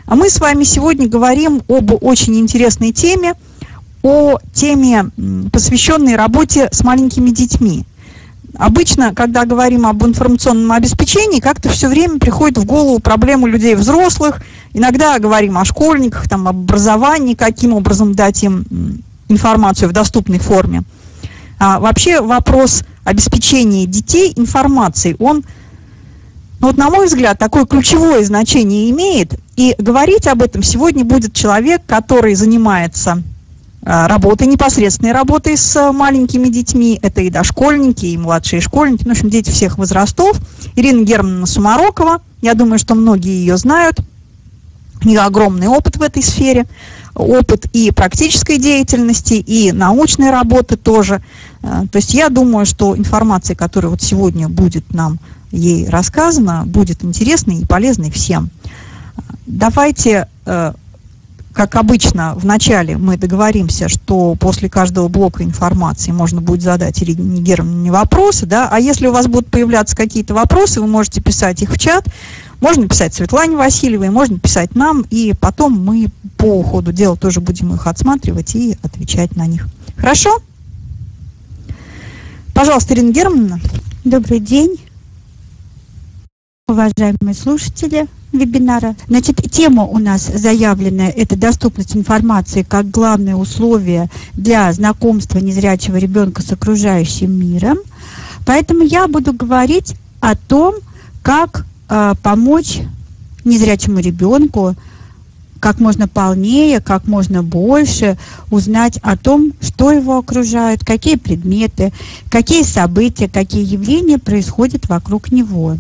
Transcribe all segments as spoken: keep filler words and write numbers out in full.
А мы с вами сегодня говорим об очень интересной теме, о теме, посвященной работе с маленькими детьми. Обычно, когда говорим об информационном обеспечении, как-то все время приходит в голову проблема людей взрослых. Иногда говорим о школьниках, там, об образовании, каким образом дать им информацию в доступной форме. А вообще вопрос обеспечения детей информацией, он, ну, вот, на мой взгляд, такое ключевое значение имеет. И говорить об этом сегодня будет человек, который занимается работой, непосредственной работой с маленькими детьми. Это и дошкольники, и младшие школьники, ну, в общем, дети всех возрастов. Ирина Германовна Сумарокова, я думаю, что многие ее знают. У нее огромный опыт в этой сфере, опыт и практической деятельности, и научной работы тоже. То есть я думаю, что информация, которая вот сегодня будет нам ей рассказана, будет интересной и полезной всем. Давайте, как обычно, вначале мы договоримся, что после каждого блока информации можно будет задать Ирине Германовне вопросы, да, а если у вас будут появляться какие-то вопросы, вы можете писать их в чат, можно писать Светлане Васильевой, можно писать нам, и потом мы по ходу дела тоже будем их отсматривать и отвечать на них. Хорошо? Пожалуйста, Ирина Германовна. Добрый день, уважаемые слушатели вебинара. Значит, тема у нас заявленная – это доступность информации как главное условие для знакомства незрячего ребенка с окружающим миром. Поэтому я буду говорить о том, как э, помочь незрячему ребенку как можно полнее, как можно больше узнать о том, что его окружает, какие предметы, какие события, какие явления происходят вокруг него.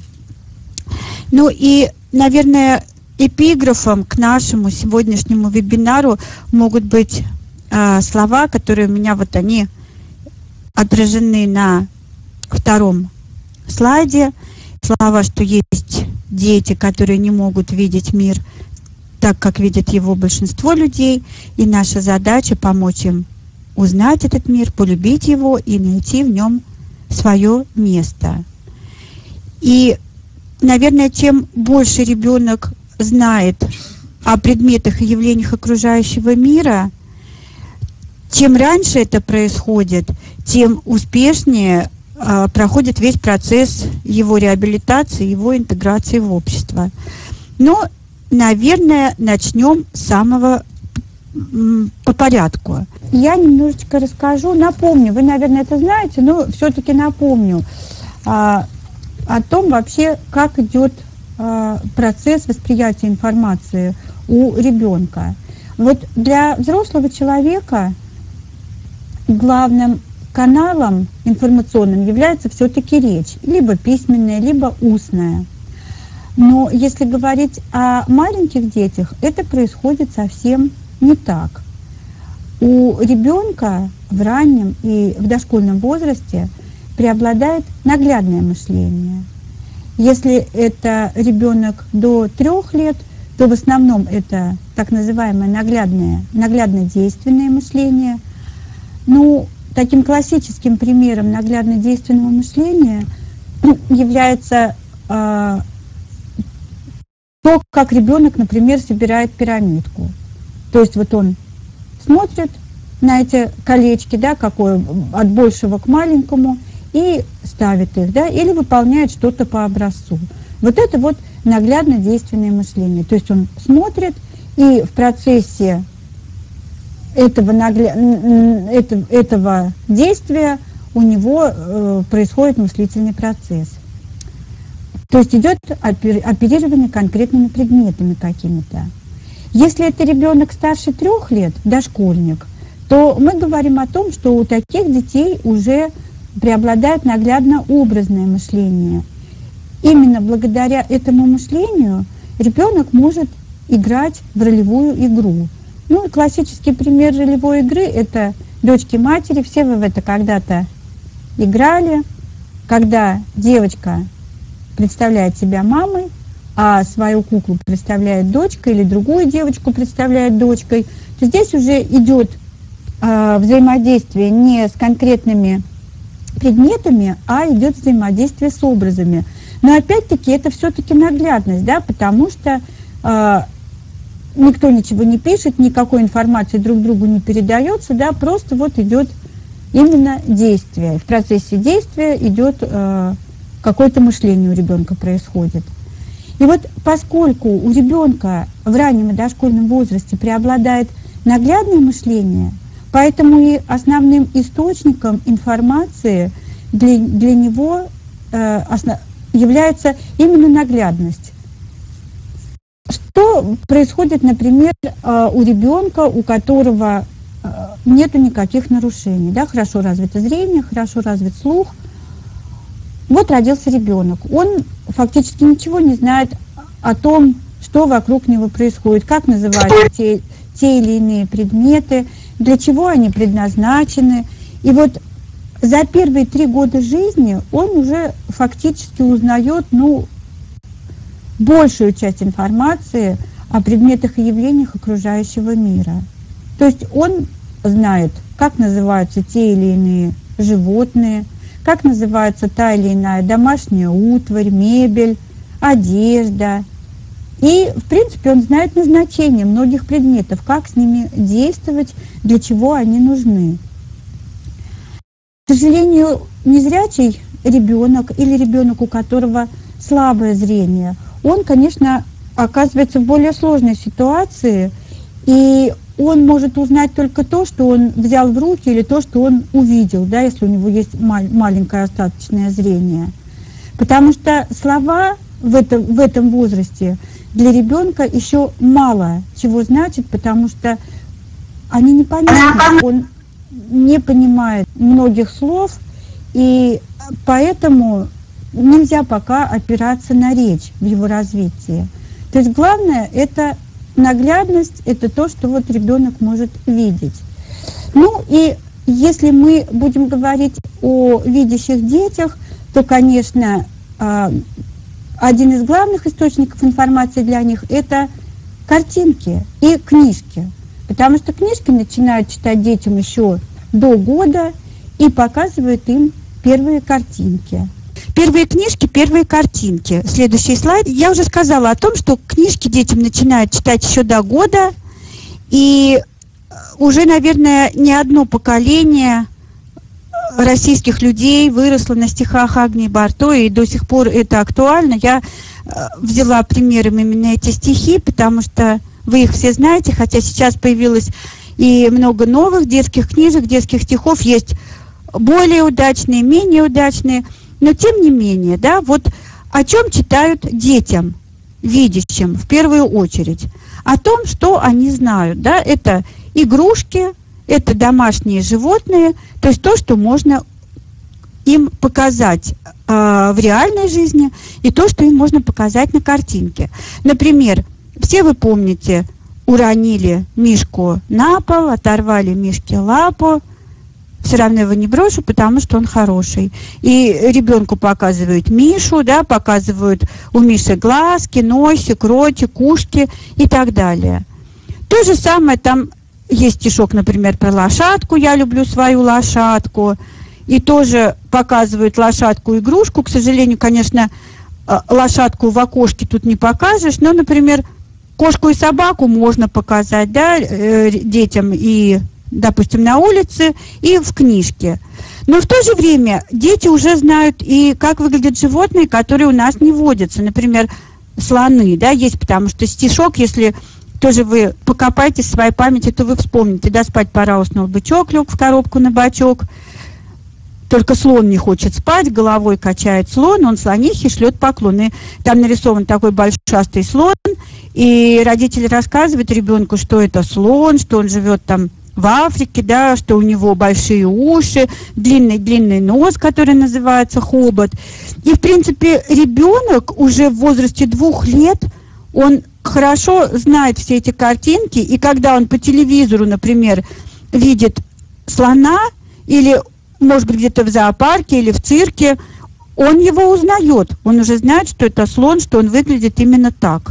Ну и, наверное, эпиграфом к нашему сегодняшнему вебинару могут быть э, слова, которые у меня вот они отражены на втором слайде. Слова, что есть дети, которые не могут видеть мир так, как видит его большинство людей, и наша задача помочь им узнать этот мир, полюбить его и найти в нем свое место. И, наверное, чем больше ребенок знает о предметах и явлениях окружающего мира, чем раньше это происходит, тем успешнее э, проходит весь процесс его реабилитации, его интеграции в общество. Но, наверное, начнем с самого м, по порядку. Я немножечко расскажу, напомню, вы, наверное, это знаете, но все-таки напомню а, о том вообще, как идет а, процесс восприятия информации у ребенка. Вот для взрослого человека главным каналом информационным является все-таки речь, либо письменная, либо устная. Но если говорить о маленьких детях, это происходит совсем не так. У ребенка в раннем и в дошкольном возрасте преобладает наглядное мышление. Если это ребенок до трех лет, то в основном это так называемое наглядное, наглядно-действенное мышление. Ну, таким классическим примером наглядно-действенного мышления является э, то, как ребенок, например, собирает пирамидку. То есть вот он смотрит на эти колечки, да, какое, от большего к маленькому, и ставит их, да, или выполняет что-то по образцу. Вот это вот наглядно-действенное мышление. То есть он смотрит, и в процессе этого, нагля... этого, этого действия у него э, происходит мыслительный процесс. То есть идет оперирование конкретными предметами какими-то. Если это ребенок старше трех лет, дошкольник, то мы говорим о том, что у таких детей уже преобладает наглядно-образное мышление. Именно благодаря этому мышлению ребенок может играть в ролевую игру. Ну, классический пример ролевой игры – это дочки матери. Все вы в это когда-то играли, когда девочка представляет себя мамой, а свою куклу представляет дочкой или другую девочку представляет дочкой, то здесь уже идет э, взаимодействие не с конкретными предметами, а идет взаимодействие с образами. Но опять-таки это все-таки наглядность, да, потому что э, никто ничего не пишет, никакой информации друг другу не передается, да, просто вот идет именно действие. В процессе действия идет э, какое-то мышление у ребенка происходит. И вот поскольку у ребенка в раннем и дошкольном возрасте преобладает наглядное мышление, поэтому и основным источником информации для, для него э, основ, является именно наглядность. Что происходит, например, э, у ребенка, у которого э, нету никаких нарушений, да, хорошо развито зрение, хорошо развит слух. Вот родился ребенок, он фактически ничего не знает о том, что вокруг него происходит, как называются те, те или иные предметы, для чего они предназначены. И вот за первые три года жизни он уже фактически узнает, ну, большую часть информации о предметах и явлениях окружающего мира. То есть он знает, как называются те или иные животные, как называется та или иная домашняя утварь, мебель, одежда. И, в принципе, он знает назначение многих предметов, как с ними действовать, для чего они нужны. К сожалению, незрячий ребенок или ребенок, у которого слабое зрение, он, конечно, оказывается в более сложной ситуации, и он может узнать только то, что он взял в руки, или то, что он увидел, да, если у него есть мал- маленькое остаточное зрение. Потому что слова в этом, в этом возрасте для ребенка еще мало чего значат, потому что они непонятны, он не понимает многих слов, и поэтому нельзя пока опираться на речь в его развитии. То есть главное — это наглядность, это то, что вот ребенок может видеть. Ну и если мы будем говорить о видящих детях, то, конечно, один из главных источников информации для них – это картинки и книжки. Потому что книжки начинают читать детям еще до года и показывают им первые картинки. Первые книжки, первые картинки. Следующий слайд. Я уже сказала о том, что книжки детям начинают читать еще до года. И уже, наверное, не одно поколение российских людей выросло на стихах Агнии Барто, и до сих пор это актуально. Я взяла примером именно эти стихи, потому что вы их все знаете, хотя сейчас появилось и много новых детских книжек, детских стихов. Есть более удачные, менее удачные. Но тем не менее, да, вот о чем читают детям, видящим в первую очередь? О том, что они знают, да, это игрушки, это домашние животные, то есть то, что можно им показать э, в реальной жизни, и то, что им можно показать на картинке. Например, все вы помните, уронили мишку на пол, оторвали мишке лапу, все равно его не брошу, потому что он хороший. И ребенку показывают Мишу, да, показывают у Миши глазки, носик, ротик, ушки и так далее. То же самое, там есть стишок, например, про лошадку, я люблю свою лошадку, и тоже показывают лошадку-игрушку. К сожалению, конечно, лошадку в окошке тут не покажешь, но, например, кошку и собаку можно показать, да, детям и, допустим, на улице, и в книжке. Но в то же время дети уже знают и как выглядят животные, которые у нас не водятся. Например, слоны, да, есть, потому что стишок, если тоже вы покопаете в своей памяти, то вы вспомните, да, спать пора, уснул бычок, лег в коробку на бочок. Только слон не хочет спать, головой качает слон, он слонихе шлет поклоны. Там нарисован такой большастый слон, и родители рассказывают ребенку, что это слон, что он живет там в Африке, да, что у него большие уши, длинный-длинный нос, который называется хобот. И, в принципе, ребенок уже в возрасте двух лет, он хорошо знает все эти картинки, и когда он по телевизору, например, видит слона, или, может быть, где-то в зоопарке или в цирке, он его узнает, он уже знает, что это слон, что он выглядит именно так.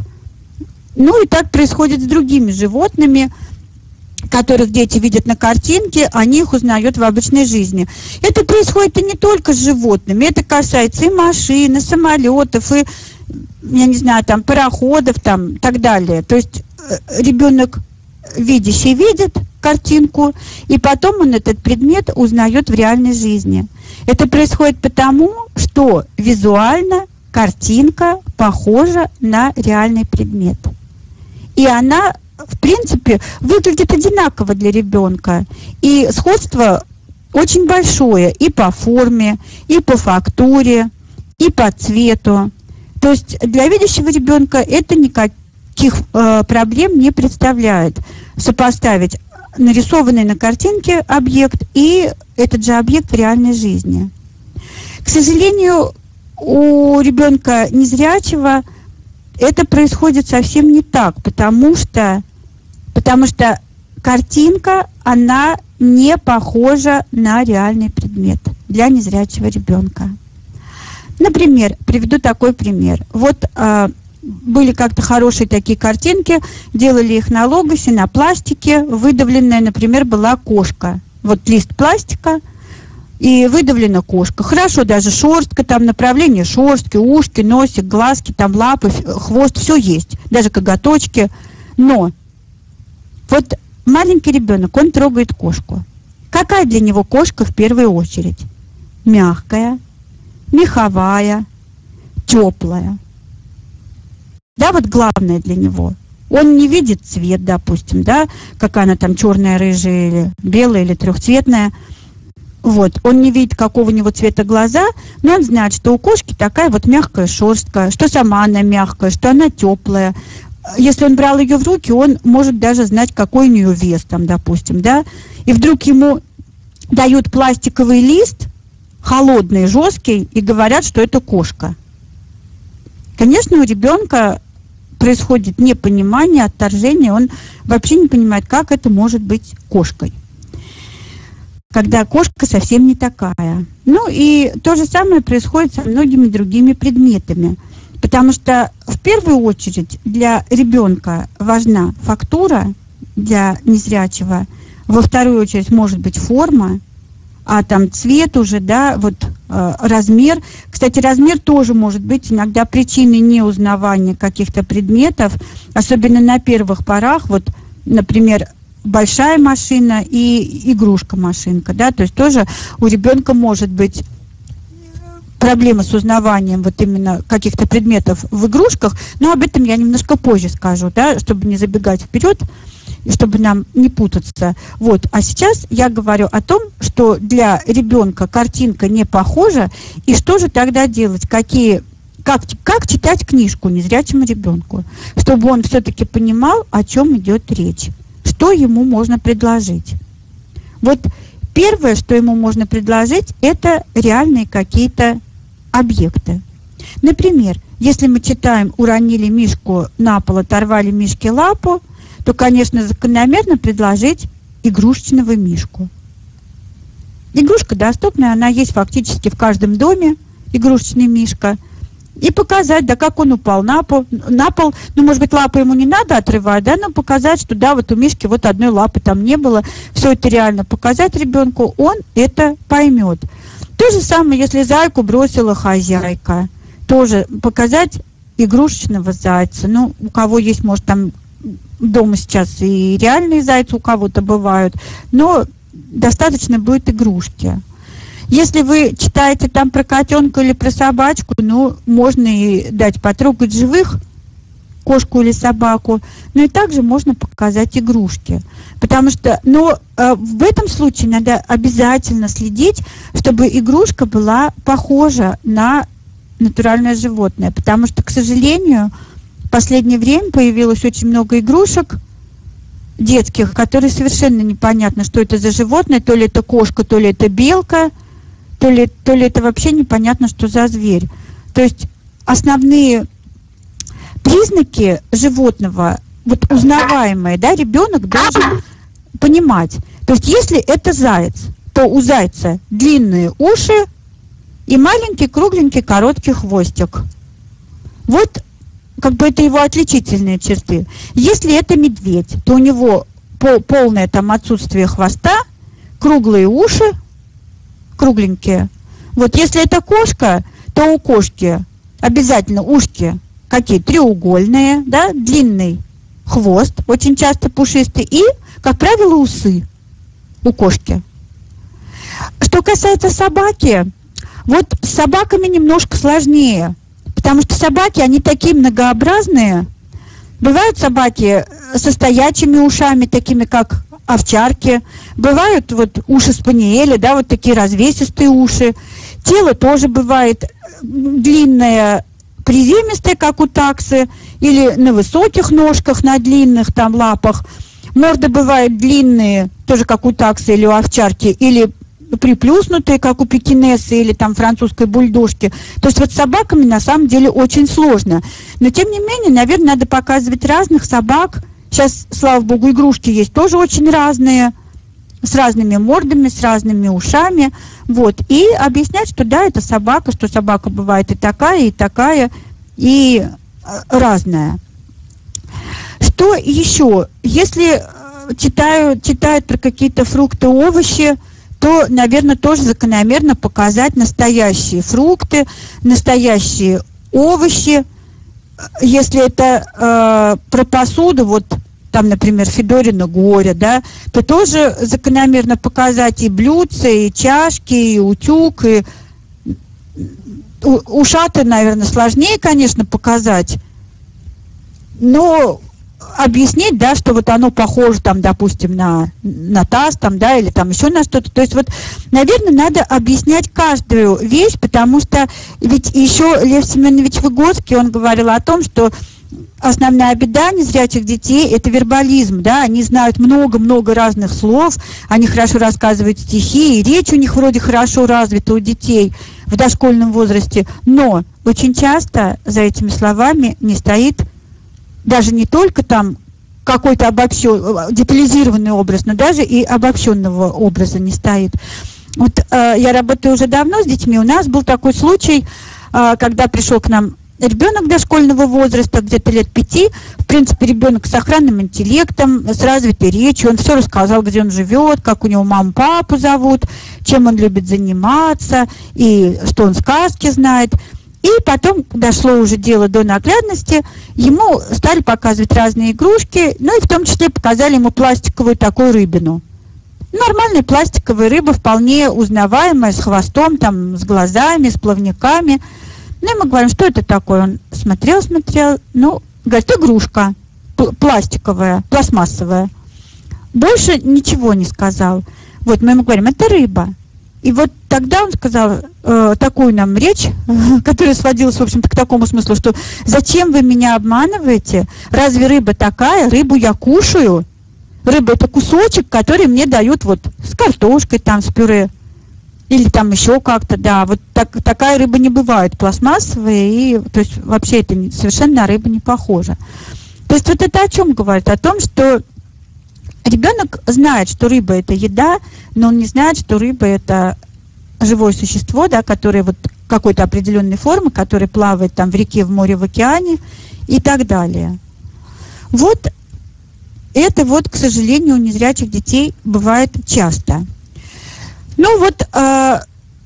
Ну и так происходит с другими животными, которых дети видят на картинке, они их узнают в обычной жизни. Это происходит и не только с животными, это касается и машин, и самолетов, и, я не знаю, там, пароходов, там, и так далее. То есть ребенок видящий видит картинку, и потом он этот предмет узнает в реальной жизни. Это происходит потому, что визуально картинка похожа на реальный предмет. И она, в принципе, выглядит одинаково для ребенка. И сходство очень большое и по форме, и по фактуре, и по цвету. То есть для видящего ребенка это никаких э, проблем не представляет. Сопоставить нарисованный на картинке объект и этот же объект в реальной жизни. К сожалению, у ребенка незрячего это происходит совсем не так, потому что, потому что картинка, она не похожа на реальный предмет для незрячего ребенка. Например, приведу такой пример. Вот э, были как-то хорошие такие картинки, делали их на логосе, на пластике, выдавленная, например, была кошка. Вот лист пластика, и выдавлена кошка. Хорошо, даже шерстка, там направление шерстки, ушки, носик, глазки, там лапы, хвост, все есть, даже коготочки. Но вот маленький ребенок, он трогает кошку. Какая для него кошка в первую очередь? Мягкая, меховая, теплая. Да, вот главное для него. Он не видит цвет, допустим, да, какая она там черная, рыжая, или белая, или трехцветная. Вот, он не видит, какого у него цвета глаза, но он знает, что у кошки такая вот мягкая шерстка, что сама она мягкая, что она теплая. Если он брал ее в руки, он может даже знать, какой у нее вес там, допустим, да. И вдруг ему дают пластиковый лист, холодный, жесткий, и говорят, что это кошка. Конечно, у ребенка происходит непонимание, отторжение, он вообще не понимает, как это может быть кошкой, когда кошка совсем не такая. Ну и то же самое происходит со многими другими предметами, потому что в первую очередь для ребенка важна фактура, для незрячего, во вторую очередь может быть форма, а там цвет уже, да, вот э, размер. Кстати, размер тоже может быть иногда причиной неузнавания каких-то предметов, особенно на первых порах, вот, например, большая машина и игрушка-машинка, да, то есть тоже у ребенка может быть проблема с узнаванием вот именно каких-то предметов в игрушках, но об этом я немножко позже скажу, да, чтобы не забегать вперед, и чтобы нам не путаться. Вот, а сейчас я говорю о том, что для ребенка картинка не похожа, и что же тогда делать, какие, как, как читать книжку незрячему ребенку, чтобы он все-таки понимал, о чем идет речь. Что ему можно предложить? Вот первое, что ему можно предложить, это реальные какие-то объекты. Например, если мы читаем «Уронили мишку на пол, оторвали мишке лапу», то, конечно, закономерно предложить игрушечного мишку. Игрушка доступная, она есть фактически в каждом доме, игрушечный мишка. И показать, да, как он упал на пол, на пол, ну, может быть, лапы ему не надо отрывать, да, но показать, что, да, вот у мишки вот одной лапы там не было, все это реально показать ребенку, он это поймет. То же самое, если зайку бросила хозяйка, тоже показать игрушечного зайца, ну, у кого есть, может, там дома сейчас и реальные зайцы у кого-то бывают, но достаточно будет игрушки. Если вы читаете там про котенка или про собачку, ну, можно и дать потрогать живых, кошку или собаку, но и также можно показать игрушки. Потому что, но э, в этом случае надо обязательно следить, чтобы игрушка была похожа на натуральное животное. Потому что, к сожалению, в последнее время появилось очень много игрушек детских, которые совершенно непонятно, что это за животное, то ли это кошка, то ли это белка, то ли, то ли это вообще непонятно, что за зверь. То есть основные признаки животного, вот узнаваемые, да, ребенок должен понимать. То есть если это заяц, то у зайца длинные уши и маленький кругленький короткий хвостик. Вот как бы это его отличительные черты. Если это медведь, то у него полное там отсутствие хвоста, круглые уши, кругленькие. Вот если это кошка, то у кошки обязательно ушки какие? Треугольные, да, длинный хвост, очень часто пушистый, и, как правило, усы у кошки. Что касается собаки, вот с собаками немножко сложнее, потому что собаки, они такие многообразные. Бывают собаки со стоячими ушами, такими как овчарки. Бывают вот уши спаниеля, да, вот такие развесистые уши. Тело тоже бывает длинное, приземистое, как у таксы, или на высоких ножках, на длинных там лапах. Морды бывают длинные, тоже как у таксы или у овчарки, или приплюснутые, как у пекинеса или там французской бульдожки. То есть вот с собаками на самом деле очень сложно. Но тем не менее, наверное, надо показывать разных собак. Сейчас, слава богу, игрушки есть тоже очень разные, с разными мордами, с разными ушами. Вот. И объяснять, что да, это собака, что собака бывает и такая, и такая, и разная. Что еще? Если читаю, читают про какие-то фрукты, овощи, то, наверное, тоже закономерно показать настоящие фрукты, настоящие овощи. Если это э, про посуду, вот там, например, Федорино горе, да, то тоже закономерно показать и блюдца, и чашки, и утюг, и ушаты, наверное, сложнее, конечно, показать, но объяснить, да, что вот оно похоже, там, допустим, на, на таз, там, да, или там еще на что-то. То есть вот, наверное, надо объяснять каждую вещь, потому что ведь еще Лев Семенович Выгодский, он говорил о том, что основная беда незрячих детей – это вербализм, да, они знают много-много разных слов, они хорошо рассказывают стихи, и речь у них вроде хорошо развита у детей в дошкольном возрасте, но очень часто за этими словами не стоит даже не только там какой-то обобщен, детализированный образ, но даже и обобщенного образа не стоит. Вот э, я работаю уже давно с детьми, у нас был такой случай, э, когда пришел к нам ребенок дошкольного возраста, где-то лет пяти, в принципе, ребенок с охранным интеллектом, с развитой речью, он все рассказал, где он живет, как у него маму, папу зовут, чем он любит заниматься, и что он сказки знает. И потом дошло уже дело до наглядности, ему стали показывать разные игрушки, ну и в том числе показали ему пластиковую такую рыбину. Нормальная пластиковая рыба, вполне узнаваемая, с хвостом, там, с глазами, с плавниками. Ну и мы говорим, что это такое? Он смотрел, смотрел, ну, говорит, игрушка пластиковая, пластмассовая. Больше ничего не сказал. Вот мы ему говорим, это рыба. И вот тогда он сказал э, такую нам речь, которая сводилась, в общем-то, к такому смыслу, что зачем вы меня обманываете? Разве рыба такая? Рыбу я кушаю. Рыба – это кусочек, который мне дают вот с картошкой, там, с пюре. Или там еще как-то, да. Вот так, такая рыба не бывает, пластмассовая, и то есть вообще это не, совершенно на рыбу не похоже. То есть вот это о чем говорит? О том, что ребенок знает, что рыба – это еда, но он не знает, что рыба – это живое существо, да, которое вот какой-то определенной формы, которое плавает там в реке, в море, в океане и так далее. Вот это вот, к сожалению, у незрячих детей бывает часто. Ну вот, э,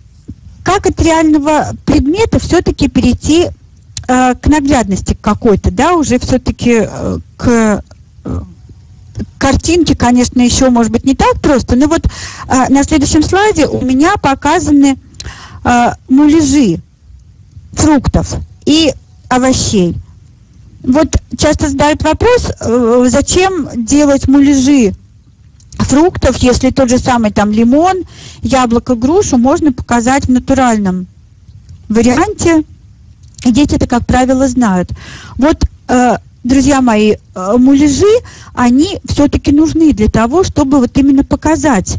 как от реального предмета все-таки перейти э, к наглядности какой-то, да, уже все-таки э, к... Э, картинки, конечно, еще, может быть, не так просто, но вот э, на следующем слайде у меня показаны э, муляжи фруктов и овощей. Вот часто задают вопрос, э, зачем делать муляжи фруктов, если тот же самый там лимон, яблоко, грушу можно показать в натуральном варианте, и дети это, как правило, знают. Вот э, друзья мои, муляжи, они все-таки нужны для того, чтобы вот именно показать,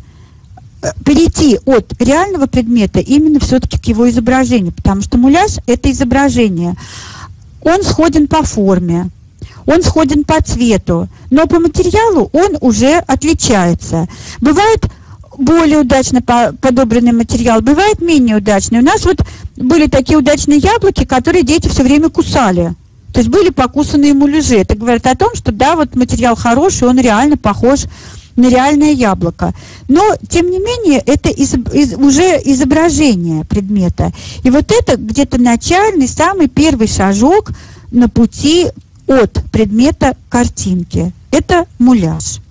перейти от реального предмета именно все-таки к его изображению, потому что муляж – это изображение. Он сходен по форме, он сходен по цвету, но по материалу он уже отличается. Бывает более удачно подобранный материал, бывает менее удачный. У нас вот были такие удачные яблоки, которые дети все время кусали. То есть были покусанные муляжи. Это говорит о том, что да, вот материал хороший, он реально похож на реальное яблоко. Но, тем не менее, это из, из, уже изображение предмета. И вот это где-то начальный, самый первый шажок на пути от предмета картинки. Это муляж.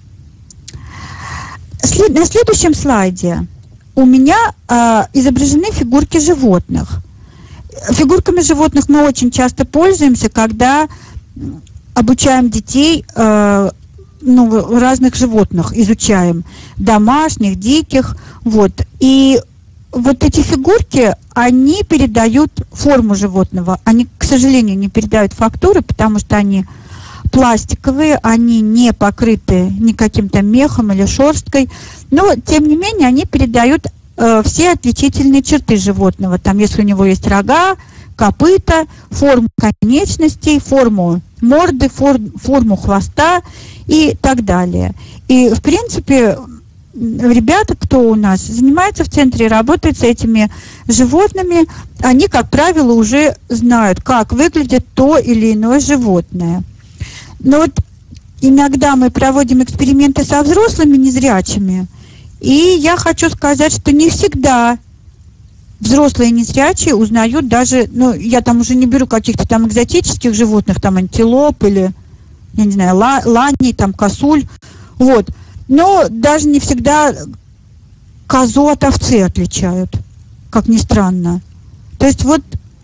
След, на следующем слайде у меня э, изображены фигурки животных. Фигурками животных мы очень часто пользуемся, когда обучаем детей, э, ну, разных животных, изучаем, домашних, диких, вот. И вот эти фигурки, они передают форму животного. Они, к сожалению, не передают фактуры, потому что они пластиковые, они не покрыты никаким-то мехом или шерсткой. Но, тем не менее, они передают э, все отличительные черты животного. Там, если у него есть рога, копыта, форму конечностей, форму морды, форм, форму хвоста и так далее. И, в принципе, ребята, кто у нас занимается в центре, работает с этими животными, они, как правило, уже знают, как выглядит то или иное животное. Но вот иногда мы проводим эксперименты со взрослыми незрячими, и я хочу сказать, что не всегда взрослые незрячие узнают даже, ну, я там уже не беру каких-то там экзотических животных, там антилоп или, я не знаю, ла, ланей, там косуль, вот. Но даже не всегда козу от овцы отличают, как ни странно. То есть вот,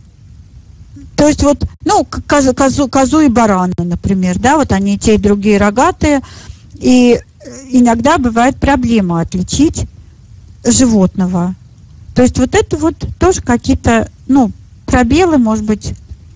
то есть вот, ну, козу, козу, козу и барана, например, да, вот они и те, и другие рогатые, и иногда бывает проблема отличить животного. То есть вот это вот тоже какие-то, ну, пробелы, может быть,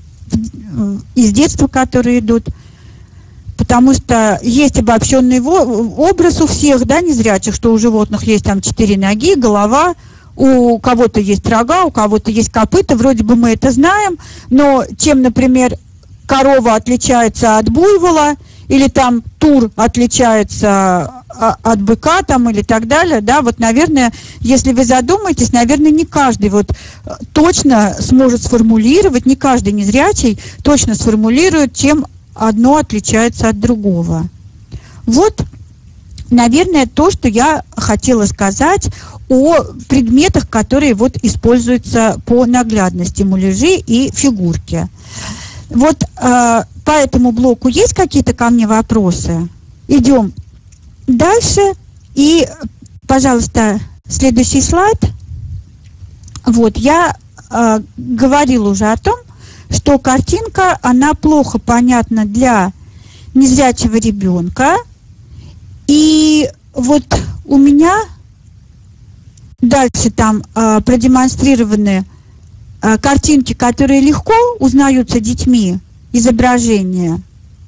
из детства, которые идут. Потому что есть обобщенный образ у всех, да, незрячих, что у животных есть там четыре ноги, голова, у кого-то есть рога, у кого-то есть копыта, вроде бы мы это знаем, но чем, например, корова отличается от буйвола, или там тур отличается от быка там или так далее, да, вот, наверное, если вы задумаетесь, наверное, не каждый вот точно сможет сформулировать, не каждый незрячий точно сформулирует, чем одно отличается от другого. Вот, наверное, то, что я хотела сказать о предметах, которые вот используются по наглядности, муляжи и фигурки. Вот э, по этому блоку есть какие-то ко мне вопросы? Идем дальше. И, пожалуйста, следующий слайд. Вот, я э, говорила уже о том, что картинка, она плохо понятна для незрячего ребенка. И вот у меня дальше там э, продемонстрированы э, картинки, которые легко узнаются детьми, изображения.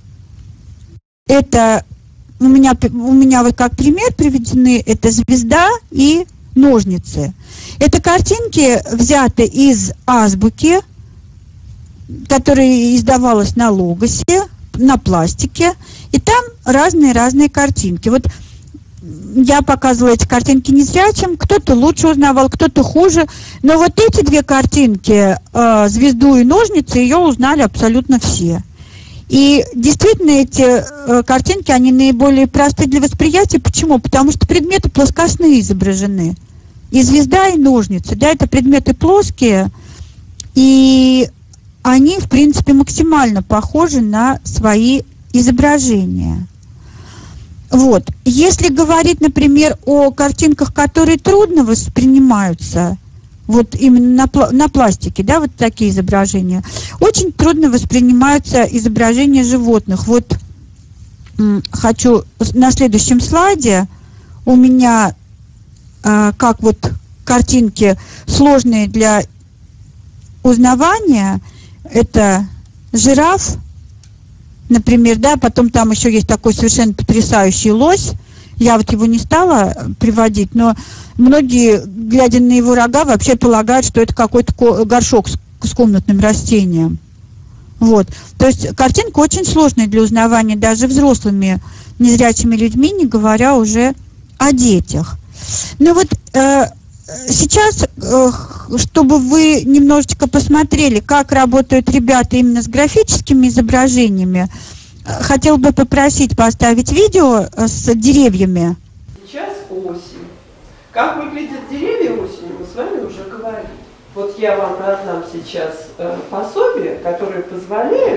Это у меня, у меня вот как пример приведены, это звезда и ножницы. Это картинки взяты из азбуки, которая издавалась на логосе, на пластике, и там разные-разные картинки. Вот я показывала эти картинки незрячим, кто-то лучше узнавал, кто-то хуже, но вот эти две картинки, э, звезду и ножницы, ее узнали абсолютно все. И действительно эти э, картинки, они наиболее просты для восприятия. Почему? Потому что предметы плоскостные изображены. И звезда, и ножницы, да, это предметы плоские, и они, в принципе, максимально похожи на свои изображения. Вот. Если говорить, например, о картинках, которые трудно воспринимаются, вот именно на, на пластике, да, вот такие изображения, очень трудно воспринимаются изображения животных. Вот м, хочу на следующем слайде, у меня э, как вот картинки сложные для узнавания, это жираф, например, да, потом там еще есть такой совершенно потрясающий лось. Я вот его не стала приводить, но многие, глядя на его рога, вообще полагают, что это какой-то горшок с, с комнатным растением. Вот. То есть картинка очень сложная для узнавания даже взрослыми незрячими людьми, не говоря уже о детях. Ну вот э, сейчас, э, чтобы вы немножечко посмотрели, как работают ребята именно с графическими изображениями, хотел бы попросить поставить видео с деревьями. Сейчас осень. Как выглядят деревья осенью, мы с вами уже говорили. Вот я вам раздам сейчас э, пособия, которые позволяют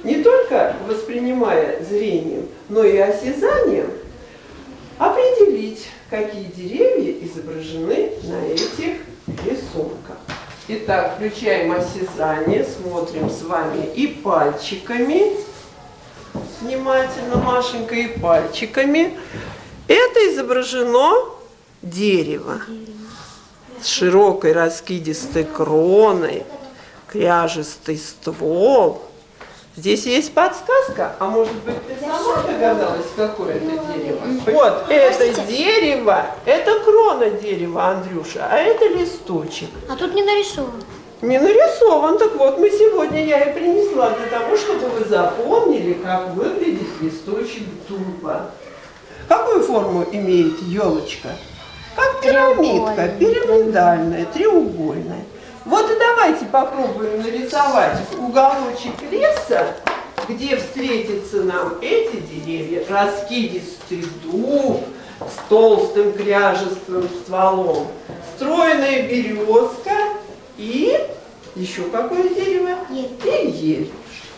не только воспринимая зрением, но и осязанием, определить, какие деревья изображены на этих рисунках. Итак, включаем осязание, смотрим с вами и пальчиками, внимательно, Машенька, и пальчиками. Это изображено дерево с широкой раскидистой кроной, кряжестый ствол. Здесь есть подсказка, а может быть ты сама догадалась, какое это дерево? Вот, это дерево, это крона дерева, Андрюша, а это листочек. А тут не нарисован. Не нарисован, так вот мы сегодня, я и принесла для того, чтобы вы запомнили, как выглядит листочек дуба. Какую форму имеет елочка? Как пирамидка, пирамидальная, треугольная. Вот и давайте попробуем нарисовать уголочек леса, где встретятся нам эти деревья, раскидистый дуб с толстым кряжестым стволом, стройная березка и еще какое дерево? Ель. И ель.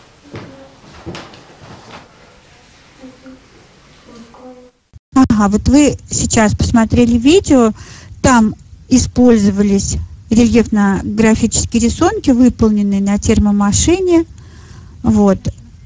Ага, вот вы сейчас посмотрели видео, там использовались рельефно-графические рисунки, выполненные на термомашине. Вот.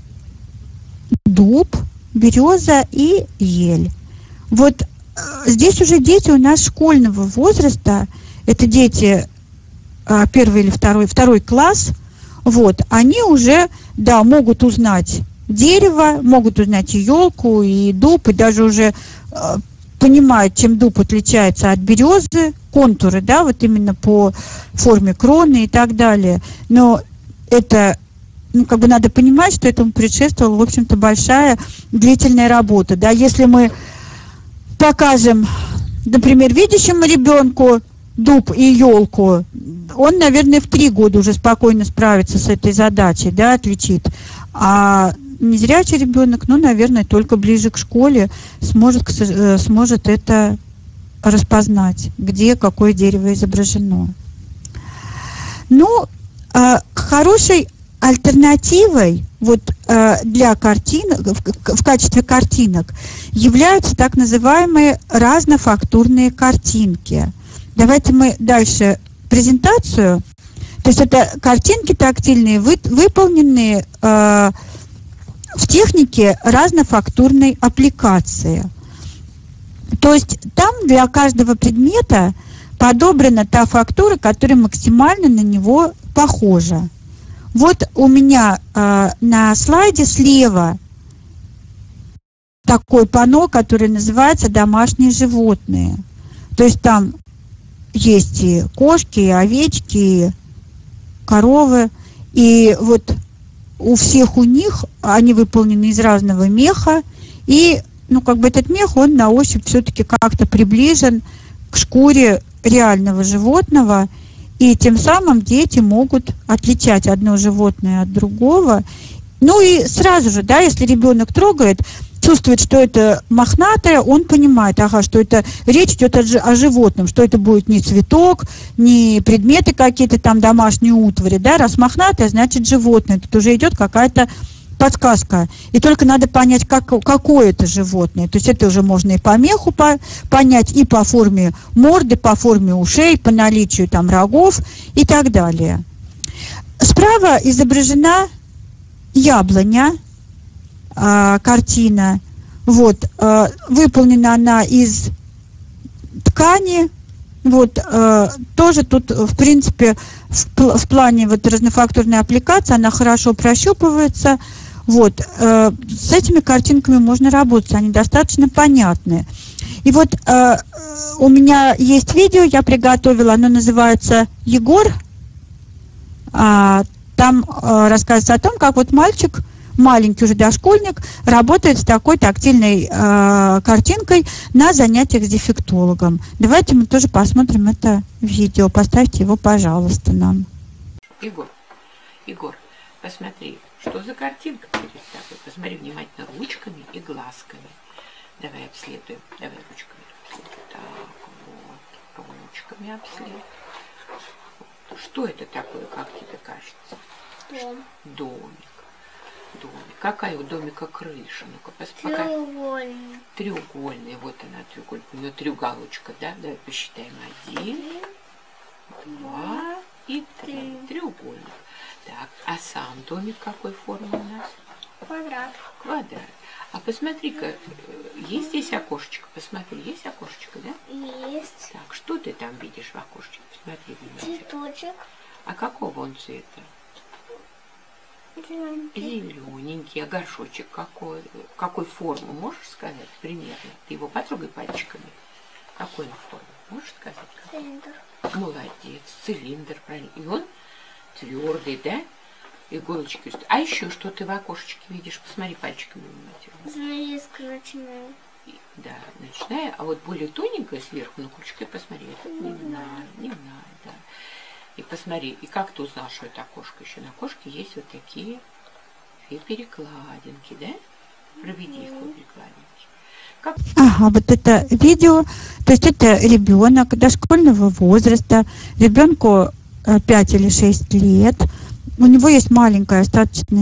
Дуб, береза и ель. Вот э, здесь уже дети у нас школьного возраста. Это дети э, первый или второй, второй класс. Вот. Они уже, да, могут узнать дерево, могут узнать и елку, и дуб, и даже уже э, понимают, чем дуб отличается от березы, контуры, да, вот именно по форме кроны и так далее. Но это, ну, как бы надо понимать, что этому предшествовала, в общем-то, большая длительная работа, да. Если мы покажем, например, видящему ребенку дуб и елку, он, наверное, в три года уже спокойно справится с этой задачей, да, отличит. А незрячий ребенок, ну, наверное, только ближе к школе сможет, сможет это распознать, где какое дерево изображено. Ну, хорошей альтернативой вот для картинок, в качестве картинок являются так называемые разнофактурные картинки. Давайте мы дальше презентацию. То есть это картинки тактильные, выполненные в технике разнофактурной аппликации. То есть там для каждого предмета подобрана та фактура, которая максимально на него похожа. Вот у меня э, на слайде слева такое панно, которое называется «Домашние животные». То есть там есть и кошки, и овечки, и коровы. И вот у всех у них они выполнены из разного меха, и, ну, как бы этот мех, он на ощупь все-таки как-то приближен к шкуре реального животного, и тем самым дети могут отличать одно животное от другого. Ну и сразу же, да, если ребенок трогает, чувствует, что это мохнатое, он понимает, ага, что это речь идет о, о животном, что это будет не цветок, не предметы какие-то там домашние утвари, да, раз мохнатое, значит животное, тут уже идет какая-то подсказка. И только надо понять, как, какое это животное. То есть это уже можно и по меху по, понять, и по форме морды, по форме ушей, по наличию там рогов и так далее. Справа изображена яблоня, а, картина. Вот, а, выполнена она из ткани. Вот, а, тоже тут, в принципе, в, в плане вот разнофактурной аппликации она хорошо прощупывается. Вот, э, с этими картинками можно работать, они достаточно понятные. И вот э, у меня есть видео, я приготовила, оно называется «Егор». А, там э, рассказывается о том, как вот мальчик, маленький уже дошкольник, работает с такой тактильной э, картинкой на занятиях с дефектологом. Давайте мы тоже посмотрим это видео. Поставьте его, пожалуйста, нам. Егор, Егор, посмотри, что за картинка перед тобой. Посмотри внимательно ручками и глазками. Давай обследуем. Давай ручками обследуем. Так, вот, ручками обследуем. Что это такое, как тебе кажется? Дом. Домик. домик. Какая у домика крыша? Ну-ка, пока. Треугольная. Треугольная. Вот она, треугольная. У нее трехголочка, да? Давай посчитаем. Один, два и три. Треугольник. Так, а сам домик какой формы у нас? Квадрат. Квадрат. А посмотри-ка, есть здесь окошечко? Посмотри, есть окошечко, да? Есть. Так, что ты там видишь в окошечке? Посмотри внимательно. Цветочек. А какого он цвета? Зелененький. Зелененький. А горшочек какой? Какой формы? Можешь сказать примерно? Ты его потрогай пальчиками. Какой он формы? Можешь сказать? Цилиндр. Молодец. Цилиндр, правильно. И он твердый, да? Иголочки. А еще что ты в окошечке видишь? Посмотри пальчиками внимательно. Занавеска ночная. Да, ночная. А вот более тоненькая сверху, на крючке, посмотри, это дневная, дневная, да. И посмотри, и как ты узнал, что это окошко? Еще на окошке есть вот такие две перекладинки, да? Проведи их по перекладинке. Как... Ага, вот это видео, то есть это ребенок дошкольного возраста, ребенку пять или шесть лет, у него есть маленькое остаточное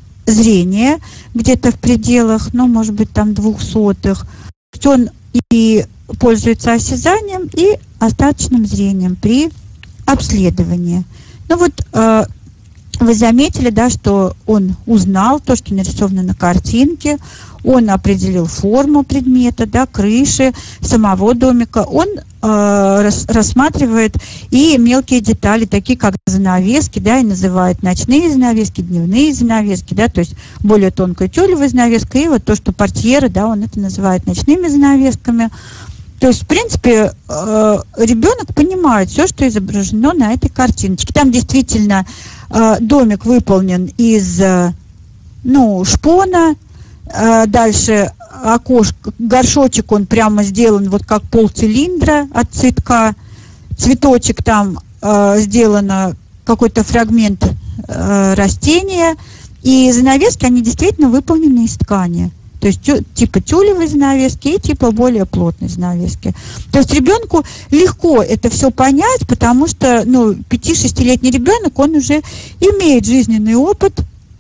зрение, где-то в пределах, ну, может быть, там двухсотых. Он и пользуется осязанием, и остаточным зрением при обследовании. Ну вот э, вы заметили, да, что он узнал то, что нарисовано на картинке, он определил форму предмета, да, крыши, самого домика, он э, рас, рассматривает и мелкие детали, такие как занавески, да, и называют ночные занавески, дневные занавески, да, то есть более тонкая тюлевая занавеска, и вот то, что портьеры, да, он это называет ночными занавесками. То есть, в принципе, э, ребенок понимает все, что изображено на этой картиночке. Там действительно э, домик выполнен из, э, ну, шпона. Э, дальше окошко, горшочек, он прямо сделан вот как полцилиндра от цветка. Цветочек там э, сделано какой-то фрагмент э, растения. И занавески, они действительно выполнены из ткани. То есть типа тюлевой занавески и типа более плотной занавески. То есть ребенку легко это все понять, потому что, ну, пяти-шестилетний ребенок, он уже имеет жизненный опыт,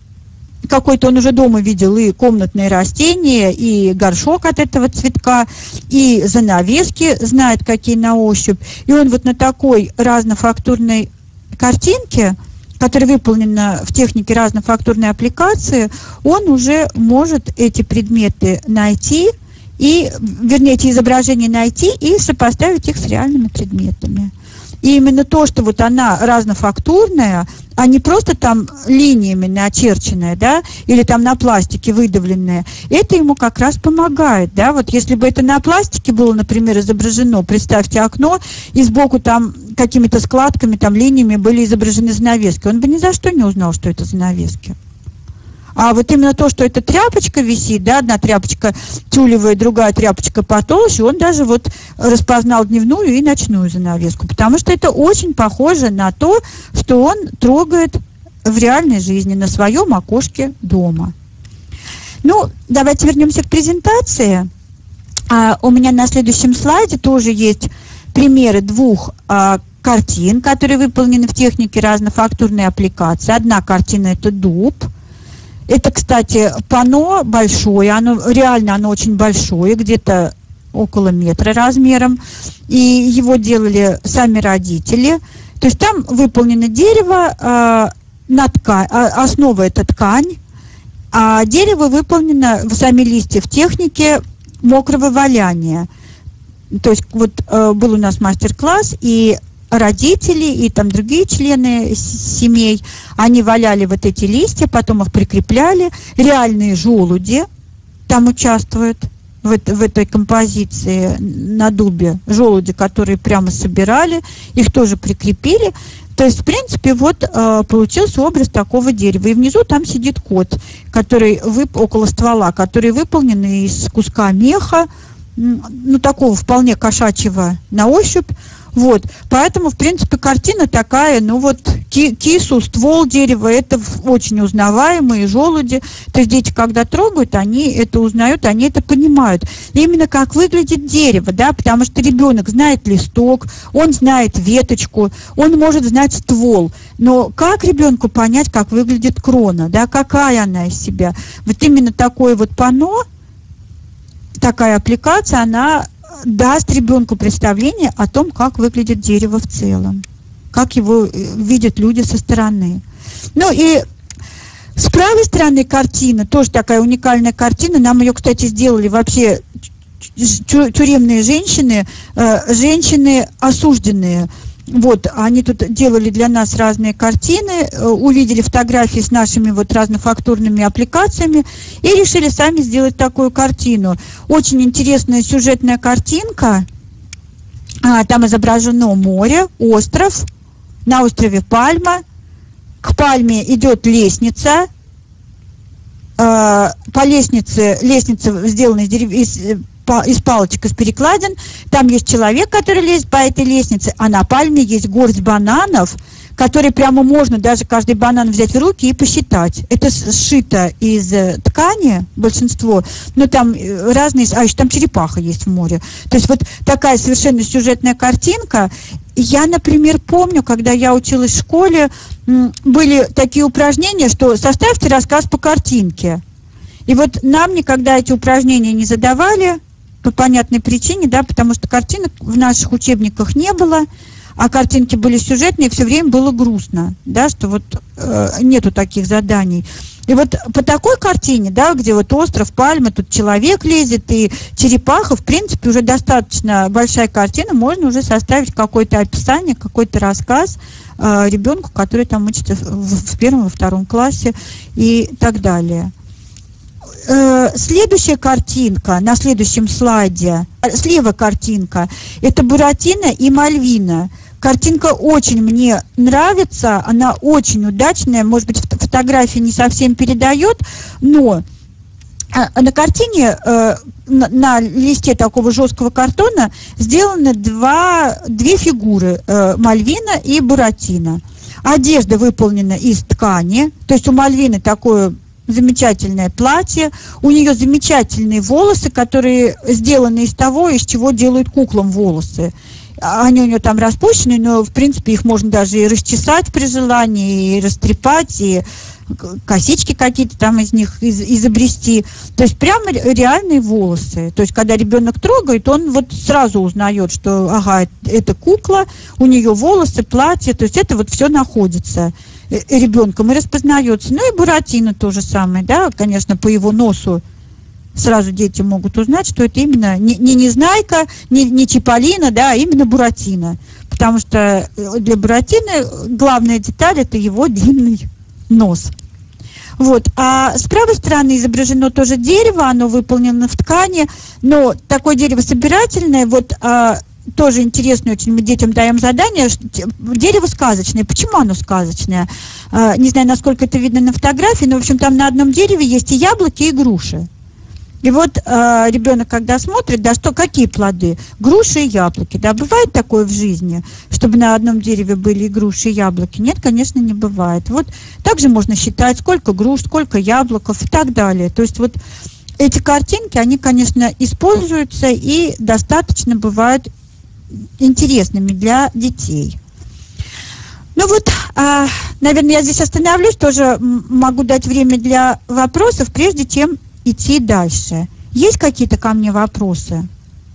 какой-то он уже дома видел и комнатные растения, и горшок от этого цветка, и занавески знает, какие на ощупь. И он вот на такой разнофактурной картинке, которая выполнена в технике разнофактурной аппликации, он уже может эти предметы найти, и, вернее, эти изображения найти и сопоставить их с реальными предметами. И именно то, что вот она разнофактурная, а не просто там линиями начерченная, да, или там на пластике выдавленная, это ему как раз помогает, да. Вот если бы это на пластике было, например, изображено, представьте окно, и сбоку там какими-то складками, там линиями были изображены занавески, он бы ни за что не узнал, что это занавески. А вот именно то, что эта тряпочка висит, да, одна тряпочка тюлевая, другая тряпочка потолще, он даже вот распознал дневную и ночную занавеску, потому что это очень похоже на то, что он трогает в реальной жизни, на своем окошке дома. Ну, давайте вернемся к презентации. А, у меня на следующем слайде тоже есть примеры двух а, картин, которые выполнены в технике разнофактурной аппликации. Одна картина – это дуб. Это, кстати, панно большое, оно реально оно очень большое, где-то около метра размером, и его делали сами родители. То есть там выполнено дерево, э, на ткань, основа это ткань, а дерево выполнено, сами листья в технике мокрого валяния. То есть вот э, был у нас мастер-класс, и родители и там другие члены семей, они валяли вот эти листья, потом их прикрепляли. Реальные желуди там участвуют в, это, в этой композиции на дубе. Желуди, которые прямо собирали, их тоже прикрепили. То есть, в принципе, вот э, получился образ такого дерева. И внизу там сидит кот, который вып- около ствола, который выполнен из куска меха, ну, такого вполне кошачьего на ощупь. Вот, поэтому, в принципе, картина такая, ну вот, кису, ствол дерева, это очень узнаваемые желуди. То есть дети, когда трогают, они это узнают, они это понимают. Именно как выглядит дерево, да, потому что ребенок знает листок, он знает веточку, он может знать ствол. Но как ребенку понять, как выглядит крона, да, какая она из себя? Вот именно такое вот панно, такая аппликация, она даст ребенку представление о том, как выглядит дерево в целом, как его видят люди со стороны. Ну и с правой стороны картина, тоже такая уникальная картина, нам ее, кстати, сделали вообще тюремные женщины, женщины осужденные. Вот, они тут делали для нас разные картины, увидели фотографии с нашими вот разнофактурными аппликациями и решили сами сделать такую картину. Очень интересная сюжетная картинка. А, там изображено море, остров, на острове пальма. К пальме идет лестница. А, по лестнице, лестница сделана из деревьев, из палочек, из перекладин. Там есть человек, который лезет по этой лестнице, а на пальме есть горсть бананов, которые прямо можно даже каждый банан взять в руки и посчитать. Это сшито из ткани, большинство, но там разные, а еще там черепаха есть в море. То есть вот такая совершенно сюжетная картинка. Я, например, помню, когда я училась в школе, были такие упражнения, что составьте рассказ по картинке. И вот нам никогда эти упражнения не задавали, по понятной причине, да, потому что картинок в наших учебниках не было, а картинки были сюжетные, и все время было грустно, да, что вот э, нету таких заданий. И вот по такой картине, да, где вот остров, пальма, тут человек лезет и черепаха, в принципе, уже достаточно большая картина, можно уже составить какое-то описание, какой-то рассказ э, ребенку, который там учится в, в первом, во втором классе и так далее. Следующая картинка на следующем слайде, слева картинка, это Буратино и Мальвина. Картинка очень мне нравится, она очень удачная, может быть, фотография не совсем передает, но на картине, на листе такого жесткого картона сделаны два, две фигуры, Мальвина и Буратино. Одежда выполнена из ткани, то есть у Мальвины такое замечательное платье, у нее замечательные волосы, которые сделаны из того, из чего делают куклам волосы. Они у нее там распущены, но в принципе их можно даже и расчесать при желании, и растрепать, и косички какие-то там из них из, изобрести. То есть прямо реальные волосы. То есть когда ребенок трогает, он вот сразу узнает, что ага, это кукла, у нее волосы, платье, то есть это вот все находится ребенком и распознается. Ну и Буратино то же самое, да, конечно, по его носу сразу дети могут узнать, что это именно не, не Незнайка, не, не Чиполлино, да, а именно Буратино. Потому что для Буратино главная деталь – это его длинный нос. Вот. А с правой стороны изображено тоже дерево, оно выполнено в ткани, но такое дерево собирательное, вот а, тоже интересно очень, мы детям даем задание, дерево сказочное. Почему оно сказочное? А, не знаю, насколько это видно на фотографии, но, в общем, там на одном дереве есть и яблоки, и груши. И вот э, ребенок, когда смотрит, да, что, какие плоды? Груши и яблоки. Да, бывает такое в жизни, чтобы на одном дереве были и груши, и яблоки? Нет, конечно, не бывает. Вот также можно считать, сколько груш, сколько яблоков и так далее. То есть вот эти картинки, они, конечно, используются и достаточно бывают интересными для детей. Ну вот, э, наверное, я здесь остановлюсь, тоже могу дать время для вопросов, прежде чем идти дальше. Есть какие-то ко мне вопросы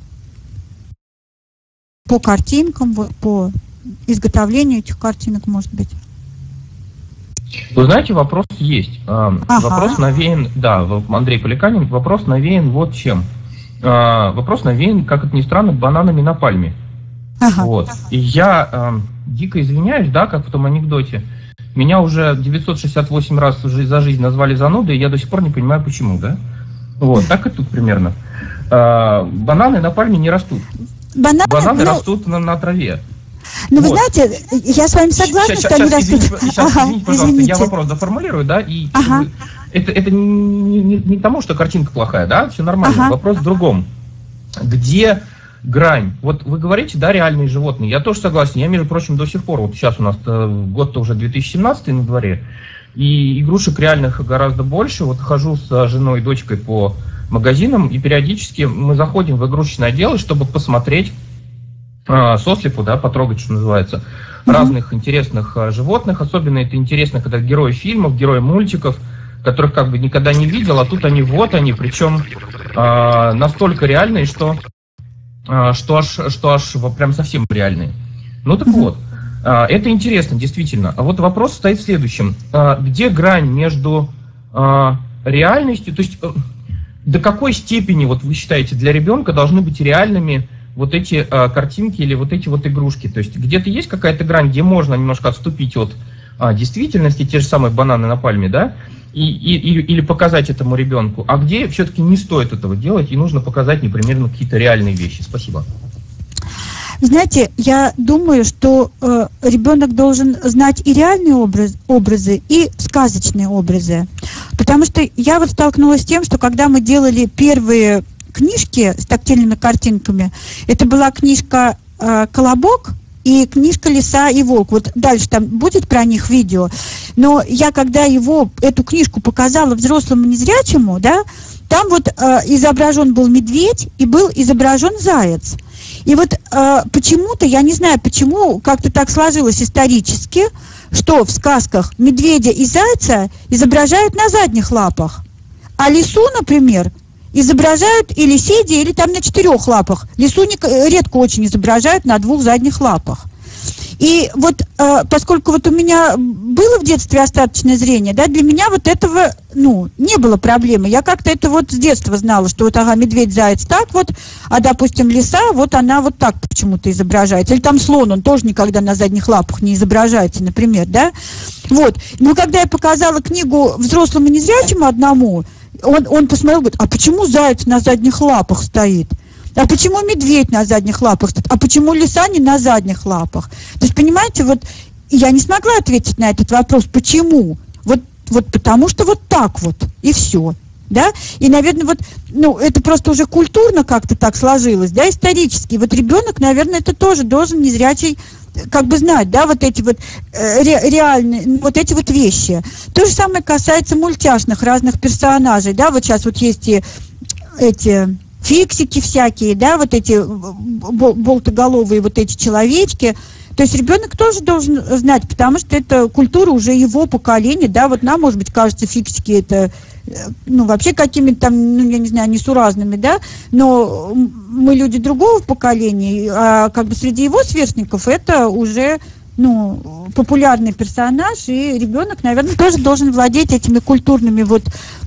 по картинкам, вот, по изготовлению этих картинок, может быть? Вы знаете, вопрос есть. Ага. Вопрос навеян, да, Андрей Поликанин, вопрос навеян вот чем. Вопрос навеян, как это ни странно, бананами на пальме. Ага. Вот. И я э, дико извиняюсь, да, как в том анекдоте. Меня уже девятьсот шестьдесят восемь раз за жизнь назвали занудой, и я до сих пор не понимаю, почему, да? Вот, так и тут примерно. А, бананы на пальме не растут. Бананы, бананы ну, растут на, на траве. Ну, вот. Вы знаете, я с вами согласна, сейчас, что они сейчас, растут. Извините, сейчас, ага, извините, пожалуйста, извините. Я вопрос доформулирую, да, и ага. это, это не, не, не тому, что картинка плохая, да, все нормально. Ага. Вопрос в другом. Где грань. Вот вы говорите, да, реальные животные. Я тоже согласен. Я, между прочим, до сих пор, вот сейчас у нас год-то уже две тысячи семнадцатый на дворе, и игрушек реальных гораздо больше. Вот хожу с женой и дочкой по магазинам, и периодически мы заходим в игрушечное отдел, чтобы посмотреть э, сослепу, да, потрогать, что называется, mm-hmm. разных интересных э, животных. Особенно это интересно, когда герои фильмов, герои мультиков, которых как бы никогда не видел, а тут они, вот они, причем э, настолько реальные, что, э, что, аж, что аж прям совсем реальные. Ну так вот, э, это интересно, действительно. А вот вопрос стоит в следующем. Э, где грань между э, реальностью, то есть э, до какой степени, вот вы считаете, для ребенка должны быть реальными вот эти э, картинки или вот эти вот игрушки? То есть где-то есть какая-то грань, где можно немножко отступить от э, действительности, те же самые бананы на пальме, да? И, и, или, или показать этому ребенку, а где все-таки не стоит этого делать, и нужно показать непременно какие-то реальные вещи. Спасибо. Знаете, я думаю, что э, ребенок должен знать и реальные образ, образы, и сказочные образы. Потому что я вот столкнулась с тем, что когда мы делали первые книжки с тактильными картинками, это была книжка э, «Колобок», и книжка «Лиса и волк». Вот дальше там будет про них видео. Но я, когда его, эту книжку показала взрослому незрячему, да, там вот э, изображен был медведь и был изображен заяц. И вот э, почему-то, я не знаю почему, как-то так сложилось исторически, что в сказках медведя и зайца изображают на задних лапах. А лису, например, изображают или сидя, или там на четырех лапах. Лису не, редко очень изображают на двух задних лапах. И вот э, поскольку вот у меня было в детстве остаточное зрение, да, для меня вот этого, ну, не было проблемы. Я как-то это вот с детства знала, что вот, ага, медведь, заяц так вот, а, допустим, лиса, вот она вот так почему-то изображается. Или там слон, он тоже никогда на задних лапах не изображается, например, да. Вот. Но когда я показала книгу взрослому незрячему одному, Он, он посмотрел, говорит, а почему заяц на задних лапах стоит? А почему медведь на задних лапах стоит? А почему лиса не на задних лапах? То есть, понимаете, вот я не смогла ответить на этот вопрос, почему? Вот, вот потому что вот так вот, и все. Да? И, наверное, вот, ну, это просто уже культурно как-то так сложилось, да, исторически. Вот ребенок, наверное, это тоже должен незрячий как бы знать, да, вот эти вот э, ре, реальные, вот эти вот вещи. То же самое касается мультяшных разных персонажей, да, вот сейчас вот есть и эти фиксики всякие, да, вот эти болтоголовые вот эти человечки. То есть ребенок тоже должен знать, потому что это культура уже его поколения, да, вот нам, может быть, кажется, фиксики это, ну, вообще какими-то там, ну, я не знаю, несуразными, да, но мы люди другого поколения, а как бы среди его сверстников это уже, ну, популярный персонаж, и ребенок, наверное, тоже должен владеть этими культурными вот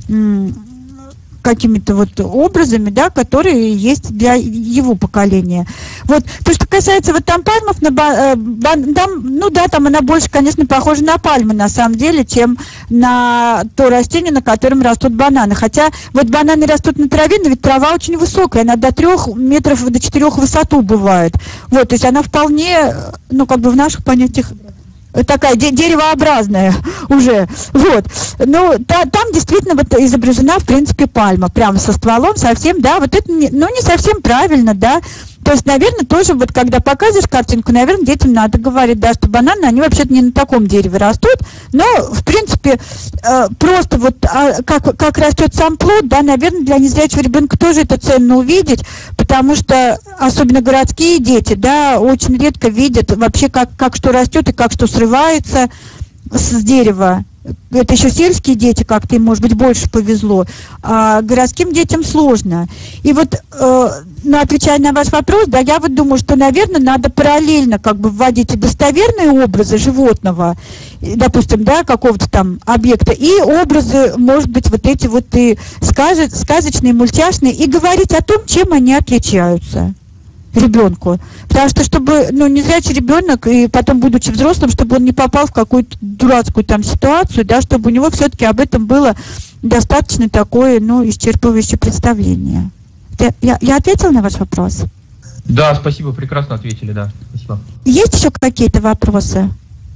какими-то вот образами, да, которые есть для его поколения. Вот. То, что касается вот там пальмов, на ба, бан, там, ну да, там она больше, конечно, похожа на пальмы, на самом деле, чем на то растение, на котором растут бананы. Хотя вот бананы растут на траве, но ведь трава очень высокая, она до трех метров, до четырех в высоту бывает. Вот, то есть она вполне, ну, как бы в наших понятиях такая де- деревообразная уже, вот. Ну, та, там действительно вот изображена, в принципе, пальма, прямо со стволом совсем, да, вот это, не, ну, не совсем правильно, да. То есть, наверное, тоже вот когда показываешь картинку, наверное, детям надо говорить, да, что бананы, они вообще-то не на таком дереве растут, но, в принципе, э, просто вот а, как, как растет сам плод, да, наверное, для незрячего ребенка тоже это ценно увидеть, потому что, особенно городские дети, да, очень редко видят вообще, как, как что растет и как что срывается с дерева. Это еще сельские дети, как-то им, может быть, больше повезло, а городским детям сложно. И вот, э, ну, отвечая на ваш вопрос, да, я вот думаю, что, наверное, надо параллельно как бы вводить и достоверные образы животного, допустим, да, какого-то там объекта, и образы, может быть, вот эти вот и сказочные, мультяшные, и говорить о том, чем они отличаются ребенку. Потому что, чтобы, ну, незрячий ребенок, и потом, будучи взрослым, чтобы он не попал в какую-то дурацкую там ситуацию, да, чтобы у него все-таки об этом было достаточно такое, ну, исчерпывающее представление. Я, я ответила на ваш вопрос? Да, спасибо, прекрасно ответили, да. Спасибо. Есть еще какие-то вопросы?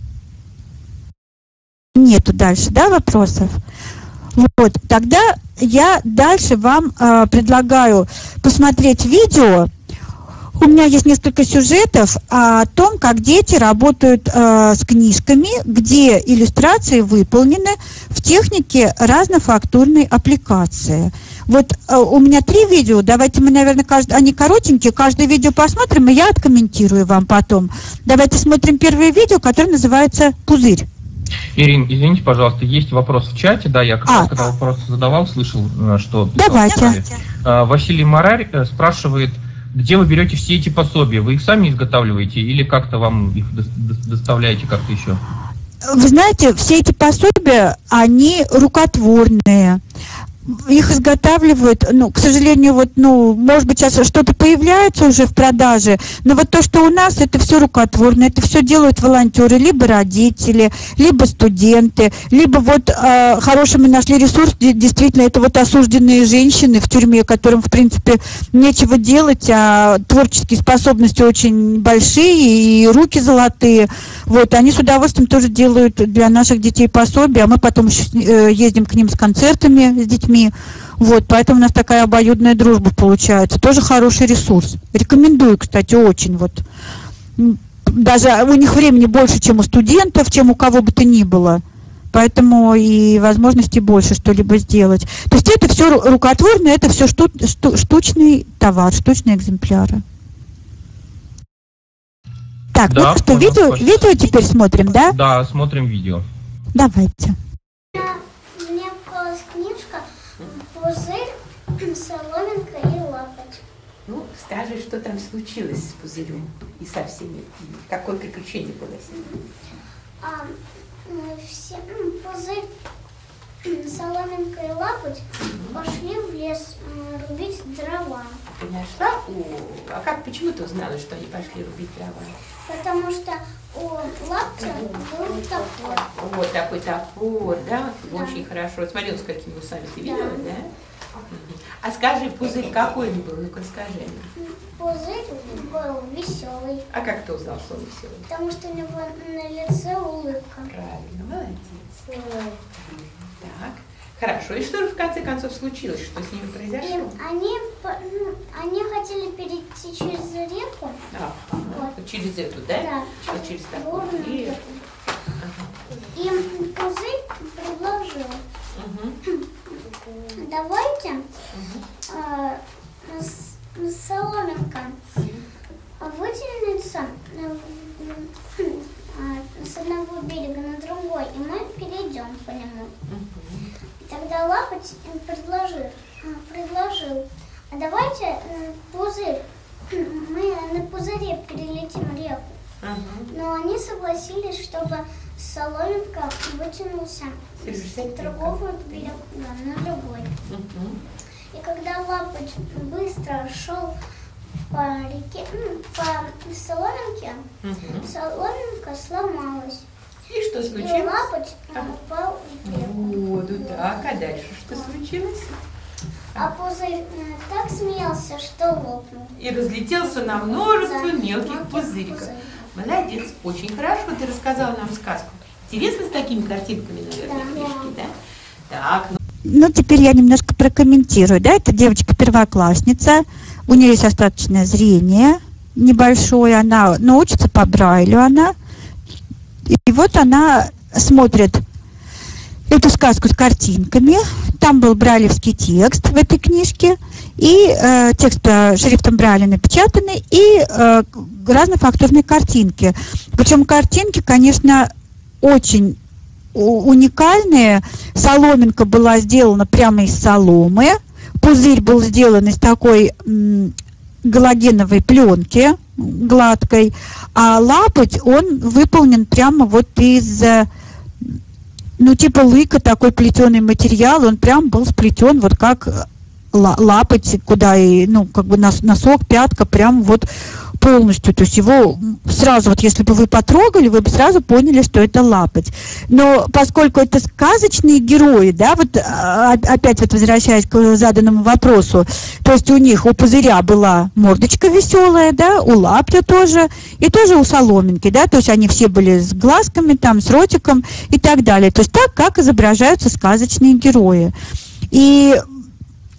Нету дальше, да, вопросов? Вот, тогда я дальше вам э, предлагаю посмотреть видео. У меня есть несколько сюжетов о том, как дети работают э, с книжками, где иллюстрации выполнены в технике разнофактурной аппликации. Вот э, у меня три видео, давайте мы, наверное, кажд... они коротенькие, каждое видео посмотрим, и я откомментирую вам потом. Давайте смотрим первое видео, которое называется «Пузырь». Ирин, извините, пожалуйста, есть вопрос в чате, да, я как а. раз когда вопрос задавал, слышал, что... Давайте. Василий Марарь спрашивает, где вы берете все эти пособия? Вы их сами изготавливаете или как-то вам их доставляете как-то еще? Вы знаете, все эти пособия, они рукотворные. Их изготавливают, ну, к сожалению, вот, ну, может быть, сейчас что-то появляется уже в продаже, но вот то, что у нас, это все рукотворно, это все делают волонтеры, либо родители, либо студенты, либо вот э, хороший мы нашли ресурс, действительно, это вот осужденные женщины в тюрьме, которым, в принципе, нечего делать, а творческие способности очень большие и руки золотые, вот, они с удовольствием тоже делают для наших детей пособия, а мы потом еще э, ездим к ним с концертами с детьми. Вот, поэтому у нас такая обоюдная дружба получается. Тоже хороший ресурс. Рекомендую, кстати, очень. Вот. Даже у них времени больше, чем у студентов, чем у кого бы то ни было. Поэтому и возможностей больше что-либо сделать. То есть это все рукотворное, это все шту, шту, штучный товар, штучные экземпляры. Так, да, ну что, видео, видео теперь смотрим, да? Да, смотрим видео. Давайте. Пузырь, соломинка и лапоть. Ну, скажи, что там случилось с пузырем и со всеми. Какое приключение было с ним? А, все, ну, пузырь, соломинка и лапоть пошли в лес рубить дрова. Ты нашла? О, а как, почему ты узнала, что они пошли рубить дрова? Потому что у лапти был топор. Вот такой топор, да? Да. Очень хорошо. Смотри, он с какими усами, ты видела, да? да? А скажи, пузырь какой он был? Ну-ка скажи. Пузырь был веселый. А как ты узнал, что он веселый? Потому что у него на лице улыбка. Правильно, молодец. Так, хорошо. И что же в конце концов случилось? Что с ними И произошло? они, ну, они хотели перейти через реку. А, ага. Вот. Через эту, да? Да. Вот через такую Горную реку. реку. И пузырь предложил: Угу. давайте Угу. э, с- соломинка вытянется э, э, с одного берега на другой, и мы перейдем по нему. И тогда лапоть им предложил, э, предложил, а давайте э, пузырь, мы на пузыре перелетим реку. Угу. Но они согласились, чтобы соломинка вытянулся с другого берега на другой. Угу. И когда лапоть быстро шел по реке, ну, по соломинке, Угу. соломинка сломалась. И что И случилось? лапоть Ага. упал в реку. Вот, ну так, а дальше что случилось? А пузырь э, так смеялся, что лопнул. И разлетелся на множество Да, мелких мелких пузыриков. пузырей. Молодец, очень хорошо ты рассказала нам сказку. Интересно с такими картинками, наверное, Да. книжки, да? Так, ну, Ну, теперь я немножко прокомментирую. Да, это девочка-первоклассница, у нее есть остаточное зрение небольшое, она, но учится по Брайлю она. И вот она смотрит эту сказку с картинками. Там был брайлевский текст в этой книжке, и э, текст э, шрифтом Брайля напечатанный, и э, разнофактурные картинки. Причем картинки, конечно, очень уникальные. Соломинка была сделана прямо из соломы, пузырь был сделан из такой м, галогеновой пленки гладкой, а лапоть он выполнен прямо вот из, ну, типа лыка, такой плетеный материал, он прям был сплетен вот как лапоть, куда и, ну, как бы носок, пятка, прям вот полностью, то есть его сразу, вот если бы вы потрогали, вы бы сразу поняли, что это лапоть. Но поскольку это сказочные герои, да, вот опять вот возвращаясь к заданному вопросу, то есть у них, у пузыря была мордочка веселая, да, у лаптя тоже, и тоже у соломинки, да, то есть они все были с глазками, там, с ротиком и так далее. То есть так, как изображаются сказочные герои. И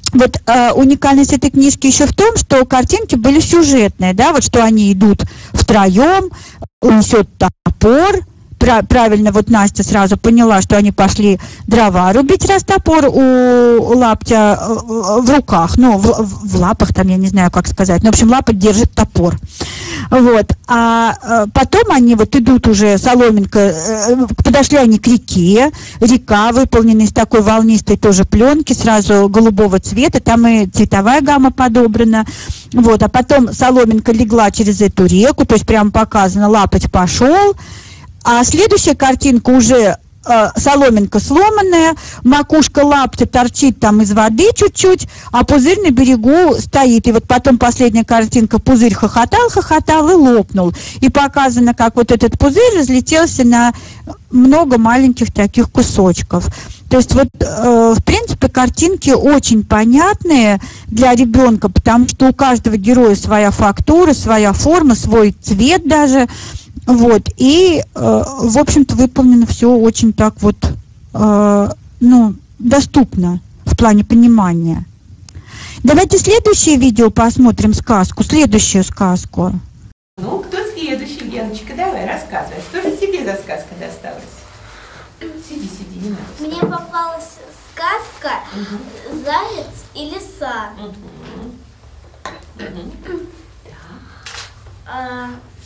вот э, уникальность этой книжки еще в том, что картинки были сюжетные, да, вот что они идут втроем, унесет топор. Правильно, вот Настя сразу поняла, что они пошли дрова рубить, раз топор у Лаптя в руках, ну, в, в лапах, там, я не знаю, как сказать, ну, в общем, Лапоть держит топор. Вот. А потом они вот идут уже, соломинка, подошли они к реке, река выполнена из такой волнистой тоже пленки, сразу голубого цвета, там и цветовая гамма подобрана. Вот. А потом соломинка легла через эту реку, то есть прямо показано, Лапоть пошел. А следующая картинка уже э, соломинка сломанная, макушка Лаптя торчит там из воды чуть-чуть, а пузырь на берегу стоит. И вот потом последняя картинка, пузырь хохотал, хохотал и лопнул. И показано, как вот этот пузырь разлетелся на много маленьких таких кусочков. То есть вот, э, в принципе, картинки очень понятные для ребенка, потому что у каждого героя своя фактура, своя форма, свой цвет даже. Вот, и, э, в общем-то, выполнено все очень так вот, э, ну, доступно в плане понимания. Давайте следующее видео посмотрим, сказку, следующую сказку. Ну, кто следующий, Леночка, давай, рассказывай. Что же тебе за сказка досталась? Сиди, сиди, не надо. Мне попалась сказка угу. «Заяц и лиса». Угу. Угу. А,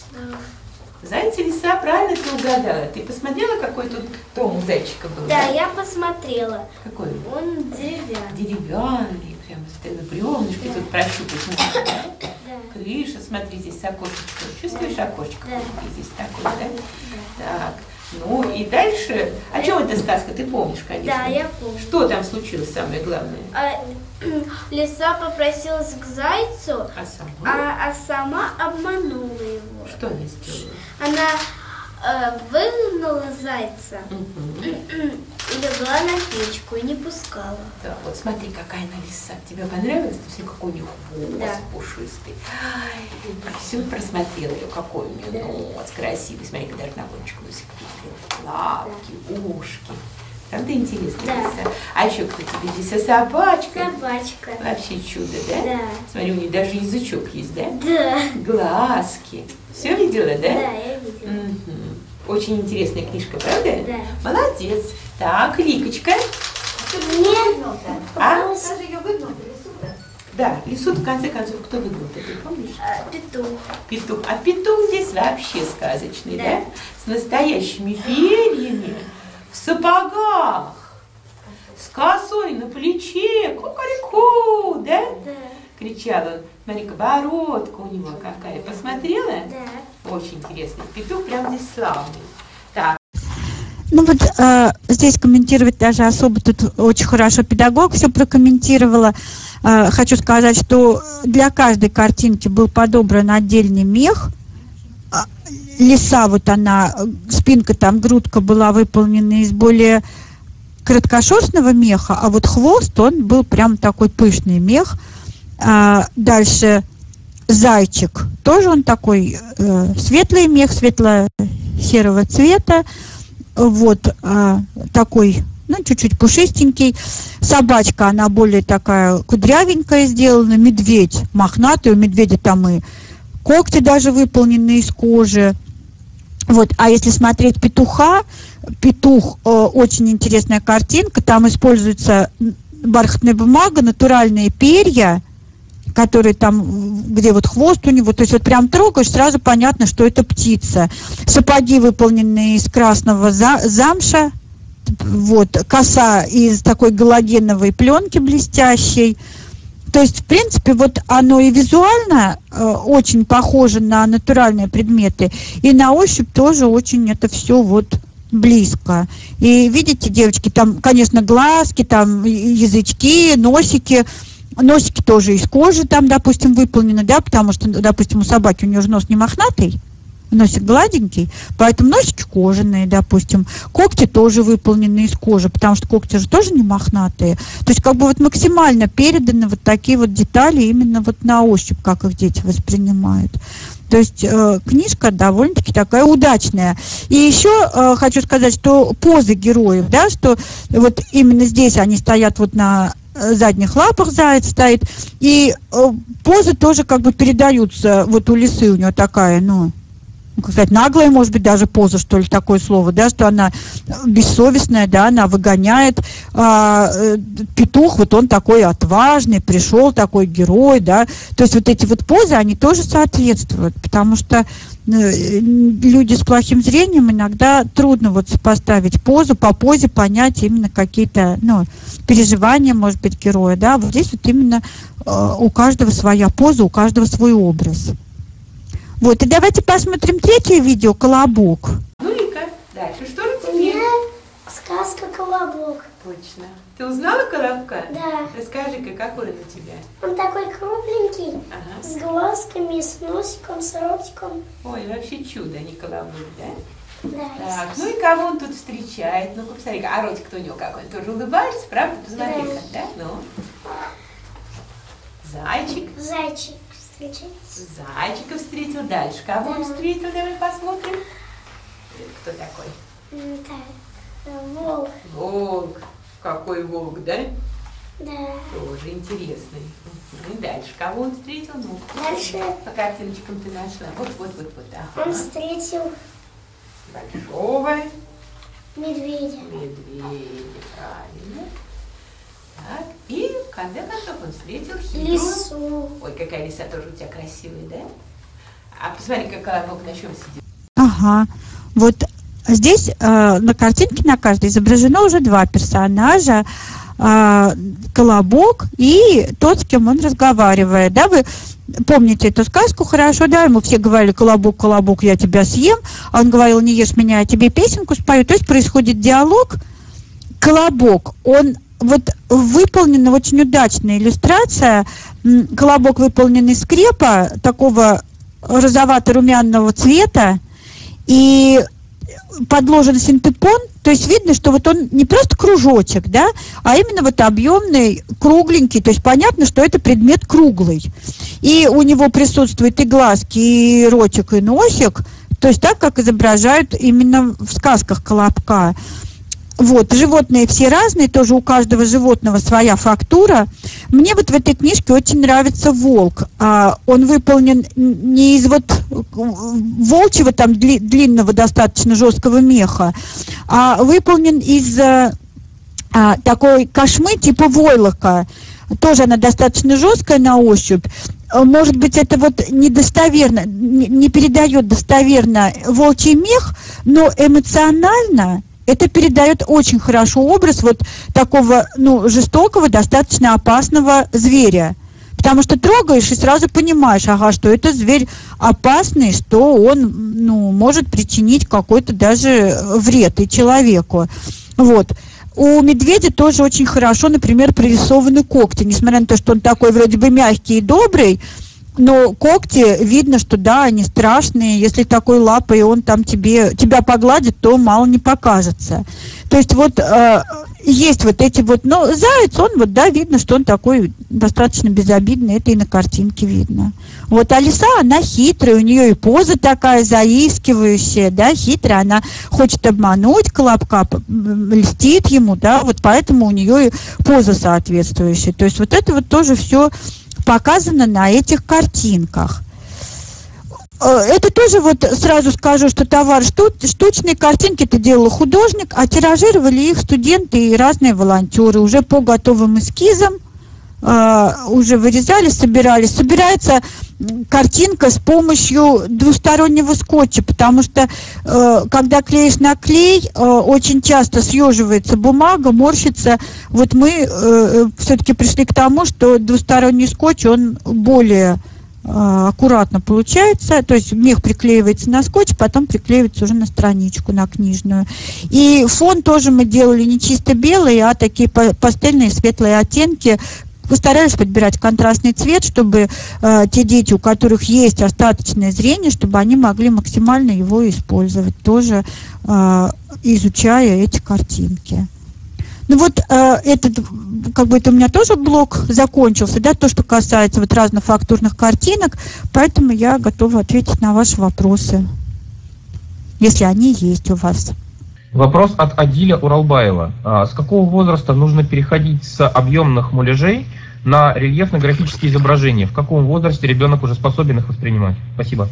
Заяц и лиса, правильно ты угадала. Ты посмотрела, какой тут том у зайчика был? Да, да? Я посмотрела. Какой? Он деревянный. Деревянный, прям с бревнышки да. Тут прощупать. Да? Да. Крыша, смотри, здесь окошечко. Чувствуешь да. окошечко? Да. Здесь такое, да? Да. Так. Ну и дальше, о чем эта сказка, ты помнишь, конечно? Да, я помню. Что там случилось самое главное? А, лиса попросилась к зайцу, а сама, а, а сама обманула его. Что она сделала? Она э, выгнала зайца угу. и легла на печку и не пускала. Да, вот смотри, какая она лиса. Тебе понравилось? Ты все какой у нее хвост да. пушистый. Ай, все просмотрела ее, какой у нее да. нос красивый. Смотри, когда на кончику носик прикрыл. Лапки, да. ушки. Правда интересно, да. лиса? А еще кто тебе здесь? А собачка? Собачка. Вообще чудо, да? Да. Смотри, у нее даже язычок есть, да? Да. Глазки. Все видела, да? Да, я видела. Угу. Очень интересная книжка, правда? Да. Молодец. Так, Ликочка. Нет. А? Скажи, ее выгнал, лису-то? Да, лису в конце концов кто выгнал, ты помнишь? А, петух. Петух. А петух здесь вообще сказочный, да? Да? С настоящими перьями, в сапогах, с косой на плече, кукареку, да? Да. Кричал он. Смотри-ка, бородка у него какая. Посмотрела? Да. Очень интересный. Петух прям здесь славный. Так. Ну вот э, здесь комментировать даже особо тут очень хорошо педагог все прокомментировала. Э, хочу сказать, что для каждой картинки был подобран отдельный мех. Лиса, вот она, спинка там, грудка была выполнена из более краткошерстного меха, а вот хвост, он был прям такой пышный мех. А дальше зайчик, тоже он такой э, светлый мех, светло-серого цвета, вот э, такой, ну, чуть-чуть пушистенький. Собачка, она более такая кудрявенькая сделана, медведь мохнатый, у медведя там и когти даже выполнены из кожи. Вот, а если смотреть петуха, петух, э, очень интересная картинка, там используется бархатная бумага, натуральные перья, которые там, где вот хвост у него, то есть вот прям трогаешь, сразу понятно, что это птица. Сапоги выполнены из красного за, замша, вот, коса из такой галогеновой пленки блестящей. То есть, в принципе, вот оно и визуально э, очень похоже на натуральные предметы, и на ощупь тоже очень это все вот близко. И видите, девочки, там, конечно, глазки, там язычки, носики. Носики тоже из кожи там, допустим, выполнены, да, потому что, допустим, у собаки у нее же нос не мохнатый, носик гладенький, поэтому носики кожаные, допустим. Когти тоже выполнены из кожи, потому что когти же тоже не мохнатые. То есть как бы вот максимально переданы вот такие вот детали именно вот на ощупь, как их дети воспринимают. То есть э, книжка довольно-таки такая удачная. И еще э, хочу сказать, что позы героев, да, что вот именно здесь они стоят вот на задних лапах заяц стоит, и позы тоже как бы передаются, вот у лисы у нее такая, ну, как сказать, наглая, может быть, даже поза, что ли, такое слово, да, что она бессовестная, да, она выгоняет. А, петух, вот он такой отважный, пришел такой герой, да, то есть вот эти вот позы, они тоже соответствуют, потому что люди с плохим зрением иногда трудно вот сопоставить позу, по позе понять именно какие-то, ну, переживания, может быть, героя, да, вот здесь вот именно э, у каждого своя поза, у каждого свой образ. Вот, и давайте посмотрим третье видео «Колобок». Ну и как дальше? Что же У тебе? меня сказка «Колобок». Точно. Ты узнала Колобка? Да. Расскажи-ка, какой он у тебя? Он такой кругленький, Ага. с глазками, с носиком, с ротиком. Ой, вообще чудо, не Колобок, да? Да. Так, ну и кого он тут встречает? Ну-ка, посмотри, а ротик-то у него какой? Он тоже улыбается, правда? Посмотри-ка, да? Ну. Зайчик. Зайчик встречается. Зайчика встретил. Дальше кого он Да. встретил? Давай посмотрим. Кто такой? М, Так, э, волк. Волк. Какой волк, да? Да. Тоже интересный. Ну и дальше кого он встретил? Ну, Дальше по картиночкам ты нашла. Вот, вот, вот, вот. Ага. он встретил Большого медведя. медведя, правильно. Так, и в конце концов он встретил хитрую. Лису. Ой, какая лиса тоже у тебя красивая, да? А посмотри, как Колобок на чем сидит. Ага, вот здесь э, на картинке на каждой изображено уже два персонажа, э, Колобок и тот, с кем он разговаривает, да, вы помните эту сказку хорошо, да, ему все говорили: «Колобок, Колобок, я тебя съем», а он говорил: «Не ешь меня, я тебе песенку спою», то есть происходит диалог. Колобок, он вот выполнена очень удачная иллюстрация, Колобок выполнен из крепа, такого розовато-румяного цвета, и подложен синтепон, то есть видно, что вот он не просто кружочек, да, а именно вот объемный, кругленький, то есть понятно, что это предмет круглый. И у него присутствуют и глазки, и ротик, и носик, то есть так, как изображают именно в сказках Колобка. Вот, животные все разные, тоже у каждого животного своя фактура. Мне вот в этой книжке очень нравится волк. А, он выполнен не из вот волчьего там дли, длинного достаточно жесткого меха, а выполнен из а, а, такой кошмы типа войлока. Тоже она достаточно жесткая на ощупь. Может быть, это вот недостоверно, не передает достоверно волчий мех, но эмоционально это передает очень хорошо образ вот такого, ну, жестокого, достаточно опасного зверя. Потому что трогаешь и сразу понимаешь, ага, что это зверь опасный, что он, ну, может причинить какой-то даже вред и человеку. Вот. У медведя тоже очень хорошо, например, прорисованы когти. Несмотря на то, что он такой вроде бы мягкий и добрый, но когти, видно, что да, они страшные. Если такой лапой он там тебе, тебя погладит, то мало не покажется. То есть вот э, есть вот эти вот, ну, заяц, он вот, да, видно, что он такой достаточно безобидный, это и на картинке видно. Вот, а лиса, она хитрая, у нее и поза такая заискивающая, да, хитрая, она хочет обмануть Колобка, льстит ему, да, вот поэтому у нее и поза соответствующая. То есть вот это вот тоже все показано на этих картинках. Это тоже вот сразу скажу, что товар штучные картинки это делал художник, а тиражировали их студенты и разные волонтеры уже по готовым эскизам, уже вырезали, собирали. Собирается картинка с помощью двустороннего скотча, потому что когда клеишь на клей, очень часто съеживается бумага, морщится. Вот мы все-таки пришли к тому, что двусторонний скотч, он более аккуратно получается, то есть мех приклеивается на скотч, потом приклеивается уже на страничку, на книжную. И фон тоже мы делали не чисто белый, а такие пастельные светлые оттенки. Постарались подбирать контрастный цвет, чтобы э, те дети, у которых есть остаточное зрение, чтобы они могли максимально его использовать, тоже э, изучая эти картинки. Ну вот э, этот, как бы это у меня тоже блок закончился, да, то, что касается вот разнофактурных картинок, поэтому я готова ответить на ваши вопросы, если они есть у вас. Вопрос от Адиля Уралбаева. А, с какого возраста нужно переходить с объемных муляжей на рельефно-графические изображения? В каком возрасте ребенок уже способен их воспринимать? Спасибо.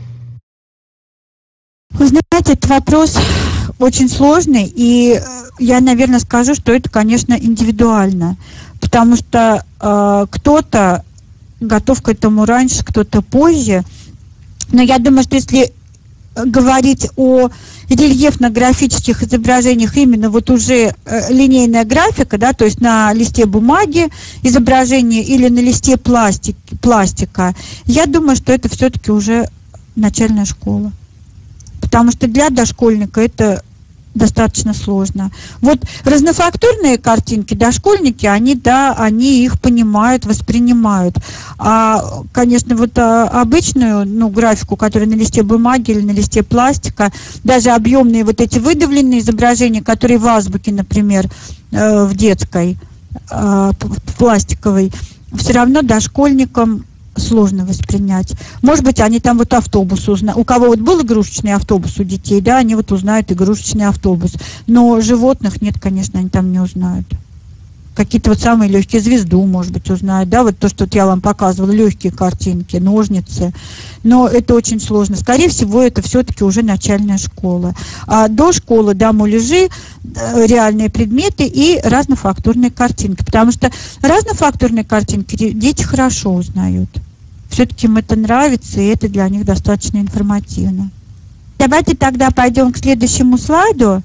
Вы знаете, этот вопрос очень сложный, и я, наверное, скажу, что это, конечно, индивидуально, потому что э, кто-то готов к этому раньше, кто-то позже, но я думаю, что если говорить о рельефно-графических изображениях, именно вот уже э, линейная графика, да, то есть на листе бумаги изображение или на листе пластик, пластика, я думаю, что это все-таки уже начальная школа. Потому что для дошкольника это достаточно сложно. Вот разнофактурные картинки, дошкольники, они, да, они их понимают, воспринимают. А, конечно, вот а, обычную, ну, графику, которая на листе бумаги или на листе пластика, даже объемные вот эти выдавленные изображения, которые в азбуке, например, э, в детской, э, пластиковой, все равно дошкольникам сложно воспринять. Может быть, они там вот автобус узнают. У кого вот был игрушечный автобус у детей, да, они вот узнают игрушечный автобус. Но животных нет, конечно, они там не узнают. Какие-то вот самые легкие, звезду, может быть, узнают, да, вот то, что вот я вам показывала, легкие картинки, ножницы. Но это очень сложно. Скорее всего, это все-таки уже начальная школа. А до школы, да, муляжи, реальные предметы и разнофактурные картинки. Потому что разнофактурные картинки дети хорошо узнают. Все-таки им это нравится, и это для них достаточно информативно. Давайте тогда пойдем к следующему слайду.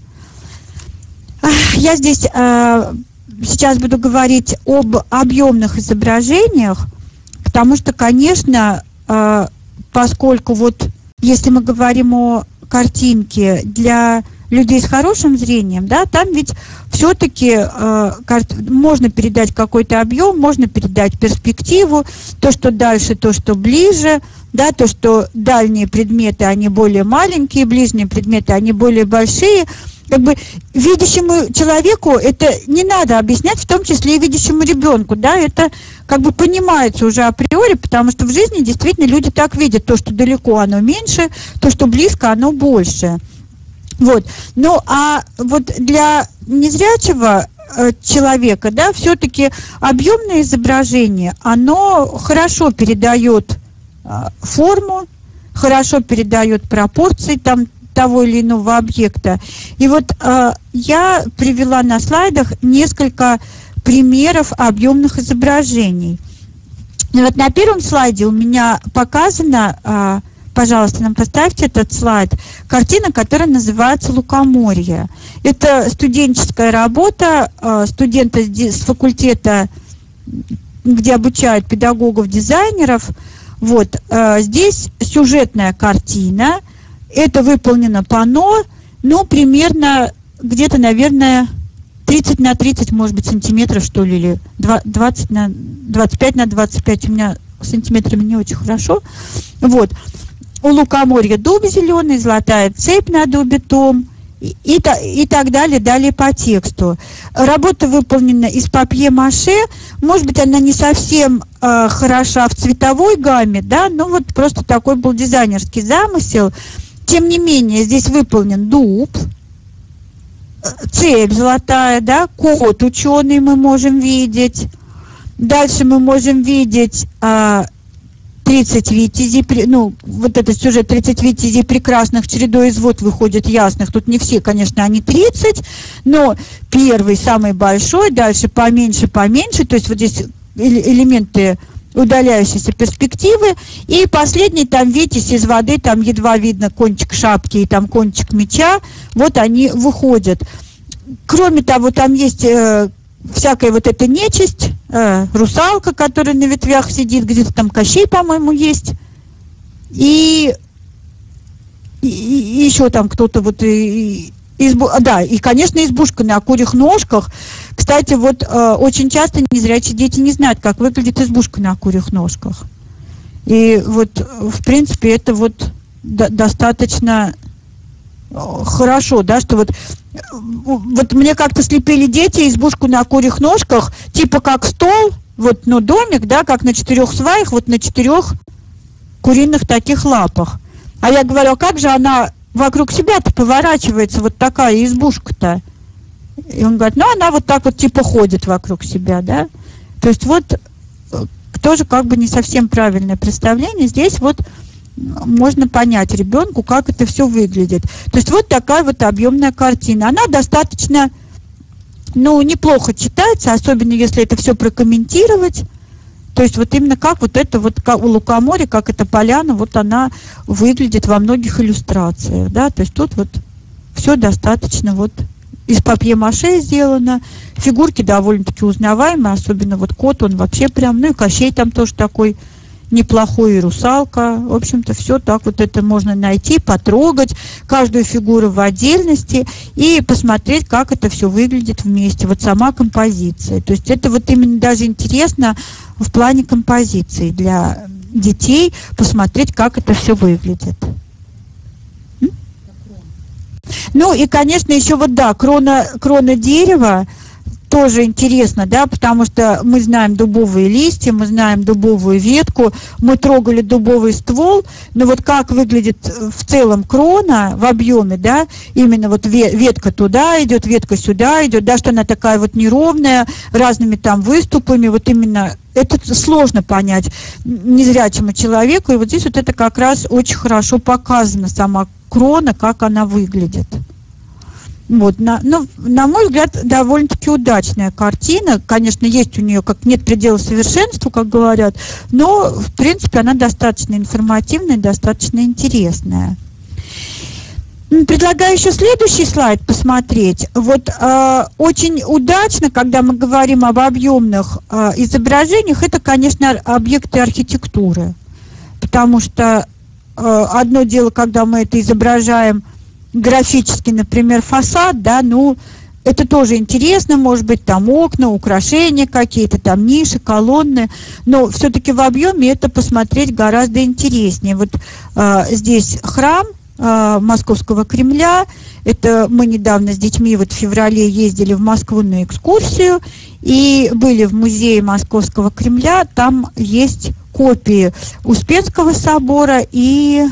Я здесь э, сейчас буду говорить об объемных изображениях, потому что, конечно, э, поскольку вот если мы говорим о картинке для людей с хорошим зрением, да, там ведь все-таки э, можно передать какой-то объем, можно передать перспективу, то, что дальше, то, что ближе, да, то, что дальние предметы, они более маленькие, ближние предметы, они более большие. Как бы видящему человеку это не надо объяснять, в том числе и видящему ребенку, да, это как бы понимается уже априори, потому что в жизни действительно люди так видят, то, что далеко, оно меньше, то, что близко, оно больше. Вот. Ну, а вот для незрячего э, человека, да, все-таки объемное изображение, оно хорошо передает э, форму, хорошо передает пропорции там того или иного объекта. И вот э, я привела на слайдах несколько примеров объемных изображений. И вот на первом слайде у меня показано, э, пожалуйста, нам поставьте этот слайд, картина, которая называется «Лукоморье». Это студенческая работа э, студента с факультета, где обучают педагогов-дизайнеров. Вот, э, здесь сюжетная картина. Это выполнено панно, ну, примерно где-то, наверное, тридцать на тридцать, может быть, сантиметров, что ли, или двадцать на двадцать пять на двадцать пять. У меня сантиметрами не очень хорошо. Вот. У лукоморья дуб зеленый, золотая цепь на дубе том и, и, и так далее, далее по тексту. Работа выполнена из папье-маше. Может быть, она не совсем э, хороша в цветовой гамме, да, но вот просто такой был дизайнерский замысел. Тем не менее, здесь выполнен дуб, цепь золотая, да, кот ученый мы можем видеть. Дальше мы можем видеть а, тридцать витязей, ну, вот этот сюжет тридцать витязей прекрасных, чередой извод выходит ясных. Тут не все, конечно, они тридцать, но первый самый большой, дальше поменьше, поменьше, то есть вот здесь элементы удаляющиеся перспективы, и последний там витязь из воды, там едва видно кончик шапки и там кончик меча, вот они выходят. Кроме того, там есть э, всякая вот эта нечисть, э, русалка, которая на ветвях сидит, где-то там Кощей, по-моему, есть, и, и, и еще там кто-то вот и, Избу... Да, и, конечно, избушка на курьих ножках. Кстати, вот э, очень часто незрячие дети не знают, как выглядит избушка на курьих ножках. И вот, в принципе, это вот до- достаточно хорошо, да, что вот, вот мне как-то слепили дети избушку на курьих ножках, типа как стол, вот, ну, домик, да, как на четырех сваях, вот на четырех куриных таких лапах. А я говорю, а как же она вокруг себя-то поворачивается вот такая избушка-то? И он говорит, ну, она вот так вот типа ходит вокруг себя, да? То есть вот тоже как бы не совсем правильное представление. Здесь вот можно понять ребенку, как это все выглядит. То есть вот такая вот объемная картина. Она достаточно, ну, неплохо читается, особенно если это все прокомментировать. То есть вот именно как вот это вот у Лукоморья, как эта поляна, вот она выглядит во многих иллюстрациях, да. То есть тут вот все достаточно вот из папье-маше сделано, фигурки довольно-таки узнаваемые, особенно вот кот, он вообще прям, ну и Кощей там тоже такой неплохой, и русалка. В общем-то, все так вот это можно найти, потрогать, каждую фигуру в отдельности и посмотреть, как это все выглядит вместе. Вот сама композиция. То есть это вот именно даже интересно в плане композиции для детей посмотреть, как это все выглядит. Ну и, конечно, еще вот, да, крона, крона дерева тоже интересно, да, потому что мы знаем дубовые листья, мы знаем дубовую ветку, мы трогали дубовый ствол, но вот как выглядит в целом крона в объеме, да, именно вот ветка туда идет, ветка сюда идет, да, что она такая вот неровная, разными там выступами, вот именно это сложно понять незрячему человеку, и вот здесь вот это как раз очень хорошо показано, сама крона, как она выглядит. Вот, на, ну, на мой взгляд, довольно-таки удачная картина. Конечно, есть у нее, как нет предела совершенству, как говорят, но, в принципе, она достаточно информативная, достаточно интересная. Предлагаю еще следующий слайд посмотреть. Вот э, очень удачно, когда мы говорим об объемных э, изображениях, это, конечно, объекты архитектуры. Потому что э, одно дело, когда мы это изображаем графически, например, фасад, да, ну, это тоже интересно, может быть, там окна, украшения какие-то, там ниши, колонны, но все-таки в объеме это посмотреть гораздо интереснее. Вот э, здесь храм э, Московского Кремля, это мы недавно с детьми вот в феврале ездили в Москву на экскурсию и были в музее Московского Кремля, там есть копии Успенского собора и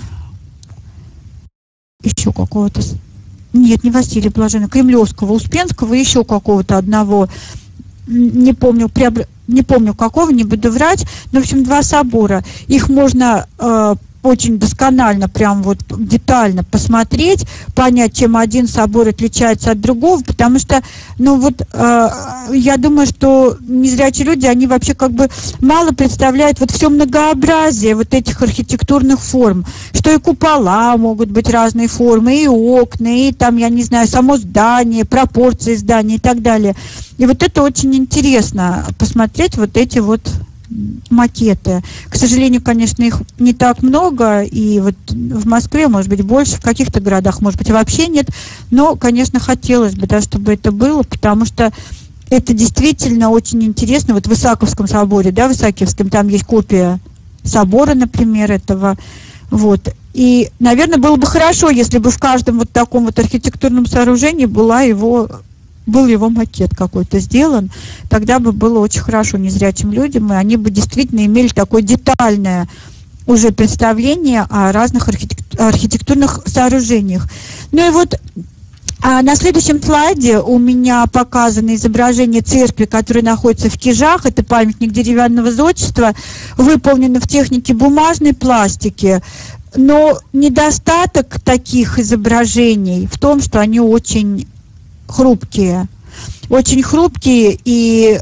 еще какого-то, нет, не Василия Блаженного, Кремлевского, Успенского, еще какого-то одного, не помню, приобр... не помню какого, не буду врать, но, в общем, два собора. Их можно э, очень досконально, прям вот детально посмотреть, понять, чем один собор отличается от другого, потому что, ну вот, э, я думаю, что незрячие люди, они вообще как бы мало представляют вот все многообразие вот этих архитектурных форм, что и купола могут быть разной формы, и окна, и там, я не знаю, само здание, пропорции здания и так далее. И вот это очень интересно, посмотреть вот эти вот макеты. К сожалению, конечно, их не так много, и вот в Москве, может быть, больше, в каких-то городах, может быть, вообще нет, но, конечно, хотелось бы, да, чтобы это было, потому что это действительно очень интересно. Вот в Исааковском соборе, да, в Исаакиевском, там есть копия собора, например, этого, вот. И, наверное, было бы хорошо, если бы в каждом вот таком вот архитектурном сооружении была его... был его макет какой-то сделан, тогда бы было очень хорошо незрячим людям, и они бы действительно имели такое детальное уже представление о разных архитектурных сооружениях. Ну и вот а на следующем слайде у меня показано изображение церкви, которая находится в Кижах. Это памятник деревянного зодчества, выполнено в технике бумажной пластики. Но недостаток таких изображений в том, что они очень хрупкие, очень хрупкие, и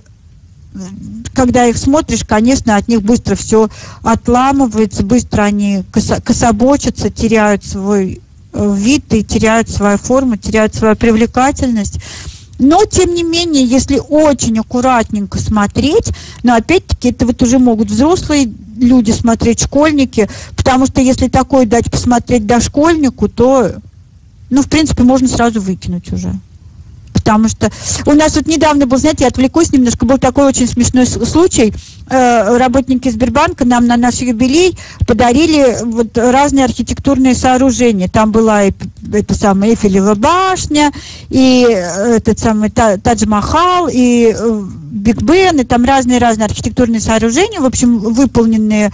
когда их смотришь, конечно, от них быстро все отламывается, быстро они кособочатся, теряют свой вид и теряют свою форму, теряют свою привлекательность. Но, тем не менее, если очень аккуратненько смотреть, но опять-таки это вот уже могут взрослые люди смотреть, школьники, потому что если такое дать посмотреть дошкольнику, то, ну, в принципе, можно сразу выкинуть уже. Потому что у нас вот недавно был, знаете, я отвлекусь немножко, был такой очень смешной случай. Работники Сбербанка нам на наш юбилей подарили вот разные архитектурные сооружения. Там была и эта самая Эйфелева башня, и этот самый Тадж-Махал, и Биг Бен, и там разные-разные архитектурные сооружения, в общем, выполненные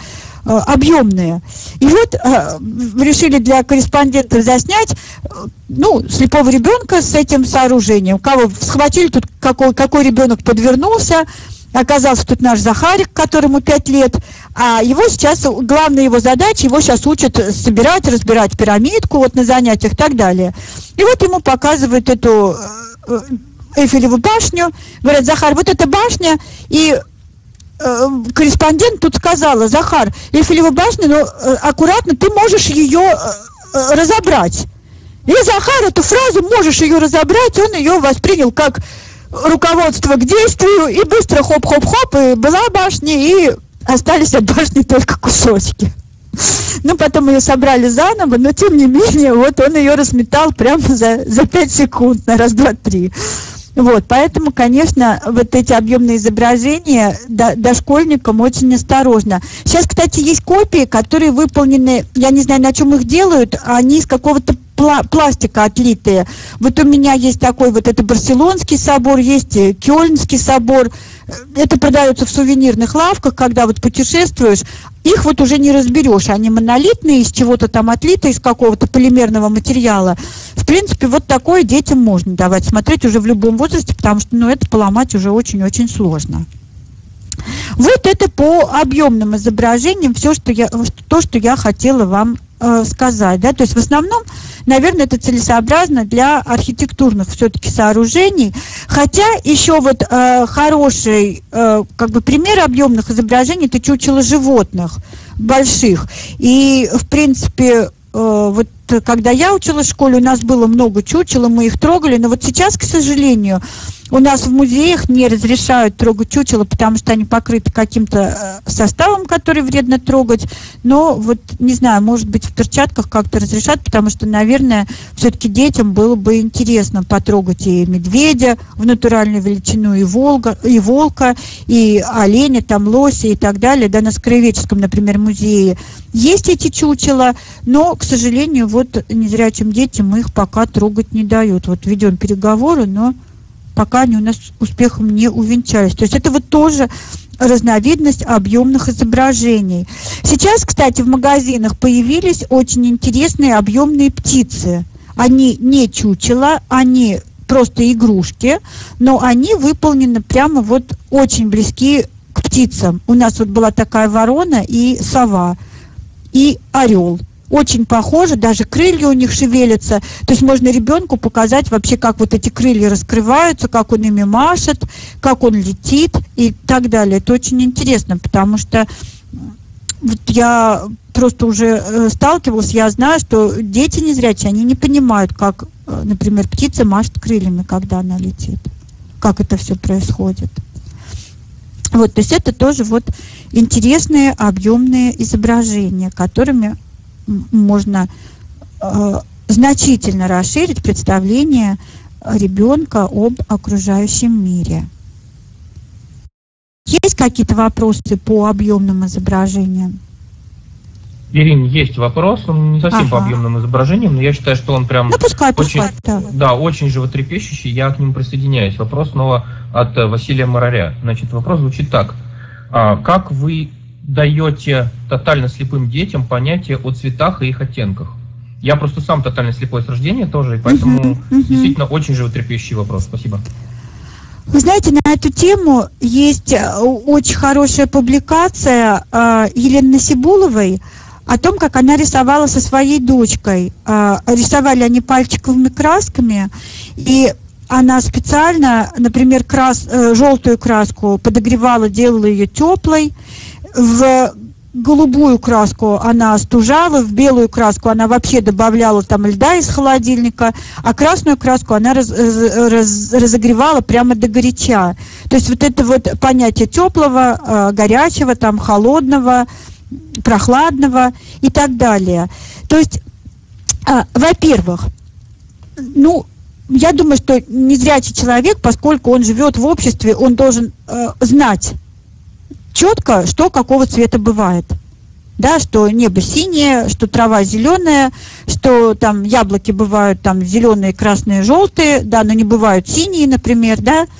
объемные. И вот э, решили для корреспондентов заснять, э, ну, слепого ребенка с этим сооружением. Кого схватили, тут какой, какой ребенок подвернулся. Оказался тут наш Захарик, которому пять лет, а его сейчас, главная его задача, его сейчас учат собирать, разбирать пирамидку вот на занятиях и так далее. И вот ему показывают эту э, Эйфелеву башню, говорят: Захар, вот эта башня, и э, корреспондент тут сказала: Захар, Эйфелева башня, но э, аккуратно, ты можешь ее э, разобрать. И Захар эту фразу «можешь ее разобрать», он ее воспринял как руководство к действию, и быстро хоп-хоп-хоп, и была башня, и остались от башни только кусочки. Ну, потом ее собрали заново, но тем не менее, вот он ее разметал прямо за, за пять секунд, на раз, два, три. Вот, поэтому, конечно, вот эти объемные изображения дошкольникам очень осторожно. Сейчас, кстати, есть копии, которые выполнены, я не знаю, на чем их делают, они из какого-то пла- пластика отлитые. Вот у меня есть такой, вот это Барселонский собор, есть Кёльнский собор. Это продается в сувенирных лавках, когда вот путешествуешь. Их вот уже не разберешь, они монолитные, из чего-то там отлиты, из какого-то полимерного материала. В принципе, вот такое детям можно давать смотреть уже в любом возрасте, потому что, ну, это поломать уже очень-очень сложно. Вот это по объемным изображениям все, что я, то, что я хотела вам э, сказать. Да? То есть в основном, наверное, это целесообразно для архитектурных все-таки сооружений. Хотя еще вот э, хороший э, как бы пример объемных изображений — это чучело животных больших. И, в принципе, э, вот когда я училась в школе, у нас было много чучел, мы их трогали. Но вот сейчас, к сожалению, у нас в музеях не разрешают трогать чучела, потому что они покрыты каким-то составом, который вредно трогать. Но вот, не знаю, может быть, в перчатках как-то разрешат, потому что, наверное, все-таки детям было бы интересно потрогать и медведя в натуральную величину, и, волга, и волка, и оленя, там, лося и так далее. Да, на Краеведческом, например, музее есть эти чучела, но, к сожалению, вот незрячим детям их пока трогать не дают. Вот ведем переговоры, но пока они у нас успехом не увенчались. То есть это вот тоже разновидность объемных изображений. Сейчас, кстати, в магазинах появились очень интересные объемные птицы. Они не чучела, они просто игрушки, но они выполнены прямо вот очень близки к птицам. У нас вот была такая ворона и сова, и орел. Очень похоже, даже крылья у них шевелятся. То есть можно ребенку показать вообще, как вот эти крылья раскрываются, как он ими машет, как он летит и так далее. Это очень интересно, потому что вот я просто уже сталкивалась, я знаю, что дети незрячие, они не понимают, как, например, птица машет крыльями, когда она летит, как это все происходит. Вот, то есть это тоже вот интересные объемные изображения, которыми можно э, значительно расширить представление ребенка об окружающем мире. Есть какие-то вопросы по объемным изображениям? Ирина, есть вопрос, он не совсем ага. по объемным изображениям, но я считаю, что он прям ну, пускай, очень, пускай, да. Да, очень животрепещущий, я к нему присоединяюсь. Вопрос снова от Василия Мараря. Значит, вопрос звучит так. А, как вы даете тотально слепым детям понятие о цветах и их оттенках? Я просто сам тотально слепой с рождения тоже, и поэтому uh-huh, uh-huh. действительно очень животрепещущий вопрос. Спасибо. Вы знаете, на эту тему есть очень хорошая публикация э, Елены Насибуловой о том, как она рисовала со своей дочкой. Э, рисовали они пальчиковыми красками, и она специально, например, крас, э, желтую краску подогревала, делала ее теплой, в голубую краску она остужала, в белую краску она вообще добавляла там льда из холодильника, а красную краску она раз, раз, разогревала прямо до горяча. То есть вот это вот понятие теплого, горячего, там, холодного, прохладного и так далее. То есть, во-первых, ну, я думаю, что незрячий человек, поскольку он живет в обществе, он должен э, знать четко, что какого цвета бывает. Да, что небо синее, что трава зеленая, что там яблоки бывают там зеленые, красные, желтые, да, но не бывают синие, например, да.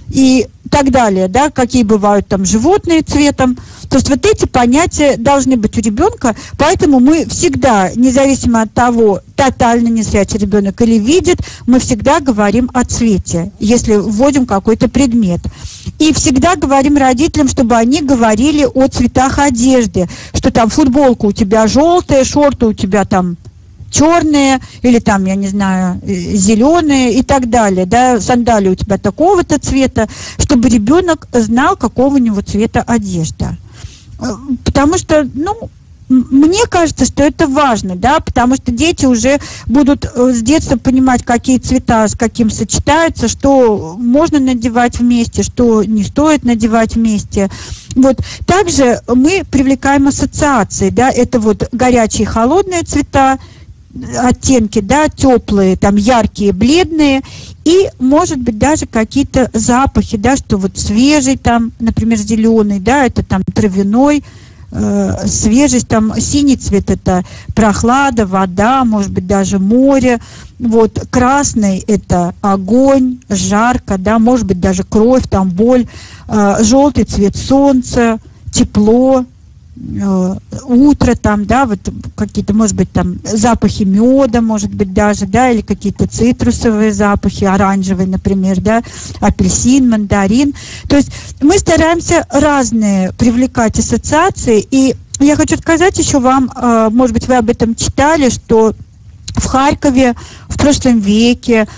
и так далее, да, какие бывают там животные цветом. То есть вот эти понятия должны быть у ребенка, поэтому мы всегда, независимо от того, тотально незрячий ребенок или видит, мы всегда говорим о цвете, если вводим какой-то предмет. И всегда говорим родителям, чтобы они говорили о цветах одежды, что там футболка у тебя желтая, шорты у тебя там черные, или там, я не знаю, зеленые и так далее, да, сандали у тебя такого-то цвета, чтобы ребенок знал, какого у него цвета одежда. Потому что, ну, мне кажется, что это важно, да, потому что дети уже будут с детства понимать, какие цвета с каким сочетаются, что можно надевать вместе, что не стоит надевать вместе. Вот. Также мы привлекаем ассоциации, да, это вот горячие и холодные цвета, оттенки, да, теплые, там яркие, бледные, и, может быть, даже какие-то запахи, да, что вот свежий там, например, зеленый, да, это там травяной, э, свежесть, там синий цвет это прохлада, вода, может быть, даже море, вот, красный это огонь, жарко, да, может быть, даже кровь, там боль, э, желтый цвет солнца, тепло, утро там, да, вот какие-то, может быть, там запахи меда, может быть, даже, да, или какие-то цитрусовые запахи, оранжевый, например, да, апельсин, мандарин. То есть мы стараемся разные привлекать ассоциации, и я хочу сказать еще вам, может быть, вы об этом читали, что в Харькове в прошлом веке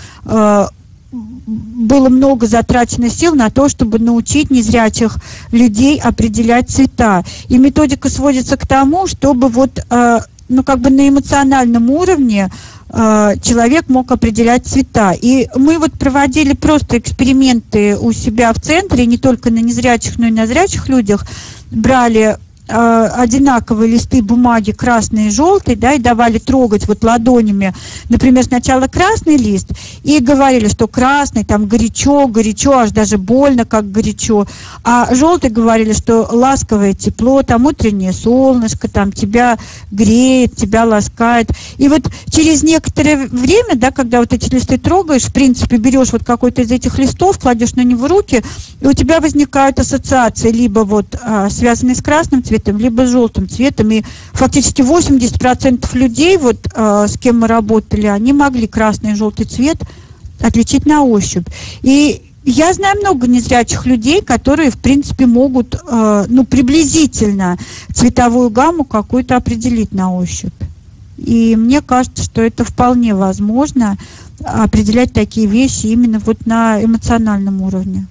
было много затрачено сил на то, чтобы научить незрячих людей определять цвета. И методика сводится к тому, чтобы вот, э, ну, как бы на эмоциональном уровне э, человек мог определять цвета. И мы вот проводили просто эксперименты у себя в центре, не только на незрячих, но и на зрячих людях, брали одинаковые листы бумаги, красный и желтый, да, и давали трогать вот ладонями, например, сначала красный лист, и говорили, что красный, там горячо, горячо, аж даже больно, как горячо, а желтый говорили, что ласковое тепло, там утреннее солнышко, там тебя греет, тебя ласкает. И вот через некоторое время, да, когда вот эти листы трогаешь, в принципе, берешь вот какой-то из этих листов, кладешь на него руки, и у тебя возникают ассоциации, либо вот а, связанные с красным цветом, либо с желтым цветом, и фактически восемьдесят процентов людей, вот, э, с кем мы работали, они могли красный и желтый цвет отличить на ощупь. И я знаю много незрячих людей, которые, в принципе, могут, э, ну, приблизительно цветовую гамму какую-то определить на ощупь. И мне кажется, что это вполне возможно, определять такие вещи именно вот на эмоциональном уровне.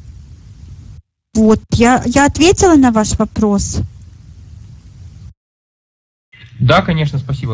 Вот, я, я ответила на ваш вопрос? Да, конечно, спасибо.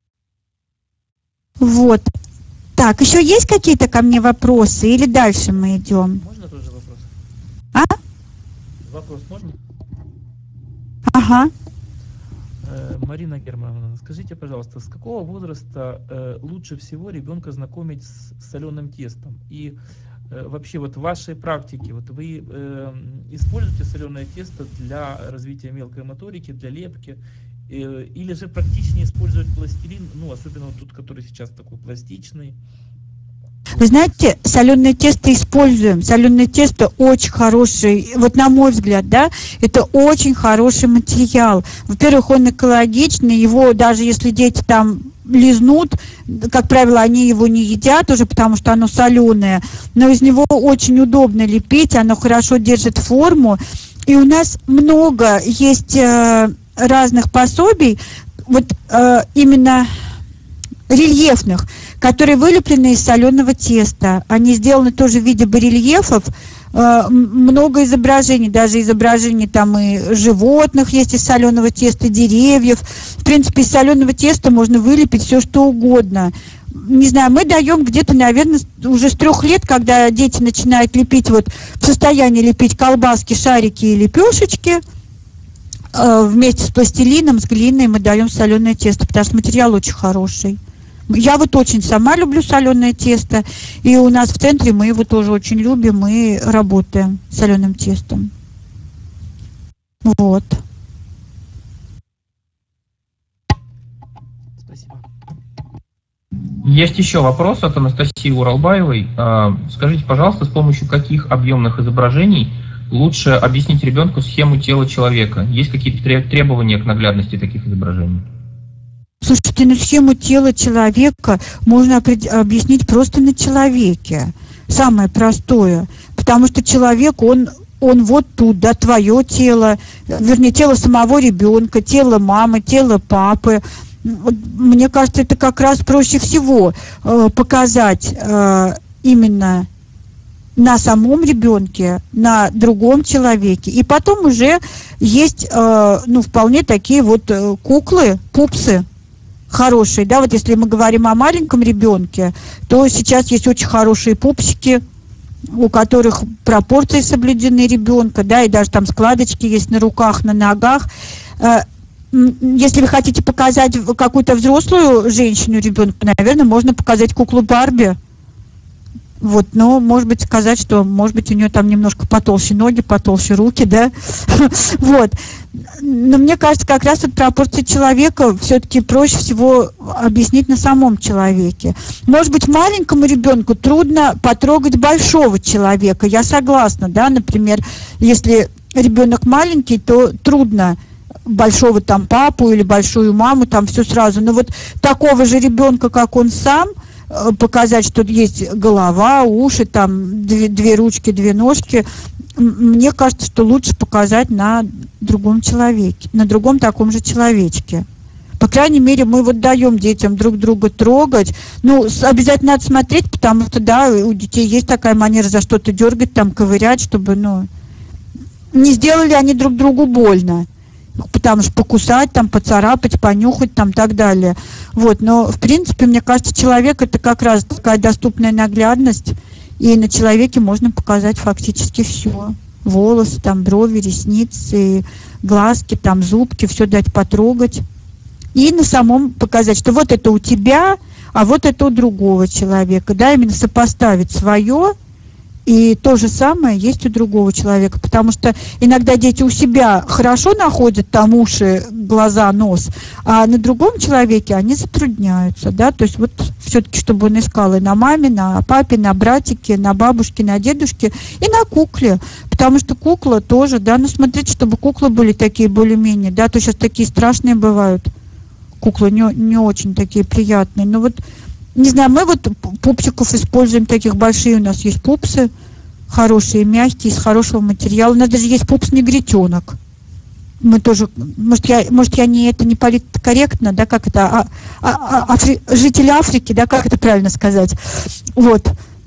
Вот. Так, еще есть какие-то ко мне вопросы или дальше мы идем? Можно тоже вопрос? А? Вопрос можно? Ага. Э, Марина Германовна, скажите, пожалуйста, с какого возраста э, лучше всего ребенка знакомить с соленым тестом? И э, вообще вот в вашей практике, вот вы э, используете соленое тесто для развития мелкой моторики, для лепки? Или же практичнее использовать пластилин, ну, особенно вот тут, который сейчас такой пластичный? Вы знаете, соленое тесто используем. Соленое тесто очень хороший, вот на мой взгляд, да, это очень хороший материал. Во-первых, он экологичный, его даже если дети там лизнут, как правило, они его не едят уже, потому что оно соленое, но из него очень удобно лепить, оно хорошо держит форму. И у нас много есть э, разных пособий, вот э, именно рельефных, которые вылеплены из соленого теста. Они сделаны тоже в виде барельефов. Э, много изображений, даже изображений там и животных есть из соленого теста, деревьев. В принципе, из соленого теста можно вылепить все, что угодно. Не знаю, мы даем где-то, наверное, уже с трех лет, когда дети начинают лепить, вот в состоянии лепить колбаски, шарики и лепешечки, э, вместе с пластилином, с глиной мы даем соленое тесто, потому что материал очень хороший. Я вот очень сама люблю соленое тесто, и у нас в центре мы его тоже очень любим и работаем с соленым тестом. Вот. Есть еще вопрос от Анастасии Уралбаевой. Скажите, пожалуйста, с помощью каких объемных изображений лучше объяснить ребенку схему тела человека? Есть какие-то требования к наглядности таких изображений? Слушайте, ну схему тела человека можно объяснить просто на человеке. Самое простое. Потому что человек, он, он вот тут, да, твое тело, вернее, тело самого ребенка, тело мамы, тело папы. Мне кажется, это как раз проще всего э, показать э, именно на самом ребенке, на другом человеке. И потом уже есть, э, ну, вполне такие вот э, куклы, пупсы хорошие, да, вот если мы говорим о маленьком ребенке, то сейчас есть очень хорошие пупсики, у которых пропорции соблюдены ребенка, да, и даже там складочки есть на руках, на ногах. Э, Если вы хотите показать какую-то взрослую женщину, ребенка, наверное, можно показать куклу Барби. Вот, но, может быть, сказать, что, может быть, у нее там немножко потолще ноги, потолще руки, да. Вот. Но мне кажется, как раз вот пропорции человека все-таки проще всего объяснить на самом человеке. Может быть, маленькому ребенку трудно потрогать большого человека. Я согласна, да, например, если ребенок маленький, то трудно большого там папу или большую маму, там все сразу. Но вот такого же ребенка, как он сам, показать, что есть голова, уши, там две, две ручки, две ножки, мне кажется, что лучше показать на другом человеке, на другом таком же человечке. По крайней мере, мы вот даем детям друг друга трогать. Ну, обязательно надо смотреть, потому что, да, у детей есть такая манера за что-то дергать, там, ковырять, чтобы, ну, не сделали они друг другу больно. Потому что покусать, там, поцарапать, понюхать, там, так далее. Вот, но, в принципе, мне кажется, человек — это как раз такая доступная наглядность, и на человеке можно показать фактически все. Волосы, там, брови, ресницы, глазки, там, зубки, все дать потрогать. И на самом показать, что вот это у тебя, а вот это у другого человека, да, именно сопоставить свое. И то же самое есть у другого человека, потому что иногда дети у себя хорошо находят там уши, глаза, нос, а на другом человеке они затрудняются, да, то есть вот все-таки, чтобы он искал и на маме, на папе, на братике, на бабушке, на дедушке и на кукле, потому что кукла тоже, да, ну смотрите, чтобы куклы были такие более-менее, да, то сейчас такие страшные бывают, куклы не, не очень такие приятные, но вот не знаю, мы вот пупсиков используем таких, большие у нас есть пупсы, хорошие, мягкие, из хорошего материала. У нас даже есть пупс-негритенок. Мы тоже, может, я, может, я не, это не политкорректно, да, как это, а, а, афри, жители Африки, да, как это правильно сказать. Вот.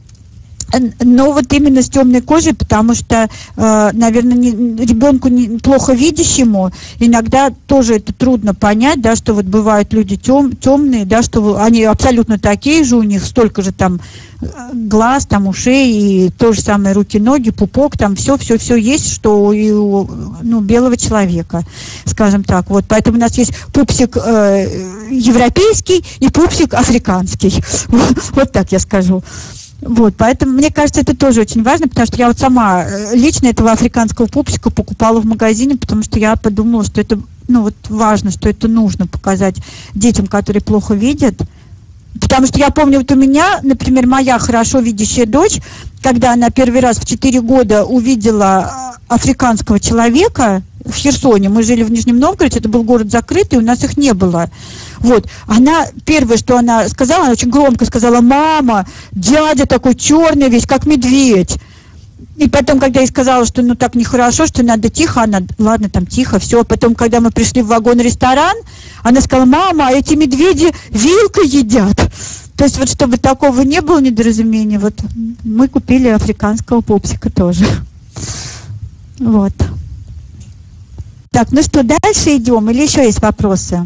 Но вот именно с темной кожей, потому что, э, наверное, не, ребенку не, плохо видящему иногда тоже это трудно понять, да, что вот бывают люди тем, темные, да, что они абсолютно такие же, у них столько же там глаз, там ушей, и то же самое руки, ноги, пупок, там все-все-все есть, что и у, ну, белого человека, скажем так. Вот, поэтому у нас есть пупсик э, европейский и пупсик африканский. Вот так я скажу. Вот, поэтому, мне кажется, это тоже очень важно, потому что я вот сама лично этого африканского пупсика покупала в магазине, потому что я подумала, что это, ну, вот важно, что это нужно показать детям, которые плохо видят. Потому что я помню, вот у меня, например, моя хорошо видящая дочь, когда она первый раз в четыре года увидела африканского человека в Херсоне, мы жили в Нижнем Новгороде, это был город закрытый, у нас их не было. Вот, она, первое, что она сказала, она очень громко сказала: «Мама, дядя такой черный весь, как медведь». И потом, когда я ей сказала, что ну так нехорошо, что надо тихо, она, ладно, там тихо, все. Потом, когда мы пришли в вагон-ресторан, она сказала: «Мама, эти медведи вилкой едят». То есть вот чтобы такого не было недоразумения, вот мы купили африканского пупсика тоже. Вот. Так, ну что, дальше идем или еще есть вопросы?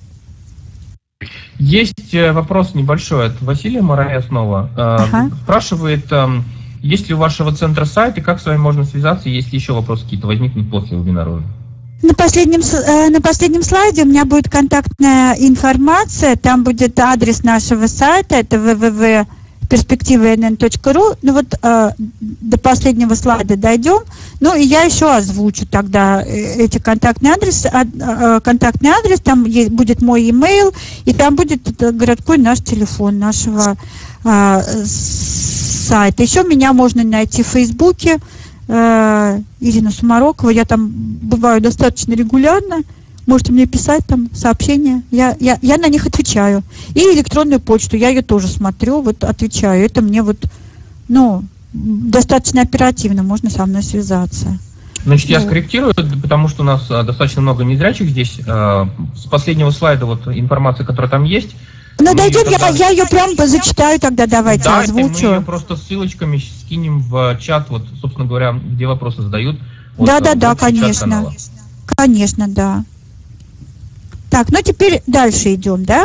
Есть вопрос небольшой от Василия Марая снова. Ага. Спрашивает, есть ли у вашего центра сайт и как с вами можно связаться, если еще вопросы какие-то возникнут после вебинара? На последнем, на последнем слайде у меня будет контактная информация, там будет адрес нашего сайта, это вэ вэ вэ перспективы эн эн точка ру. Ну вот э, до последнего слайда дойдем. Ну и я еще озвучу тогда эти контактные адресы. Э, контактный адрес, там есть, будет мой e-mail, и там будет городской наш телефон нашего э, сайта. Еще меня можно найти в Фейсбуке. Э, Ирина Сумарокова. Я там бываю достаточно регулярно. Можете мне писать там сообщения, я, я, я на них отвечаю. И электронную почту, я ее тоже смотрю, вот отвечаю. Это мне вот, ну, достаточно оперативно, можно со мной связаться. Значит, я скорректирую, потому что у нас а, достаточно много незрячих здесь. А, с последнего слайда вот информация, которая там есть. Ну, дойдем, тогда... я, я ее прям зачитаю тогда, давайте, да, озвучу. Мы ее просто ссылочками скинем в чат, вот, собственно говоря, где вопросы задают. Вот, да-да-да, конечно. Конечно, да. Так, ну теперь дальше идем, да?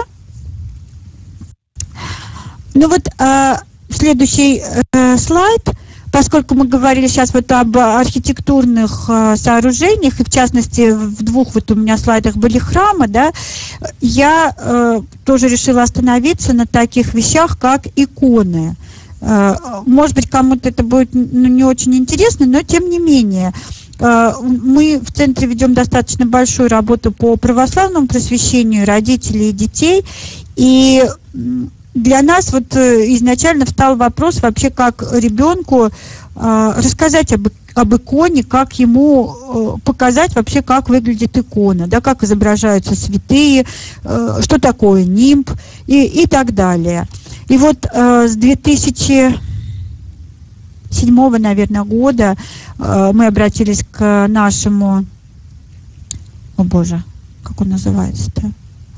Ну вот э, следующий э, слайд, поскольку мы говорили сейчас вот об архитектурных э, сооружениях, и в частности в двух вот у меня слайдах были храмы, да, я э, тоже решила остановиться на таких вещах, как иконы. Э, может быть, кому-то это будет ну, не очень интересно, но тем не менее. Мы в центре ведем достаточно большую работу по православному просвещению родителей и детей. И для нас вот изначально встал вопрос вообще, как ребенку рассказать об, об иконе, как ему показать вообще, как выглядит икона, да, как изображаются святые, что такое нимб и, и так далее. И вот с две тысячи седьмого, наверное, года э, мы обратились к нашему, о боже, как он называется-то?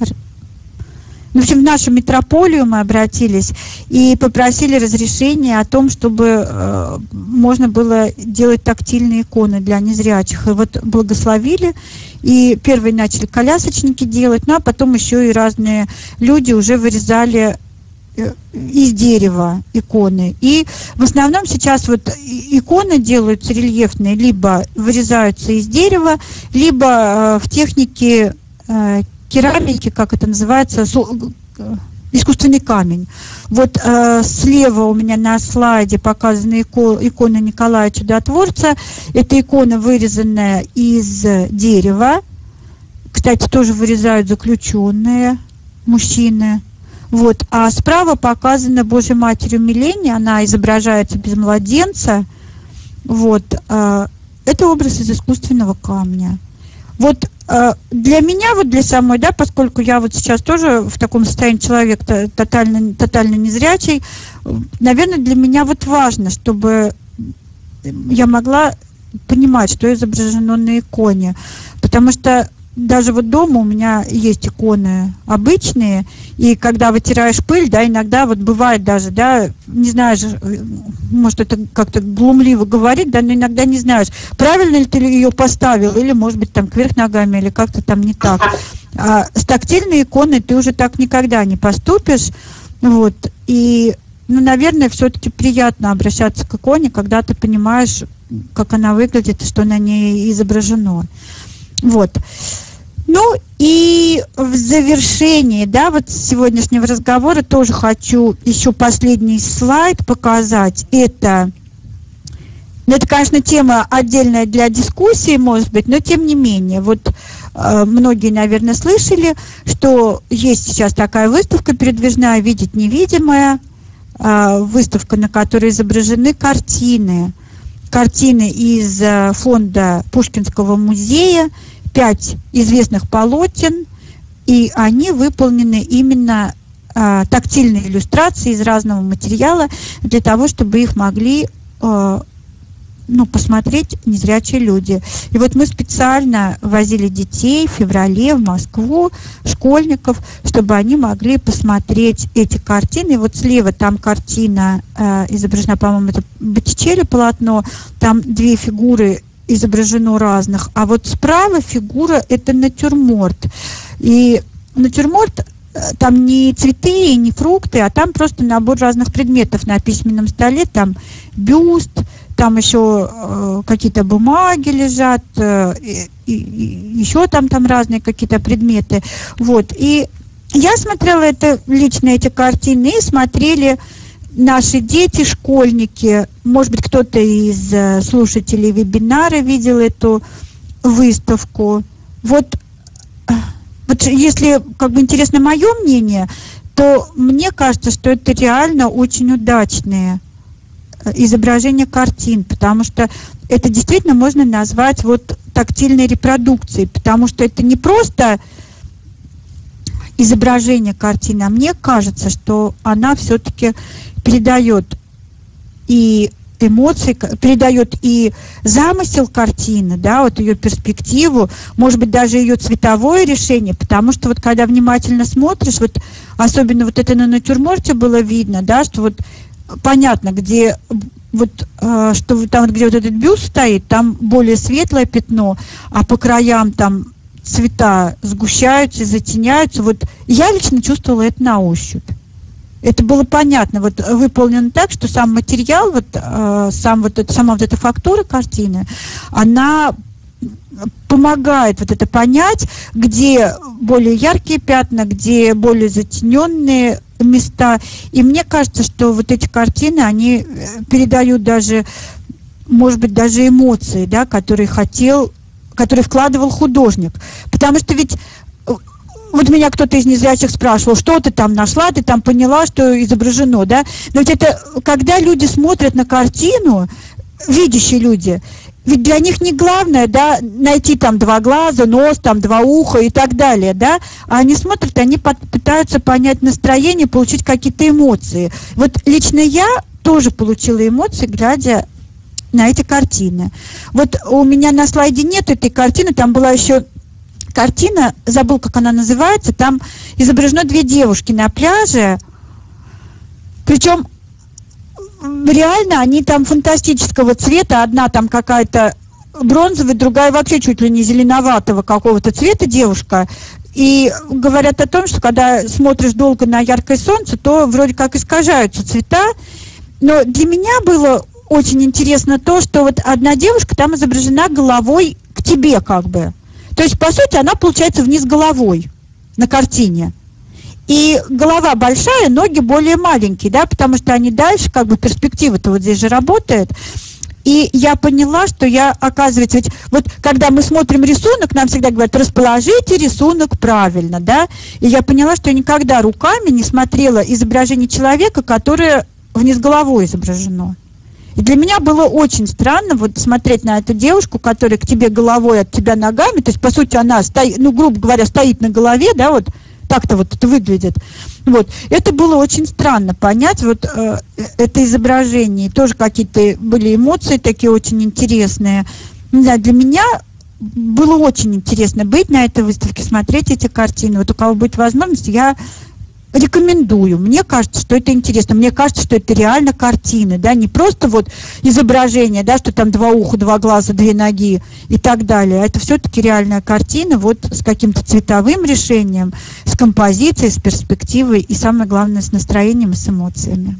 В общем, в нашу митрополию мы обратились и попросили разрешения о том, чтобы э, можно было делать тактильные иконы для незрячих. И вот благословили, и первые начали колясочники делать, ну а потом еще и разные люди уже вырезали из дерева иконы. И в основном сейчас вот иконы делаются рельефные, либо вырезаются из дерева, либо э, в технике э, керамики, как это называется, со, э, искусственный камень. Вот э, слева у меня на слайде показана ико, икона Николая Чудотворца. Это икона, вырезанная из дерева. Кстати, тоже вырезают заключенные мужчины. Вот. А справа показана Божья Матерь умиления, она изображается без младенца. Вот. Это образ из искусственного камня. Вот для меня, вот для самой, да, поскольку я вот сейчас тоже в таком состоянии человек тотально, тотально незрячий, наверное, для меня вот важно, чтобы я могла понимать, что изображено на иконе. Потому что даже вот дома у меня есть иконы обычные, и когда вытираешь пыль, да, иногда вот бывает даже, да, не знаешь, может это как-то глумливо говорить, да, но иногда не знаешь, правильно ли ты ее поставил, или, может быть, там кверх ногами, или как-то там не так. А с тактильной иконой ты уже так никогда не поступишь, вот, и, ну, наверное, все-таки приятно обращаться к иконе, когда ты понимаешь, как она выглядит, что на ней изображено. Вот. Ну и в завершении, да, вот сегодняшнего разговора тоже хочу еще последний слайд показать. Это, ну, это, конечно, тема отдельная для дискуссии, может быть, но тем не менее, вот э, многие, наверное, слышали, что есть сейчас такая выставка передвижная «Видеть невидимое», э, выставка, на которой изображены картины, картины из э, фонда Пушкинского музея, пять известных полотен, и они выполнены именно э, тактильные иллюстрации из разного материала для того, чтобы их могли э, ну, посмотреть незрячие люди. И вот мы специально возили детей в феврале в Москву, школьников, чтобы они могли посмотреть эти картины. И вот слева там картина э, изображена, по-моему, это Боттичелли полотно, там две фигуры изображено разных, а вот справа фигура — это натюрморт. И натюрморт, там не цветы, не фрукты, а там просто набор разных предметов на письменном столе, там бюст, там еще э, какие-то бумаги лежат, э, и, и, еще там, там разные какие-то предметы. Вот. И я смотрела это, лично эти картины, и смотрели наши дети, школьники, может быть, кто-то из слушателей вебинара видел эту выставку. Вот, вот если как бы интересно мое мнение, то мне кажется, что это реально очень удачные изображения картин, потому что это действительно можно назвать вот тактильной репродукцией, потому что это не просто изображение картины, а мне кажется, что она все-таки передает и эмоции, передает и замысел картины, да, вот ее перспективу, может быть, даже ее цветовое решение, потому что вот когда внимательно смотришь, вот особенно вот это на натюрморте было видно, да, что вот понятно, где вот э, что там, где вот этот бюст стоит, там более светлое пятно, а по краям там цвета сгущаются, затеняются. Вот я лично чувствовала это на ощупь. Это было понятно, вот выполнено так, что сам материал, вот, э, сам вот это, сама вот эта фактура картины, она помогает вот это понять, где более яркие пятна, где более затененные места. И мне кажется, что вот эти картины, они передают даже, может быть, даже эмоции, да, которые хотел, которые вкладывал художник. Потому что ведь вот меня кто-то из незрячих спрашивал, что ты там нашла, ты там поняла, что изображено, да? Но ведь это, когда люди смотрят на картину, видящие люди, ведь для них не главное, да, найти там два глаза, нос, там два уха и так далее, да, а они смотрят, они пытаются понять настроение, получить какие-то эмоции. Вот лично я тоже получила эмоции, глядя на эти картины. Вот у меня на слайде нет этой картины, там была еще картина, забыл, как она называется, там изображено две девушки на пляже, причем реально они там фантастического цвета, одна там какая-то бронзовая, другая вообще чуть ли не зеленоватого какого-то цвета девушка. И говорят о том, что когда смотришь долго на яркое солнце, то вроде как искажаются цвета. Но для меня было очень интересно то, что вот одна девушка там изображена головой к тебе как бы. То есть, по сути, она получается вниз головой на картине. И голова большая, ноги более маленькие, да, потому что они дальше, как бы перспектива-то вот здесь же работает. И я поняла, что я, оказывается, ведь вот когда мы смотрим рисунок, нам всегда говорят, расположите рисунок правильно, да. И я поняла, что я никогда руками не смотрела изображение человека, которое вниз головой изображено. И для меня было очень странно вот смотреть на эту девушку, которая к тебе головой, от тебя ногами, то есть, по сути, она стоит, ну, грубо говоря, стоит на голове, да, вот, так-то вот это выглядит. Вот. Это было очень странно понять, вот э, это изображение. Тоже какие-то были эмоции такие очень интересные. Не знаю, для меня было очень интересно быть на этой выставке, смотреть эти картины. Вот у кого будет возможность, я рекомендую. Мне кажется, что это интересно. Мне кажется, что это реально картины, да, не просто вот изображение, да, что там два уха, два глаза, две ноги и так далее. Это все-таки реальная картина, вот с каким-то цветовым решением, с композицией, с перспективой и, самое главное, с настроением и с эмоциями.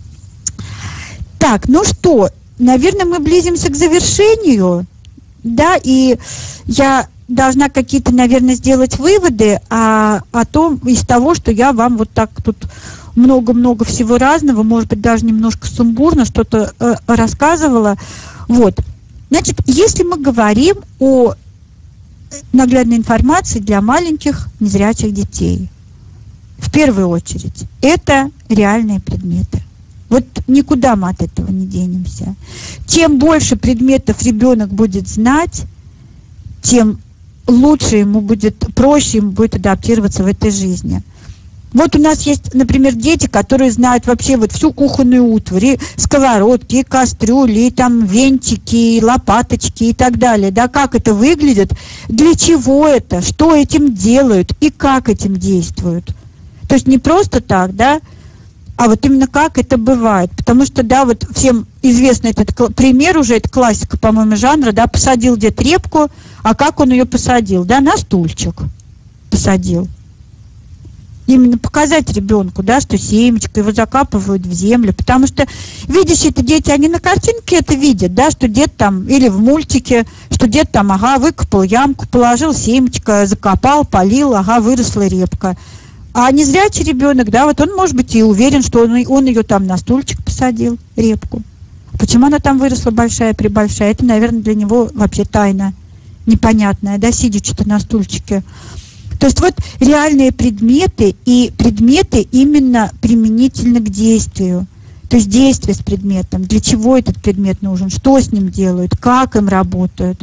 Так, ну что, наверное, мы близимся к завершению, да, и я должна какие-то, наверное, сделать выводы о, о том, из того, что я вам вот так тут много-много всего разного, может быть, даже немножко сумбурно что-то э, рассказывала. Вот. Значит, если мы говорим о наглядной информации для маленьких незрячих детей, в первую очередь, это реальные предметы. Вот никуда мы от этого не денемся. Чем больше предметов ребенок будет знать, тем лучше ему будет, проще ему будет адаптироваться в этой жизни. Вот у нас есть, например, дети, которые знают вообще вот всю кухонную утварь, и сковородки, и кастрюли, и там вентики, и лопаточки и так далее. Да, как это выглядит, для чего это, что этим делают и как этим действуют. То есть не просто так, да, а вот именно как это бывает. Потому что, да, вот всем известный этот пример уже, это классика, по-моему, жанра, да, посадил дед репку, а как он ее посадил, да, на стульчик посадил. Именно показать ребенку, да, что семечко его закапывают в землю, потому что видящие-то дети, они на картинке это видят, да, что дед там, или в мультике, что дед там, ага, выкопал ямку, положил семечко, закопал, полил, ага, выросла репка. А незрячий ребенок, да, вот он, может быть, и уверен, что он, он ее там на стульчик посадил, репку. Почему она там выросла большая-пребольшая, это, наверное, для него вообще тайна непонятная, да, сидячи-то на стульчике. То есть вот реальные предметы и предметы именно применительно к действию. То есть действие с предметом, для чего этот предмет нужен, что с ним делают, как им работают.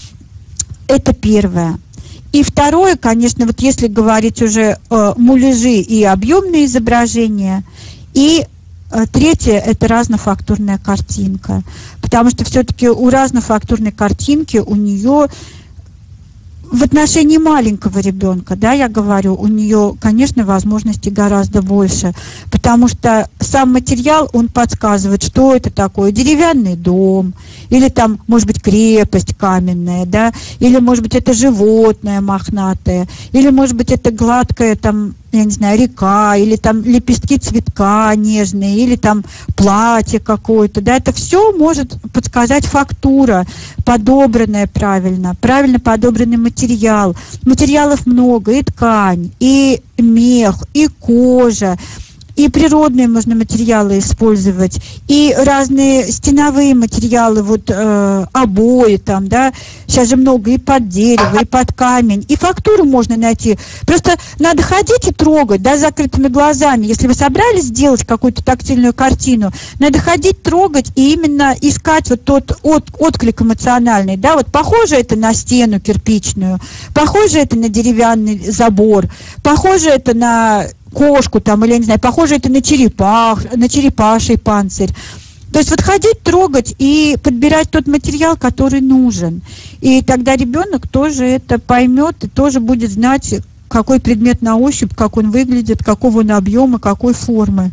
Это первое. И второе, конечно, вот если говорить уже э, муляжи и объемные изображения, и э, третье – это разнофактурная картинка. Потому что все-таки у разнофактурной картинки у нее в отношении маленького ребенка, да, я говорю, у нее, конечно, возможностей гораздо больше, потому что сам материал, он подсказывает, что это такое, деревянный дом, или там, может быть, крепость каменная, да, или, может быть, это животное мохнатое, или, может быть, это гладкая, там, я не знаю, река, или там лепестки цветка нежные, или там платье какое-то, да, это все может подсказать фактура, подобранная правильно, правильно подобранный материал. Материалов много, и ткань, и мех, и кожа, и природные можно материалы использовать, и разные стеновые материалы, вот э, обои там, да, сейчас же много и под дерево, и под камень, и фактуру можно найти. Просто надо ходить и трогать, да, с закрытыми глазами. Если вы собрались сделать какую-то тактильную картину, надо ходить, трогать и именно искать вот тот от, отклик эмоциональный, да, вот похоже это на стену кирпичную, похоже это на деревянный забор, похоже это на кошку там, или, я не знаю, похоже это на черепах, на черепаший панцирь. То есть вот ходить, трогать и подбирать тот материал, который нужен. И тогда ребенок тоже это поймет и тоже будет знать, какой предмет на ощупь, как он выглядит, какого он объема, какой формы.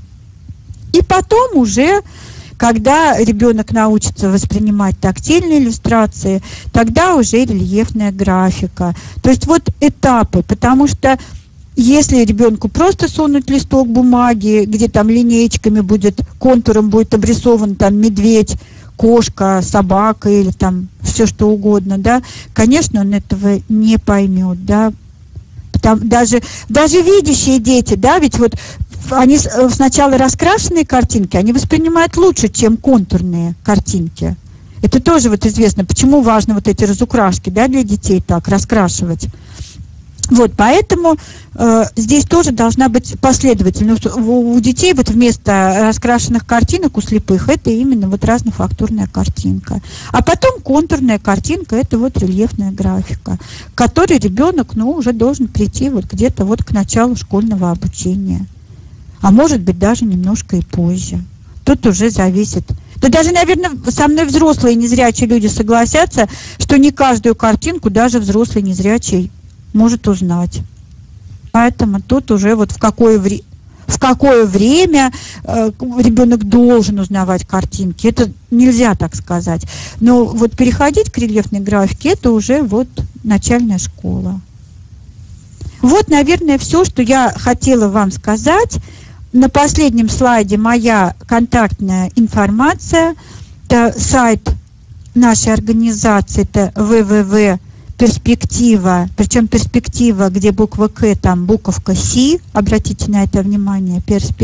И потом уже, когда ребенок научится воспринимать тактильные иллюстрации, тогда уже рельефная графика. То есть вот этапы, потому что если ребенку просто сунуть листок бумаги, где там линеечками будет, контуром будет обрисован там медведь, кошка, собака или там все что угодно, да, конечно, он этого не поймет, да. Там даже, даже видящие дети, да, ведь вот они сначала раскрашенные картинки, они воспринимают лучше, чем контурные картинки. Это тоже вот известно, почему важно вот эти разукрашки, да, для детей так раскрашивать. Вот, поэтому э, здесь тоже должна быть последовательность. У, у детей вот вместо раскрашенных картинок у слепых это именно вот разнофактурная картинка. А потом контурная картинка, это вот рельефная графика, к которой ребенок, ну, уже должен прийти вот где-то вот к началу школьного обучения. А может быть даже немножко и позже. Тут уже зависит. Да даже, наверное, со мной взрослые незрячие люди согласятся, что не каждую картинку даже взрослый незрячий может узнать. Поэтому тут уже вот в какое, вре- в какое время э, ребенок должен узнавать картинки, это нельзя так сказать. Но вот переходить к рельефной графике, это уже вот начальная школа. Вот, наверное, все, что я хотела вам сказать. На последнем слайде моя контактная информация. Это сайт нашей организации, это вэ вэ вэ перспектива, причем перспектива, где буква К, там буковка Си, обратите на это внимание,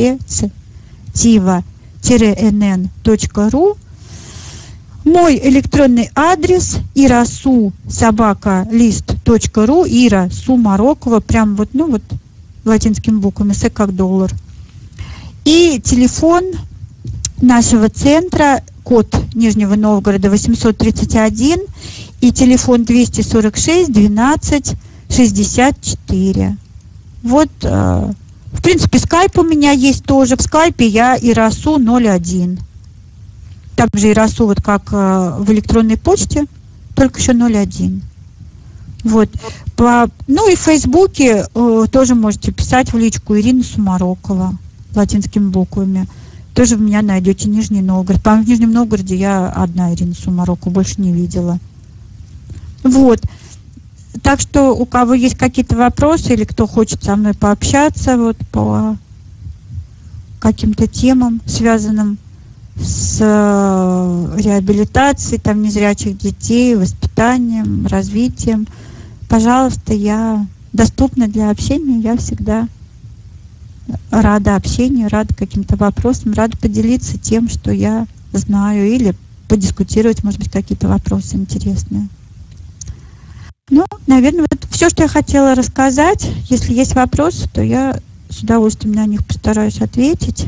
перспектива-эн эн точка ру. Мой электронный адрес ирасу собака лист точка ру, Ира Сумарокова, прям вот, ну вот латинскими буквами, С как доллар. И телефон нашего центра, код Нижнего Новгорода восемьсот тридцать один, и телефон двести сорок шесть двенадцать шестьдесят четыре. Вот, э, в принципе, скайп у меня есть тоже. В скайпе я ирасу ноль один. Также ирасу, вот как э, в электронной почте, только еще ноль один. Вот. По, ну и в Фейсбуке э, тоже можете писать в личку Ирина Сумарокова латинскими буквами. Тоже вы меня найдете, Нижний Новгород. По-моему, в Нижнем Новгороде я одна Ирина Сумарокова, больше не видела. Вот. Так что у кого есть какие-то вопросы или кто хочет со мной пообщаться вот по каким-то темам, связанным с реабилитацией там незрячих детей, воспитанием, развитием, пожалуйста, я доступна для общения, я всегда рада общению, рада каким-то вопросам, рада поделиться тем, что я знаю, или подискутировать, может быть, какие-то вопросы интересные. Ну, наверное, вот все, что я хотела рассказать. Если есть вопросы, то я с удовольствием на них постараюсь ответить.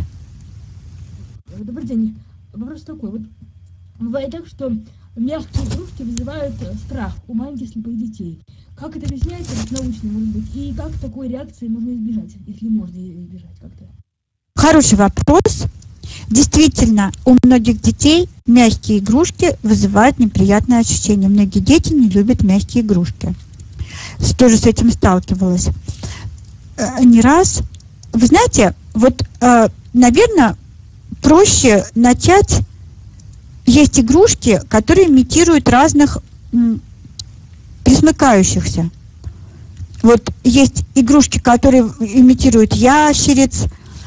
Добрый день. Вопрос такой. Вот бывает так, что мягкие игрушки вызывают страх у маленьких слепых детей. Как это объясняется, как научно, может быть, и как такой реакции можно избежать, если можно избежать как-то? Хороший вопрос. Действительно, у многих детей мягкие игрушки вызывают неприятные ощущения. Многие дети не любят мягкие игрушки. Тоже с этим сталкивалась э, не раз. Вы знаете, вот, э, наверное, проще начать. Есть игрушки, которые имитируют разных м, пресмыкающихся. Вот есть игрушки, которые имитируют ящериц,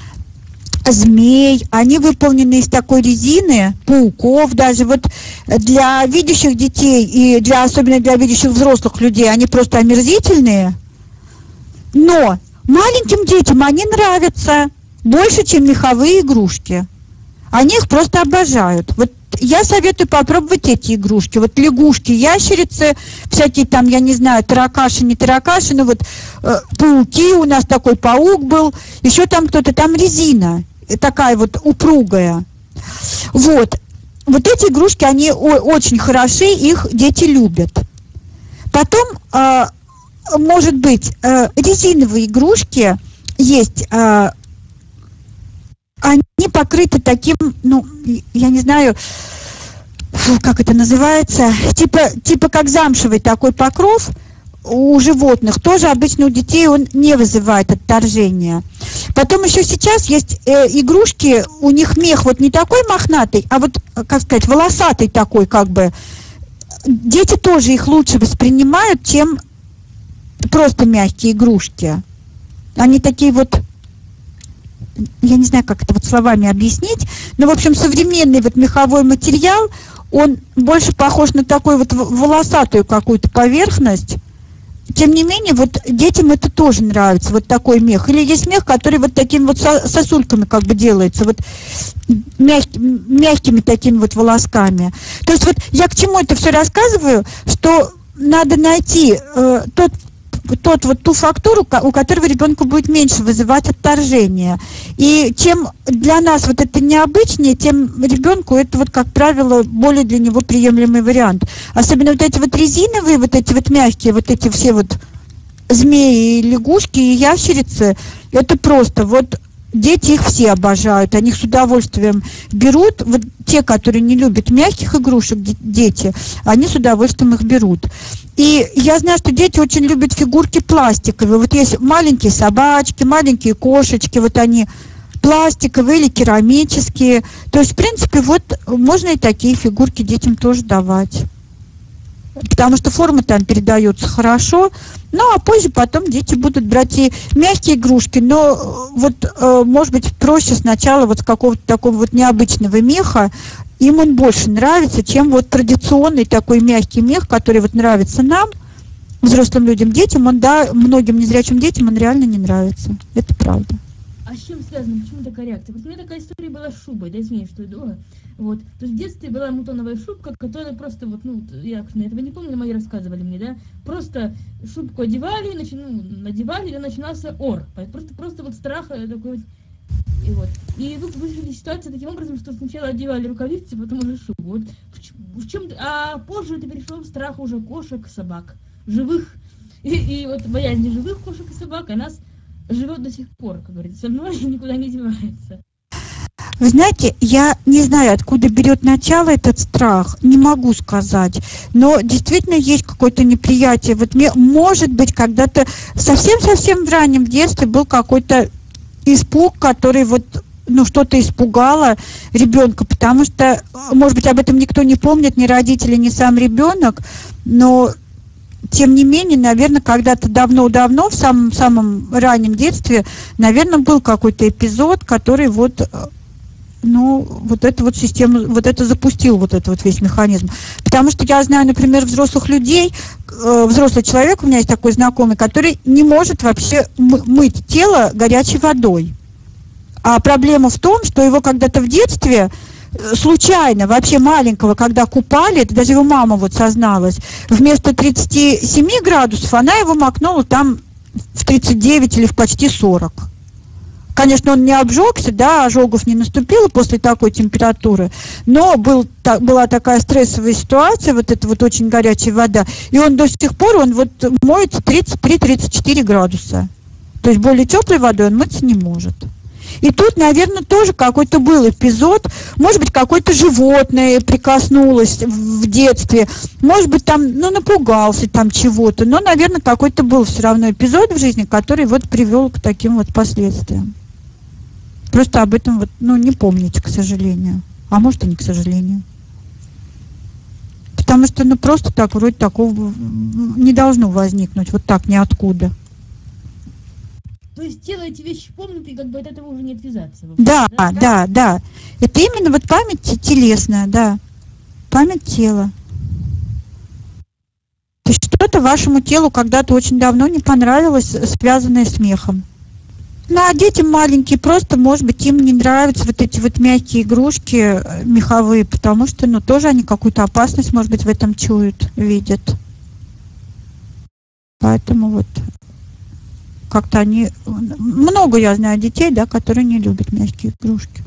змей. Они выполнены из такой резины, пауков даже. Вот для видящих детей и для, особенно для видящих взрослых людей они просто омерзительные. Но маленьким детям они нравятся больше, чем меховые игрушки. Они их просто обожают. Вот я советую попробовать эти игрушки. Вот лягушки, ящерицы, всякие там, я не знаю, таракаши, не таракаши, но вот э, пауки, у нас такой паук был, еще там кто-то, там резина, такая вот упругая. Вот. Вот эти игрушки, они о- очень хороши, их дети любят. Потом, э, может быть, э, резиновые игрушки есть, э, они покрыты таким, ну, я не знаю, как это называется, типа, типа как замшевый такой покров у животных. Тоже обычно у детей он не вызывает отторжения. Потом еще сейчас есть э, игрушки, у них мех вот не такой мохнатый, а вот, как сказать, волосатый такой, как бы. Дети тоже их лучше воспринимают, чем просто мягкие игрушки. Они такие вот... Я не знаю, как это вот словами объяснить, но, в общем, современный вот меховой материал, он больше похож на такую вот волосатую какую-то поверхность. Тем не менее, вот детям это тоже нравится, вот такой мех. Или есть мех, который вот такими вот сосульками как бы делается, вот мягкими, мягкими такими вот волосками. То есть вот я к чему это все рассказываю, что надо найти э, тот тот вот ту фактуру, у которого ребенку будет меньше вызывать отторжение. И чем для нас вот это необычнее, тем ребенку это вот, как правило, более для него приемлемый вариант. Особенно вот эти вот резиновые, вот эти вот мягкие, вот эти все вот змеи, лягушки и ящерицы, это просто вот дети их все обожают, они их с удовольствием берут. Вот те, которые не любят мягких игрушек, дети, они с удовольствием их берут. И я знаю, что дети очень любят фигурки пластиковые. Вот есть маленькие собачки, маленькие кошечки, вот они пластиковые или керамические. То есть, в принципе, вот можно и такие фигурки детям тоже давать. Потому что форма там передается хорошо. Ну, а позже потом дети будут брать и мягкие игрушки. Но вот, может быть, проще сначала вот с какого-то такого вот необычного меха. Им он больше нравится, чем вот традиционный такой мягкий мех, который вот нравится нам, взрослым людям, детям. Он, да, многим незрячим детям он реально не нравится. Это правда. А с чем связано? Почему такая реакция? Вот у меня такая история была с шубой, да, извини, что я думала. Вот. То есть в детстве была мутоновая шубка, которая просто вот, ну, я этого не помню, но мои рассказывали мне, да, просто шубку одевали, начи, ну, надевали, и начинался ор. Просто, просто вот страх такой вот. И вот. И вышли ситуация таким образом, что сначала одевали рукавицы, потом уже шубу. Вот в, в чем, а позже это перешло в страх уже кошек, собак, живых. И, и вот боязнь живых кошек и собак, она живет до сих пор, как говорится, со мной и никуда не девается. Вы знаете, я не знаю, откуда берет начало этот страх, не могу сказать, но действительно есть какое-то неприятие. Вот мне, может быть, когда-то совсем-совсем в раннем детстве был какой-то испуг, который вот, ну, что-то испугало ребенка, потому что, может быть, об этом никто не помнит, ни родители, ни сам ребенок, но тем не менее, наверное, когда-то давно-давно, в самом-самом раннем детстве, наверное, был какой-то эпизод, который вот, ну, вот эту вот систему, вот это запустил, вот этот вот весь механизм. Потому что я знаю, например, взрослых людей, э, взрослый человек, у меня есть такой знакомый, который не может вообще мыть тело горячей водой. А проблема в том, что его когда-то в детстве случайно, вообще маленького, когда купали, это даже его мама вот созналась, вместо тридцати семи градусов она его макнула там в тридцать девять или в почти сорок. Конечно, он не обжегся, да, ожогов не наступило после такой температуры, но был, та, была такая стрессовая ситуация, вот эта вот очень горячая вода, и он до сих пор, он вот моется тридцать три — тридцать четыре градуса. То есть более теплой водой он мыться не может. И тут, наверное, тоже какой-то был эпизод, может быть, какое-то животное прикоснулось в детстве, может быть, там, ну, напугался там чего-то, но, наверное, какой-то был все равно эпизод в жизни, который вот привел к таким вот последствиям. Просто об этом вот, ну, не помните, к сожалению. А может, и не к сожалению. Потому что, ну, просто так, вроде такого не должно возникнуть, вот так, ниоткуда. То есть тело эти вещи помнит, и как бы от этого уже не отвязаться. Да, да, да, да. Это именно вот память телесная, да. Память тела. То есть что-то вашему телу когда-то очень давно не понравилось, связанное с мехом. Ну, а детям маленькие просто, может быть, им не нравятся вот эти вот мягкие игрушки меховые, потому что, ну, тоже они какую-то опасность, может быть, в этом чуют, видят. Поэтому вот как-то они... Много я знаю детей, да, которые не любят мягкие игрушки.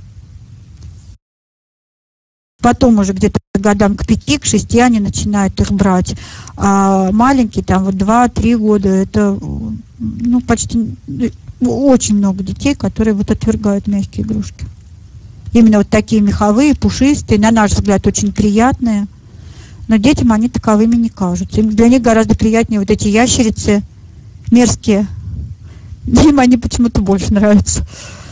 Потом уже где-то годам к пяти, к шести они начинают их брать. А маленькие, там вот два-три года, это, ну, почти... Очень много детей, которые вот отвергают мягкие игрушки. Именно вот такие меховые, пушистые, на наш взгляд, очень приятные. Но детям они таковыми не кажутся. Им для них гораздо приятнее вот эти ящерицы мерзкие. Им они почему-то больше нравятся.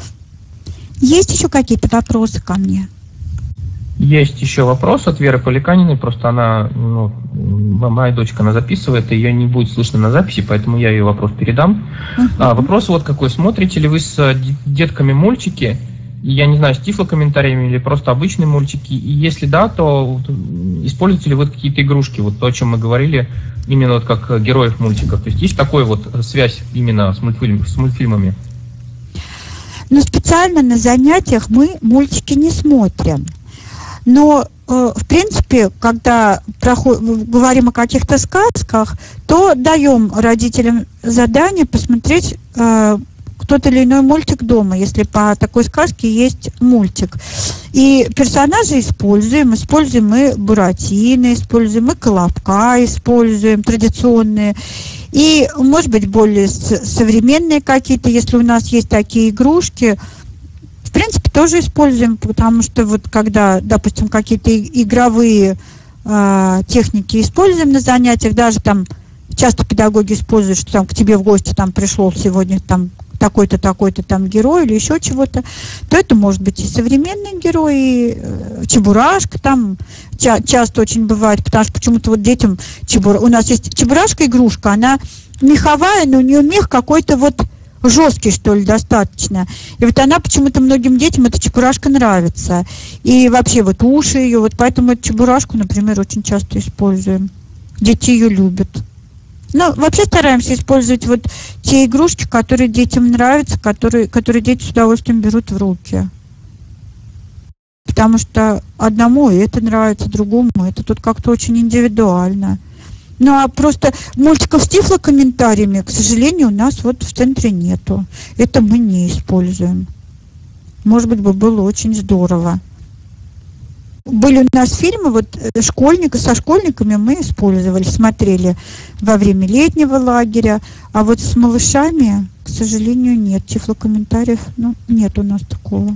Есть еще какие-то вопросы ко мне? Есть еще вопрос от Веры Поликаниной, просто она, ну, моя дочка, она записывает, ее не будет слышно на записи, поэтому я ее вопрос передам. Uh-huh. А, вопрос вот какой: смотрите ли вы с детками мультики, я не знаю, с тифлокомментариями или просто обычные мультики, и если да, то используете ли вы какие-то игрушки, вот то, о чем мы говорили, именно вот как героев мультиков, то есть есть такая вот связь именно с, мультфильм, с мультфильмами? Ну, специально на занятиях мы мультики не смотрим. Но, э, в принципе, когда проход... говорим о каких-то сказках, то даем родителям задание посмотреть э, тот или иной мультик дома, если по такой сказке есть мультик. И персонажи используем, используем мы Буратино, используем мы Колобка, используем традиционные. И, может быть, более современные какие-то, если у нас есть такие игрушки, в принципе, тоже используем, потому что вот когда, допустим, какие-то игровые э, техники используем на занятиях, даже там часто педагоги используют, что там к тебе в гости там пришел сегодня там такой-то, такой-то там герой или еще чего-то, то это может быть и современные герои, э, Чебурашка там ча- часто очень бывает, потому что почему-то вот детям Чебура... у нас есть Чебурашка-игрушка, она меховая, но у нее мех какой-то вот жесткий, что ли, достаточно. И вот она почему-то многим детям, эта Чебурашка, нравится. И вообще вот уши ее, вот поэтому эту Чебурашку, например, очень часто используем. Дети ее любят. Ну, вообще стараемся использовать вот те игрушки, которые детям нравятся, которые, которые дети с удовольствием берут в руки. Потому что одному это нравится, другому это тут как-то очень индивидуально. Ну, а просто мультиков с тифлокомментариями, к сожалению, у нас вот в центре нету. Это мы не используем. Может быть, бы было очень здорово. Были у нас фильмы, вот школьника, со школьниками мы использовали, смотрели во время летнего лагеря, а вот с малышами, к сожалению, нет. Тифлокомментариев, ну, нет у нас такого.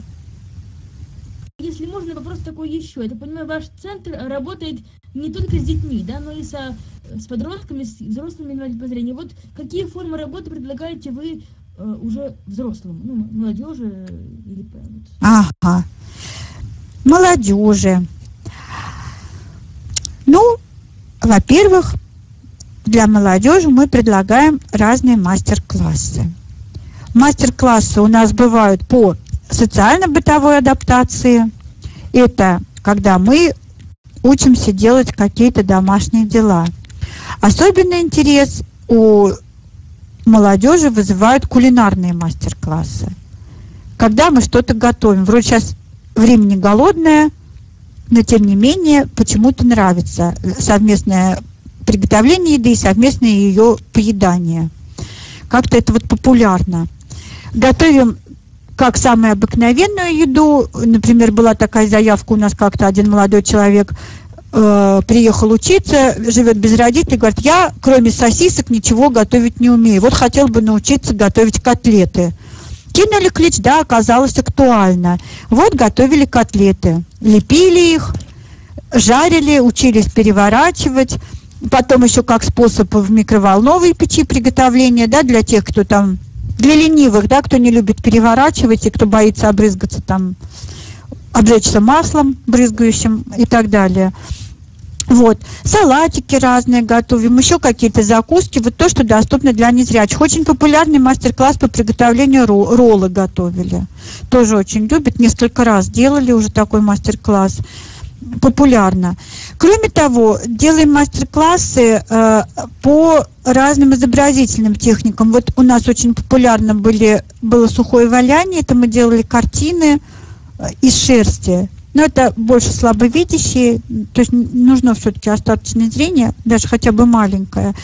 Если можно, вопрос такой еще. Я так понимаю, ваш центр работает не только с детьми, да, но и со, с подростками, с взрослыми инвалидами по зрению. Вот какие формы работы предлагаете вы э, уже взрослым, ну, молодежи или... Ага. Молодежи. Ну, во-первых, для молодежи мы предлагаем разные мастер-классы. Мастер-классы у нас бывают по социально-бытовой адаптации. Это когда мы учимся делать какие-то домашние дела. Особенный интерес у молодежи вызывают кулинарные мастер-классы. когда мы что-то готовим. Вроде сейчас время не голодное, но тем не менее почему-то нравится совместное приготовление еды и совместное ее поедание. Как-то это вот популярно. Готовим как самую обыкновенную еду. Например, была такая заявка у нас как-то, один молодой человек э, приехал учиться, живет без родителей, говорит, я кроме сосисок ничего готовить не умею. Вот хотел бы научиться готовить котлеты. Кинули клич, да, оказалось актуально. Вот готовили котлеты, лепили их, жарили, учились переворачивать. Потом еще как способ в микроволновой печи приготовления, да, для тех, кто там, для ленивых, да, кто не любит переворачивать и кто боится обрызгаться там, обжечься маслом брызгающим и так далее. Вот, салатики разные готовим, еще какие-то закуски, вот то, что доступно для незрячих. Очень популярный мастер-класс по приготовлению ролл, роллы готовили. Тоже очень любят, несколько раз делали уже такой мастер-класс. Популярно. Кроме того, делаем мастер-классы э, по разным изобразительным техникам. Вот у нас очень популярно были, было сухое валяние, это мы делали картины э, из шерсти. Но это больше слабовидящие, то есть нужно все-таки остаточное зрение, даже хотя бы маленькое.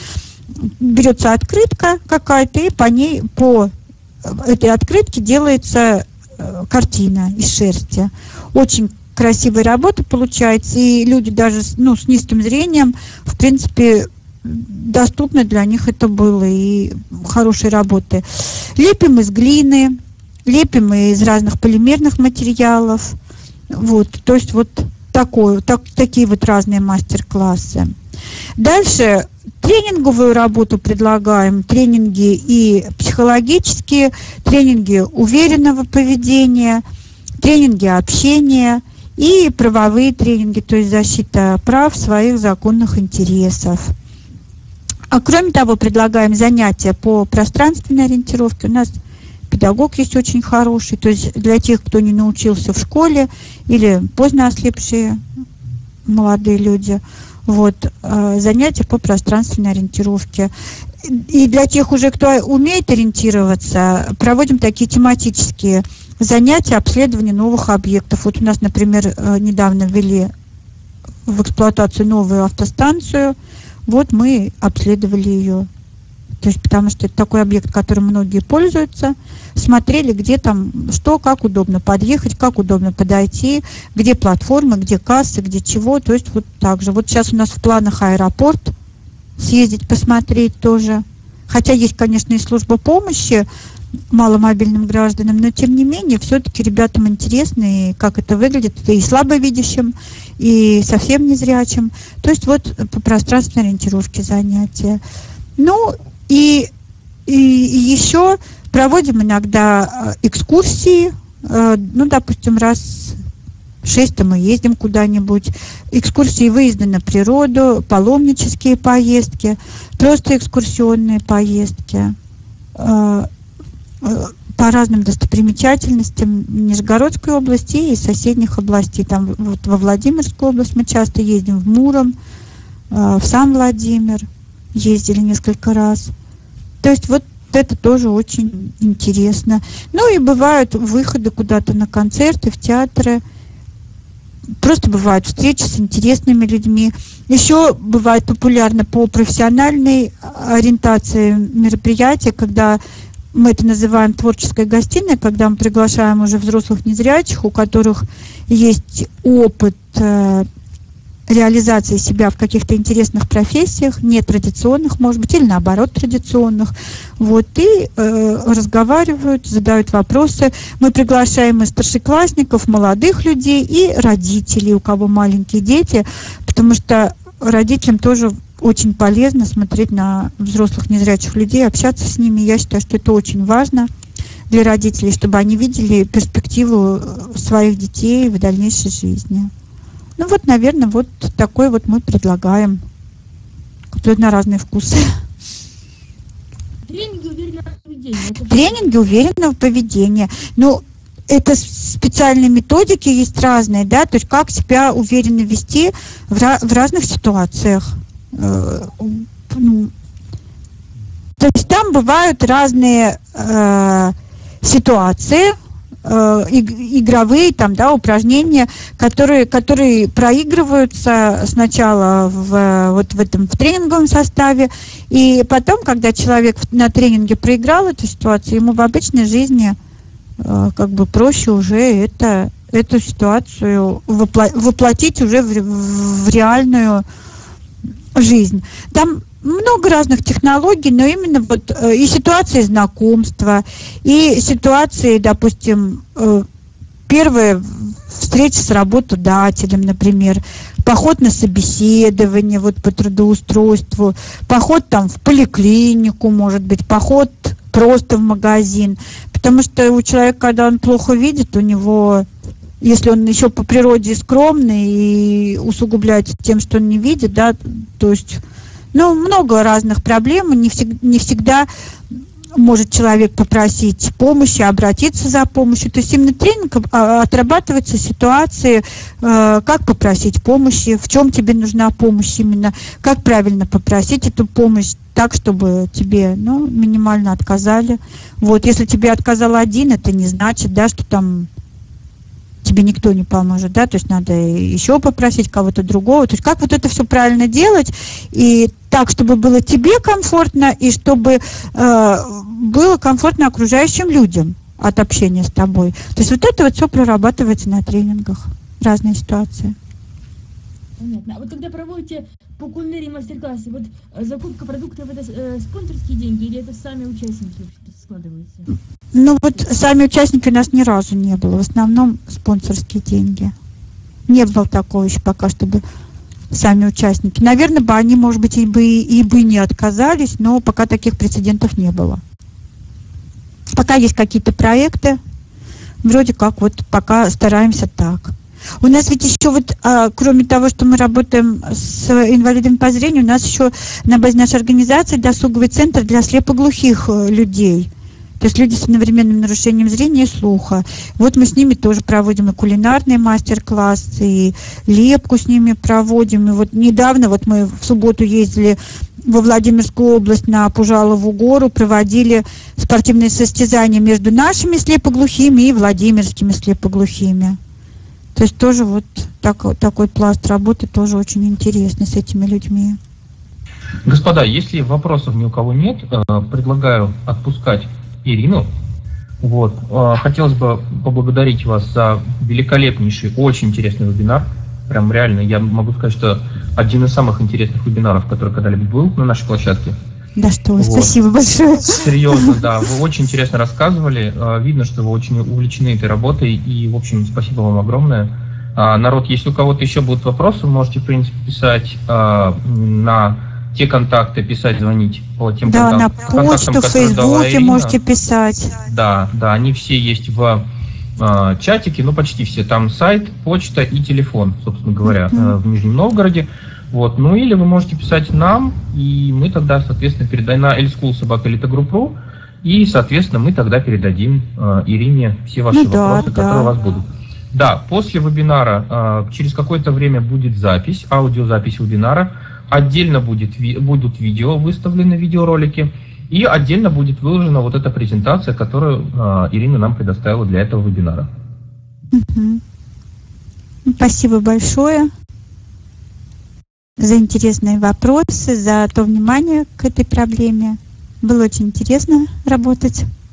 Берется открытка какая-то, и по ней, по этой открытке делается э, картина из шерсти. Очень красивая работа получается, и люди даже ну, с низким зрением, в принципе, доступно для них это было, и хорошие работы. Лепим из глины, лепим из разных полимерных материалов. Вот, то есть вот такое, так, такие вот разные мастер-классы. Дальше тренинговую работу предлагаем, тренинги и психологические, тренинги уверенного поведения, тренинги общения и правовые тренинги, то есть защита прав своих законных интересов. А кроме того, предлагаем занятия по пространственной ориентировке. У нас педагог есть очень хороший, то есть для тех, кто не научился в школе или поздно ослепшие молодые люди. Вот, занятия по пространственной ориентировке. И для тех уже, кто умеет ориентироваться, проводим такие тематические занятия обследования новых объектов. Вот у нас, например, недавно ввели в эксплуатацию новую автостанцию. Вот мы обследовали ее. То есть, потому что это такой объект, которым многие пользуются. Смотрели, где там, что, как удобно подъехать, как удобно подойти, где платформы, где кассы, где чего. То есть, вот так же. Вот сейчас у нас в планах аэропорт съездить, посмотреть тоже. Хотя есть, конечно, и служба помощи маломобильным гражданам, но тем не менее, все-таки ребятам интересно, и как это выглядит, и слабовидящим, и совсем незрячим. То есть, вот по пространственной ориентировке занятия. Ну, И, и, и еще проводим иногда экскурсии, ну, допустим, раз в шесть мы ездим куда-нибудь, экскурсии, выезды на природу, паломнические поездки, просто экскурсионные поездки по разным достопримечательностям Нижегородской области и соседних областей. Там вот во Владимирскую область мы часто ездим, в Муром, в сам Владимир ездили несколько раз. То есть вот это тоже очень интересно. Ну и бывают выходы куда-то на концерты, в театры. Просто бывают встречи с интересными людьми. Еще бывает популярно по профессиональной ориентации мероприятия, когда мы это называем творческой гостиной, когда мы приглашаем уже взрослых незрячих, у которых есть опыт реализации себя в каких-то интересных профессиях, нетрадиционных, может быть, или наоборот традиционных. Вот, и э, разговаривают, задают вопросы. Мы приглашаем и старшеклассников, молодых людей, и родителей, у кого маленькие дети, потому что родителям тоже очень полезно смотреть на взрослых незрячих людей, общаться с ними. Я считаю, что это очень важно для родителей, чтобы они видели перспективу своих детей в дальнейшей жизни. Ну вот, наверное, вот такой вот мы предлагаем. Тут на разные вкусы. Тренинги уверенного поведения. Тренинги уверенного поведения. Ну, это специальные методики есть разные, да, то есть как себя уверенно вести в, в разных ситуациях. То есть там бывают разные э, ситуации, э, игровые там, да, упражнения, которые, которые проигрываются сначала в, вот в этом в тренинговом составе, и потом, когда человек на тренинге проиграл эту ситуацию, ему в обычной жизни э, как бы проще уже это, эту ситуацию вопло- воплотить уже в, в реальную жизнь. Там много разных технологий, но именно вот э, и ситуации знакомства, и ситуации, допустим, э, первая встреча с работодателем, например, поход на собеседование вот по трудоустройству, поход там в поликлинику, может быть, поход просто в магазин, потому что у человека, когда он плохо видит, у него, если он еще по природе скромный и усугубляется тем, что он не видит, да, то есть, ну, много разных проблем, не всегда, не всегда может человек попросить помощи, обратиться за помощью. То есть именно тренинг отрабатываются ситуации, как попросить помощи, в чем тебе нужна помощь именно, как правильно попросить эту помощь так, чтобы тебе, ну, минимально отказали. Вот, если тебе отказал один, это не значит, да, что там тебе никто не поможет, да, то есть надо еще попросить кого-то другого, то есть как вот это все правильно делать, и так, чтобы было тебе комфортно, и чтобы э, было комфортно окружающим людям от общения с тобой. То есть вот это вот все прорабатывается на тренингах, разные ситуации. Понятно. А вот когда проводите по кулинарии мастер-классы, вот закупка продуктов, это э, спонсорские деньги или это сами участники складываются? Ну вот сами участники у нас ни разу не было, в основном спонсорские деньги. Не было такого еще пока, чтобы сами участники. Наверное, бы они, может быть, и бы, и бы не отказались, но пока таких прецедентов не было. Пока есть какие-то проекты, вроде как вот пока стараемся так. У нас ведь еще вот, а, кроме того, что мы работаем с инвалидами по зрению, у нас еще на базе нашей организации досуговый центр для слепоглухих людей. То есть люди с одновременным нарушением зрения и слуха. Вот мы с ними тоже проводим и кулинарные мастер-классы, и лепку с ними проводим. И вот недавно, вот мы в субботу ездили во Владимирскую область на Пужалову гору, проводили спортивные состязания между нашими слепоглухими и владимирскими слепоглухими. То есть тоже вот так, такой пласт работы тоже очень интересный с этими людьми. Господа, если вопросов ни у кого нет, предлагаю отпускать Ирину. Вот. Хотелось бы поблагодарить вас за великолепнейший, очень интересный вебинар. Прям реально, я могу сказать, что один из самых интересных вебинаров, который когда-либо был на нашей площадке. Да что вы, вот. Спасибо большое. Серьезно, да, вы очень интересно рассказывали. Видно, что вы очень увлечены этой работой. И, в общем, спасибо вам огромное. Народ, если у кого-то еще будут вопросы, можете, в принципе, писать на те контакты, писать, звонить по тем да, контактам, на почту, в Фейсбуке можете писать. Да, да, они все есть в э, чатике, ну почти все. Там сайт, почта и телефон, собственно говоря, mm-hmm. э, в Нижнем Новгороде. Вот, ну или вы можете писать нам, и мы тогда, соответственно, передаем на эльскул собака элита групп точка ру, и, соответственно, мы тогда передадим э, Ирине все ваши ну, вопросы, да, которые да. у вас будут. Да, после вебинара э, через какое-то время будет запись, аудиозапись вебинара. Отдельно будет, будут видео, выставлены видеоролики, и отдельно будет выложена вот эта презентация, которую э, Ирина нам предоставила для этого вебинара. Угу. Спасибо большое за интересные вопросы, за то внимание к этой проблеме. Было очень интересно работать.